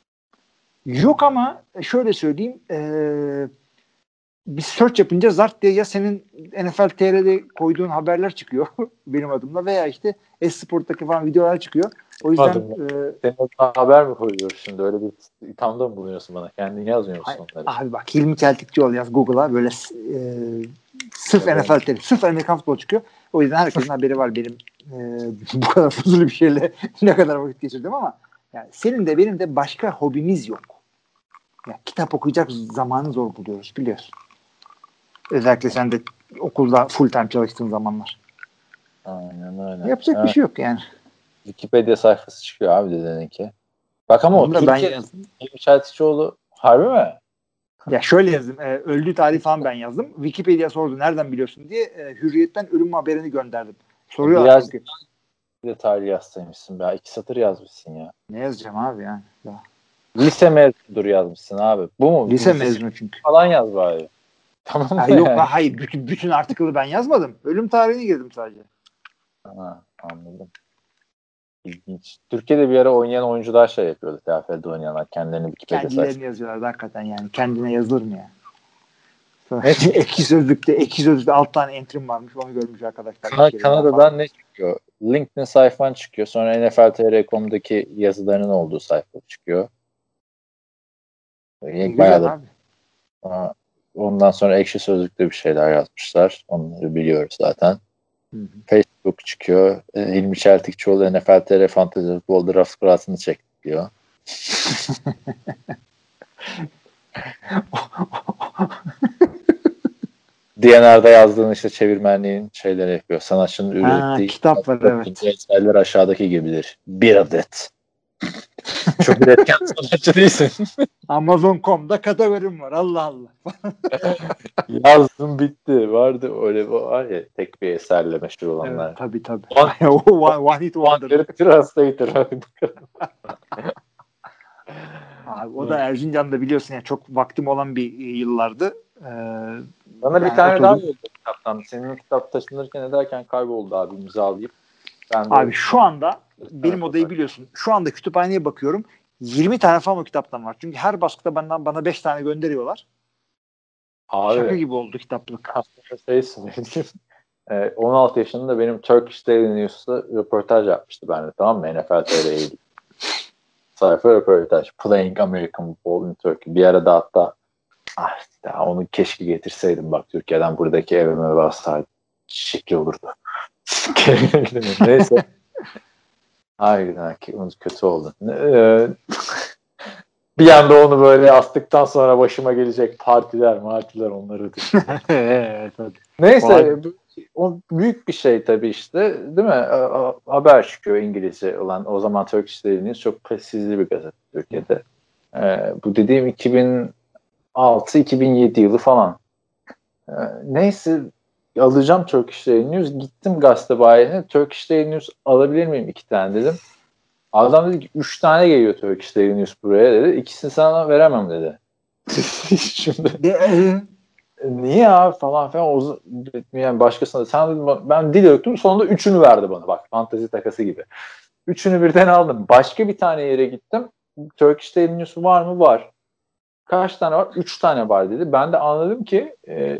Yok ama şöyle söyleyeyim. Bir search yapınca zart diye ya senin NFL TR'de koyduğun haberler çıkıyor benim adımla veya işte Esport'taki falan videolar çıkıyor. O yüzden senin adına haber mi koyuyoruz şimdi? Öyle bir ithamda mı bulunuyorsun bana? Kendin yazmıyor musun onları? Abi bak Hilmi Keltikçioğlu yaz Google'a böyle sırf NFL TR, sırf Amerikan futbolu çıkıyor. O yüzden herkesin haberi var benim bu kadar fuzuli bir şeyle ne kadar vakit geçirdim ama yani senin de benim de başka hobimiz yok. Yani kitap okuyacak zamanı zor buluyoruz biliyorsun. Özellikle sen de okulda full time çalıştığın zamanlar. Aynen öyle. Yapacak bir şey yok yani. Wikipedia sayfası çıkıyor abi dedeninki. Bak ama o Türkiye'nin Çeltikçioğlu harbi mi? Ya şöyle yazdım. Öldüğü tarih falan ben yazdım. Wikipedia sordu nereden biliyorsun diye. Hürriyet'ten ölüm haberini gönderdim. Soruyorlar biraz çünkü. Bir de tarih yazsaymışsın be. 2 satır yazmışsın ya. Ne yazacağım abi yani? Ya. Lise mezunudur yazmışsın abi. Bu mu? Lise mezunu çünkü. Falan yaz bari. Tamam mı? Yok hayır. Bütün artikılı ben yazmadım. Ölüm tarihini girdim sadece. Ha, anladım. İlginç. Türkiye'de bir ara oynayan oyuncular şey yapıyordu. TFL'de oynayanlar kendilerini Wikipedia Kendilerini yazıyorlar hakikaten yani. Kendine yazılır mı ya? Ekşi Sözlük'te 6 tane entrim varmış. Onu görmüş arkadaşlar. Kanada'dan ne çıkıyor? LinkedIn sayfan çıkıyor. Sonra NFL.tr.com'daki yazılarının olduğu sayfa çıkıyor. Bayağı da. Ondan sonra Ekşi Sözlük'te bir şeyler yazmışlar. Onları biliyoruz zaten. Hı-hı. Facebook çıkıyor. İlmi Çeltikçioğlu NFL.tr Fantasy Football Draft kurasını çekti diyor. DNR'da yazdığın işte çevirmenliğin şeyleri yapıyor. Sanatçının ürettiği kitap var, evet. Eserler aşağıdaki gibidir. Bir adet. Çok üretken sanatçı değilsin. Amazon.com'da kategorim var. Allah Allah. Yazdım bitti. Vardı öyle var ya, tek bir eserle meşhur olanlar. Evet, tabii. One hit wonder. Translator. Abi, o da Erzincan'da biliyorsun yani çok vaktim olan bir yıllardı. Bana bir tane daha oldu kitaptan. Senin kitap taşınırken ederken kayboldu abi, imzalayıp. Abi şu anda benim odayı biliyorsun. Şu anda kütüphaneye bakıyorum. 20 tane falan o kitaptan var. Çünkü her baskıda bana 5 tane gönderiyorlar. Abi, şaka gibi oldu kitaplık. Aslında şey söyleyeyim. 16 yaşında benim Turkish Daily News'ta röportaj yapmıştı benimle, tamam mı? NFL.tr'ye ilgili. Sayfa röportaj. Playing American Football in Turkey. Bir arada hatta onu keşke getirseydim, bak Türkiye'den buradaki evime bassaydım. Şekli olurdu. Neyse. Harbiden kötü oldu. Bir anda onu böyle astıktan sonra başıma gelecek partiler onları evet, hadi. Neyse, o büyük bir şey tabii işte, değil mi? Haber çıkıyor İngilizce olan, o zaman Turkish Daily News çok prestijli bir gazete Türkiye'de. Bu dediğim 2006-2007 yılı falan. Neyse, alacağım Turkish Daily News. Gittim gazete bayine. Turkish Daily News alabilir miyim 2 tane dedim. Adam dedi ki 3 tane geliyor Turkish Daily News buraya dedi. İkisini sana veremem dedi. Şimdi niye abi falan yani başkasına sen dedim, ben dil döktüm, sonunda 3'ünü verdi bana, bak fantezi takası gibi. 3'ünü birden aldım. Başka bir tane yere gittim. Turkish Daily News var mı? Var. Kaç tane var? 3 tane var dedi. Ben de anladım ki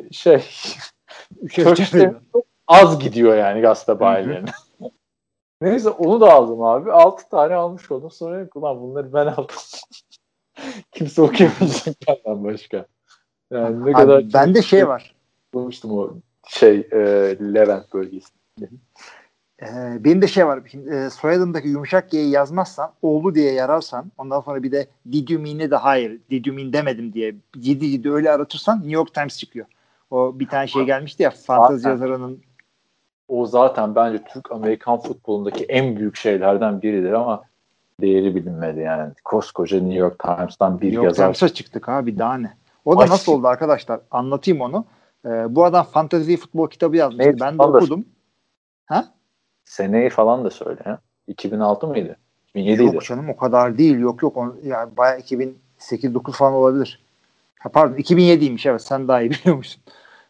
Turkish Daily News az gidiyor yani gazete bayilerine. Neyse, onu da aldım abi. 6 tane almış oldum. Sonra ulan bunları ben aldım. Kimse okuyamayacak benden başka. Yani ne kadar bende şey var. Bulmuştum o Levent bölgesinde. Benim de şey var. Soyadımdaki yumuşak G'yi yazmazsan, oğlu diye yararsan, ondan sonra bir de did you mean'e de hayır, did you mean demedim diye ciddi öyle aratırsan New York Times çıkıyor. O bir tane şey gelmişti ya, fantezi yazarının. O zaten bence Türk-Amerikan futbolundaki en büyük şeylerden biridir ama değeri bilinmedi yani. Koskoca New York Times'tan bir New York yazar. Times'a çıktık abi, daha ne? O da nasıl oldu arkadaşlar? Anlatayım onu. Bu adam fantezi futbol kitabı yazmıştı. Ben de okudum. Seneyi falan da söyle ya. 2006 mıydı? 2007 idi. Yok canım, o kadar değil. Yok. Yani bayağı 2008-9 falan olabilir. Pardon, 2007'ymiş, evet, sen daha iyi biliyormuşsun.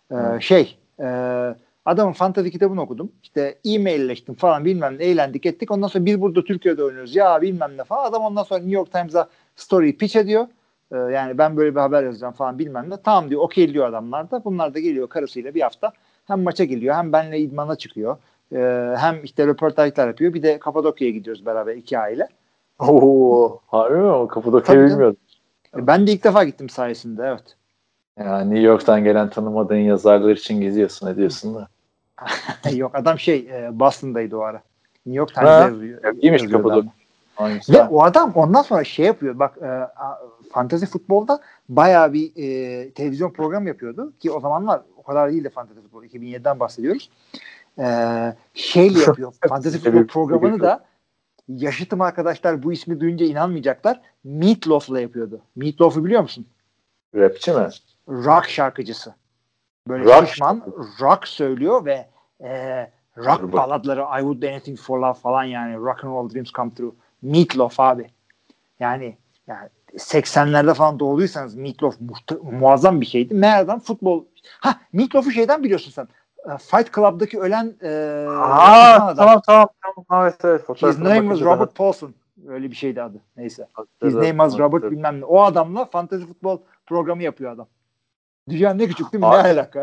Adamın fantezi kitabını okudum. İşte e-mailleştim falan, bilmem ne, eğlendik ettik. Ondan sonra biz burada Türkiye'de oynuyoruz ya bilmem ne falan. Adam ondan sonra New York Times'a story pitch ediyor. Yani ben böyle bir haber yazacağım falan bilmem ne. Tamam diyor, okey diyor adamlar da. Bunlar da geliyor karısıyla bir hafta. Hem maça geliyor, hem benimle idmana çıkıyor. Hem işte röportajlar yapıyor. Bir de Kapadokya'ya gidiyoruz beraber 2 aile. Harbi mi? O Kapadokya'yı bilmiyordum. Ben de ilk defa gittim sayesinde, evet. Yani New York'tan gelen tanımadığın yazarlar için geziyorsun, ediyorsun da. Yok, adam Boston'daydı o ara. New York Times'da yazıyor. İyiymiş Kapadokya. Ve o adam ondan sonra şey yapıyor. Bak fantezi futbolda bayağı bir televizyon programı yapıyordu. Ki o zamanlar o kadar değildi fantezi futbol. 2007'den bahsediyoruz. Şeyle yapıyor. Fantezi futbol programını da, yaşıtım arkadaşlar bu ismi duyunca inanmayacaklar, Meatloaf'la yapıyordu. Meatloaf'u biliyor musun? Rapçi mi? Rock şarkıcısı. Böyle şişman rock söylüyor ve rock baladları, I Would Do Anything For Love falan, yani Rock and Roll Dreams Come True. Meatloaf abi. Yani 80'lerde falan doğduysanız Meatloaf muazzam bir şeydi. Meğerden futbol. Meatloaf'u şeyden biliyorsun sen. Fight Club'daki ölen tamam. Evet. His name was Robert Paulson. Öyle bir şeydi adı. Neyse. His name was Robert bilmem ne. O adamla fantezi futbol programı yapıyor adam. Dünyanın ne küçük değil mi? Ne alaka?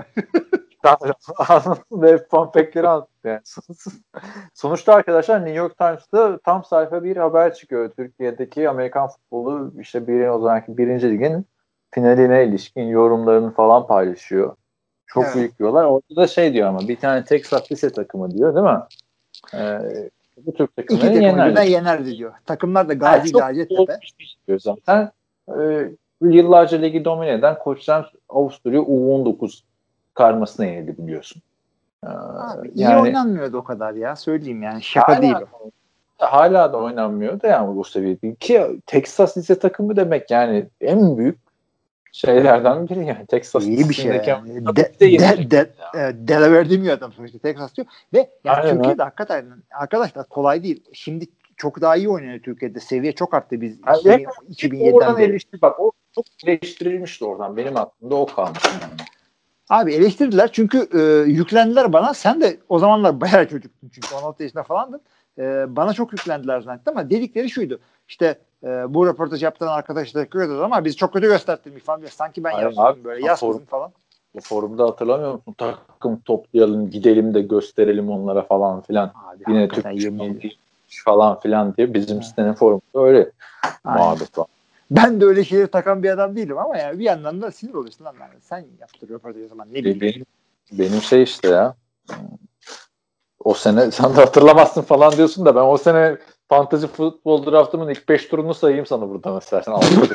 Ve fun fact'leri anlattı yani. Sonuçta arkadaşlar New York Times'ta tam sayfa bir haber çıkıyor. Türkiye'deki Amerikan futbolu işte o zamanki 1. Lig'in finaline ilişkin yorumlarını falan paylaşıyor. Çok evet. büyük diyorlar. Orada da şey diyor ama bir tane Texas lise takımı diyor değil mi? Bu Türk takımları yenerdi diyor. Takımlar da Gaziantep diyor zaten. Yıllarca ligi domine eden Koçlar Avusturya U19 karmasına yenildi biliyorsun. Abi iyi oynanmıyordu o kadar ya. Söyleyeyim yani. Şaka değil o. Hala da oynanmıyor da yani bu seviyede. Ki Texas lise takımı demek yani en büyük şeylerden biri yani. Texas iyi bir şey yani. Delaware demiyor adam sonuçta. Texas diyor. Ve yani Türkiye'de hakikaten arkadaşlar kolay değil. Şimdi çok daha iyi oynuyor Türkiye'de. Seviye çok arttı biz 2007'den beri. Bak o çok eleştirilmişti oradan. Benim aklımda o kalmış. Abi eleştirdiler çünkü yüklendiler bana. Sen de o zamanlar bayağı çocuktun çünkü 16 yaşında falandın. Bana çok yüklendiler zannettim ama dedikleri şuydu. İşte bu röportaj yaptıran arkadaşlar teşekkür ederiz ama biz çok kötü gösterdik falan. Sanki ben yazdım böyle yazdım falan. O forumda hatırlamıyor musun? Takım toplayalım, gidelim de gösterelim onlara falan filan. Abi, yine Türk falan filan diye bizim sitenin forumunda öyle muhabbet var. Ben de öyle şeyleri takan bir adam değilim ama yani bir yandan da sinir oluyorsun lan. Yani sen yaptın röportajı o zaman ne bileyim. Benim şey işte ya. O sene sen de hatırlamazsın falan diyorsun da ben o sene fantasy futbol draftımın ilk 5 turunu sayayım sana buradan istersen.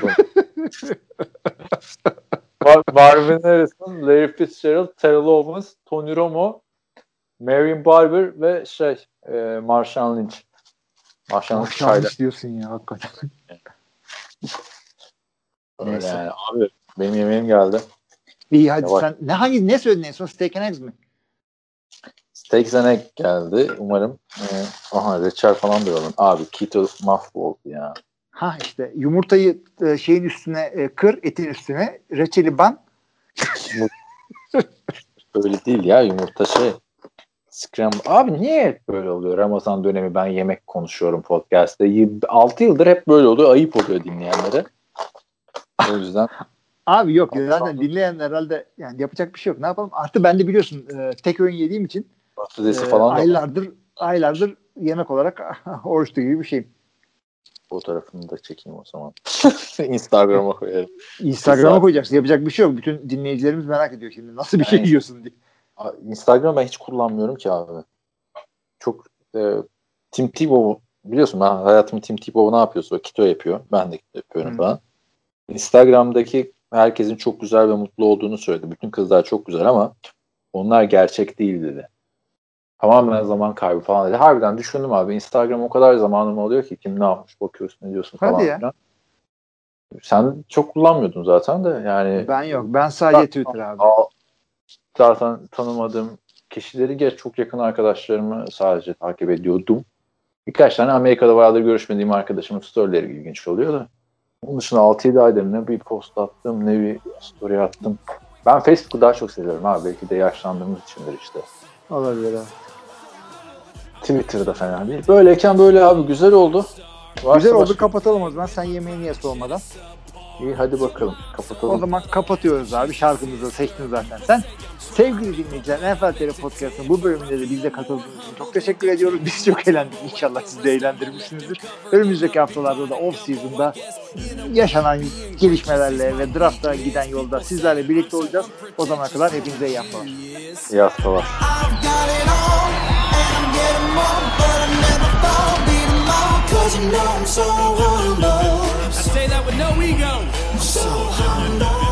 Marvin Harrison, Larry Fitzgerald, Terrell Owens, Tony Romo, Marion Barber ve Marshawn Lynch. Marshawn Lynch diyorsun ya hakikaten. Öyle yani. Abi benim yemeğim geldi. İyi hadi sen ne söyledin en son? Steak and Eggs mi? Steak and Eggs geldi. Umarım reçel falan diyorum. Abi keto mahvoldu ya. Ha işte yumurtayı şeyin üstüne kır, etin üstüne reçeli ban. Öyle değil ya yumurta scramble. Abi niye böyle oluyor? Ramazan dönemi ben yemek konuşuyorum podcast'te. 6 yıldır hep böyle oluyor. Ayıp oluyor dinleyenlere. O yüzden. Abi yok zaten dinleyen herhalde yani yapacak bir şey yok. Ne yapalım? Artı ben de biliyorsun tek öğün yediğim için falan aylardır yemek olarak oruçlu gibi bir şeyim. Fotoğrafını da çekeyim o zaman. Instagram'a koyarım. Instagram'a koyacaksın. Yapacak bir şey yok. Bütün dinleyicilerimiz merak ediyor şimdi. Nasıl bir şey yiyorsun diye. Instagram ben hiç kullanmıyorum ki abi. Çok Tim Tebow biliyorsun ben hayatımı Tim Tebow ne yapıyorsa o keto yapıyor. Ben de keto yapıyorum falan. Instagram'daki herkesin çok güzel ve mutlu olduğunu söyledi. Bütün kızlar çok güzel ama onlar gerçek değil dedi. Tamamen zaman kaybı falan dedi. Harbiden düşündüm abi. Instagram o kadar zamanım oluyor ki kim ne yapmış bakıyorsun ne diyorsun falan. Hadi ya. Falan. Sen çok kullanmıyordun zaten de yani. Ben yok. Ben sadece Twitter abi. Zaten tanımadığım kişileri çok yakın arkadaşlarımı sadece takip ediyordum. Birkaç tane Amerika'da bayağıdır görüşmediğim arkadaşımın storyleri ilginç oluyor da. Onun dışında 6-7 aydır ne bir post attım ne bir story attım. Ben Facebook'u daha çok seviyorum abi. Belki de yaşlandığımız içindir işte. Olabilir abi. Twitter'da fena değil. Böyleyken böyle abi güzel oldu. Güzel oldu kapatalım o zaman. Sen yemeğini ye soğumadan. İyi hadi bakalım kapatalım. O zaman kapatıyoruz abi. Şarkımızı seçtin zaten sen. Sevgili dinleyiciler NFL TR Podcast'ın bu bölümünde de bize katıldığınız için çok teşekkür ediyoruz. Biz çok eğlendik. İnşallah siz de eğlendirmişsinizdir. Önümüzdeki haftalarda da off-season'da yaşanan gelişmelerle ve draft'a giden yolda sizlerle birlikte olacağız. O zamana kadar hepinize iyi haftalar. İyi haftalar. I say that with no ego. I'm so humble.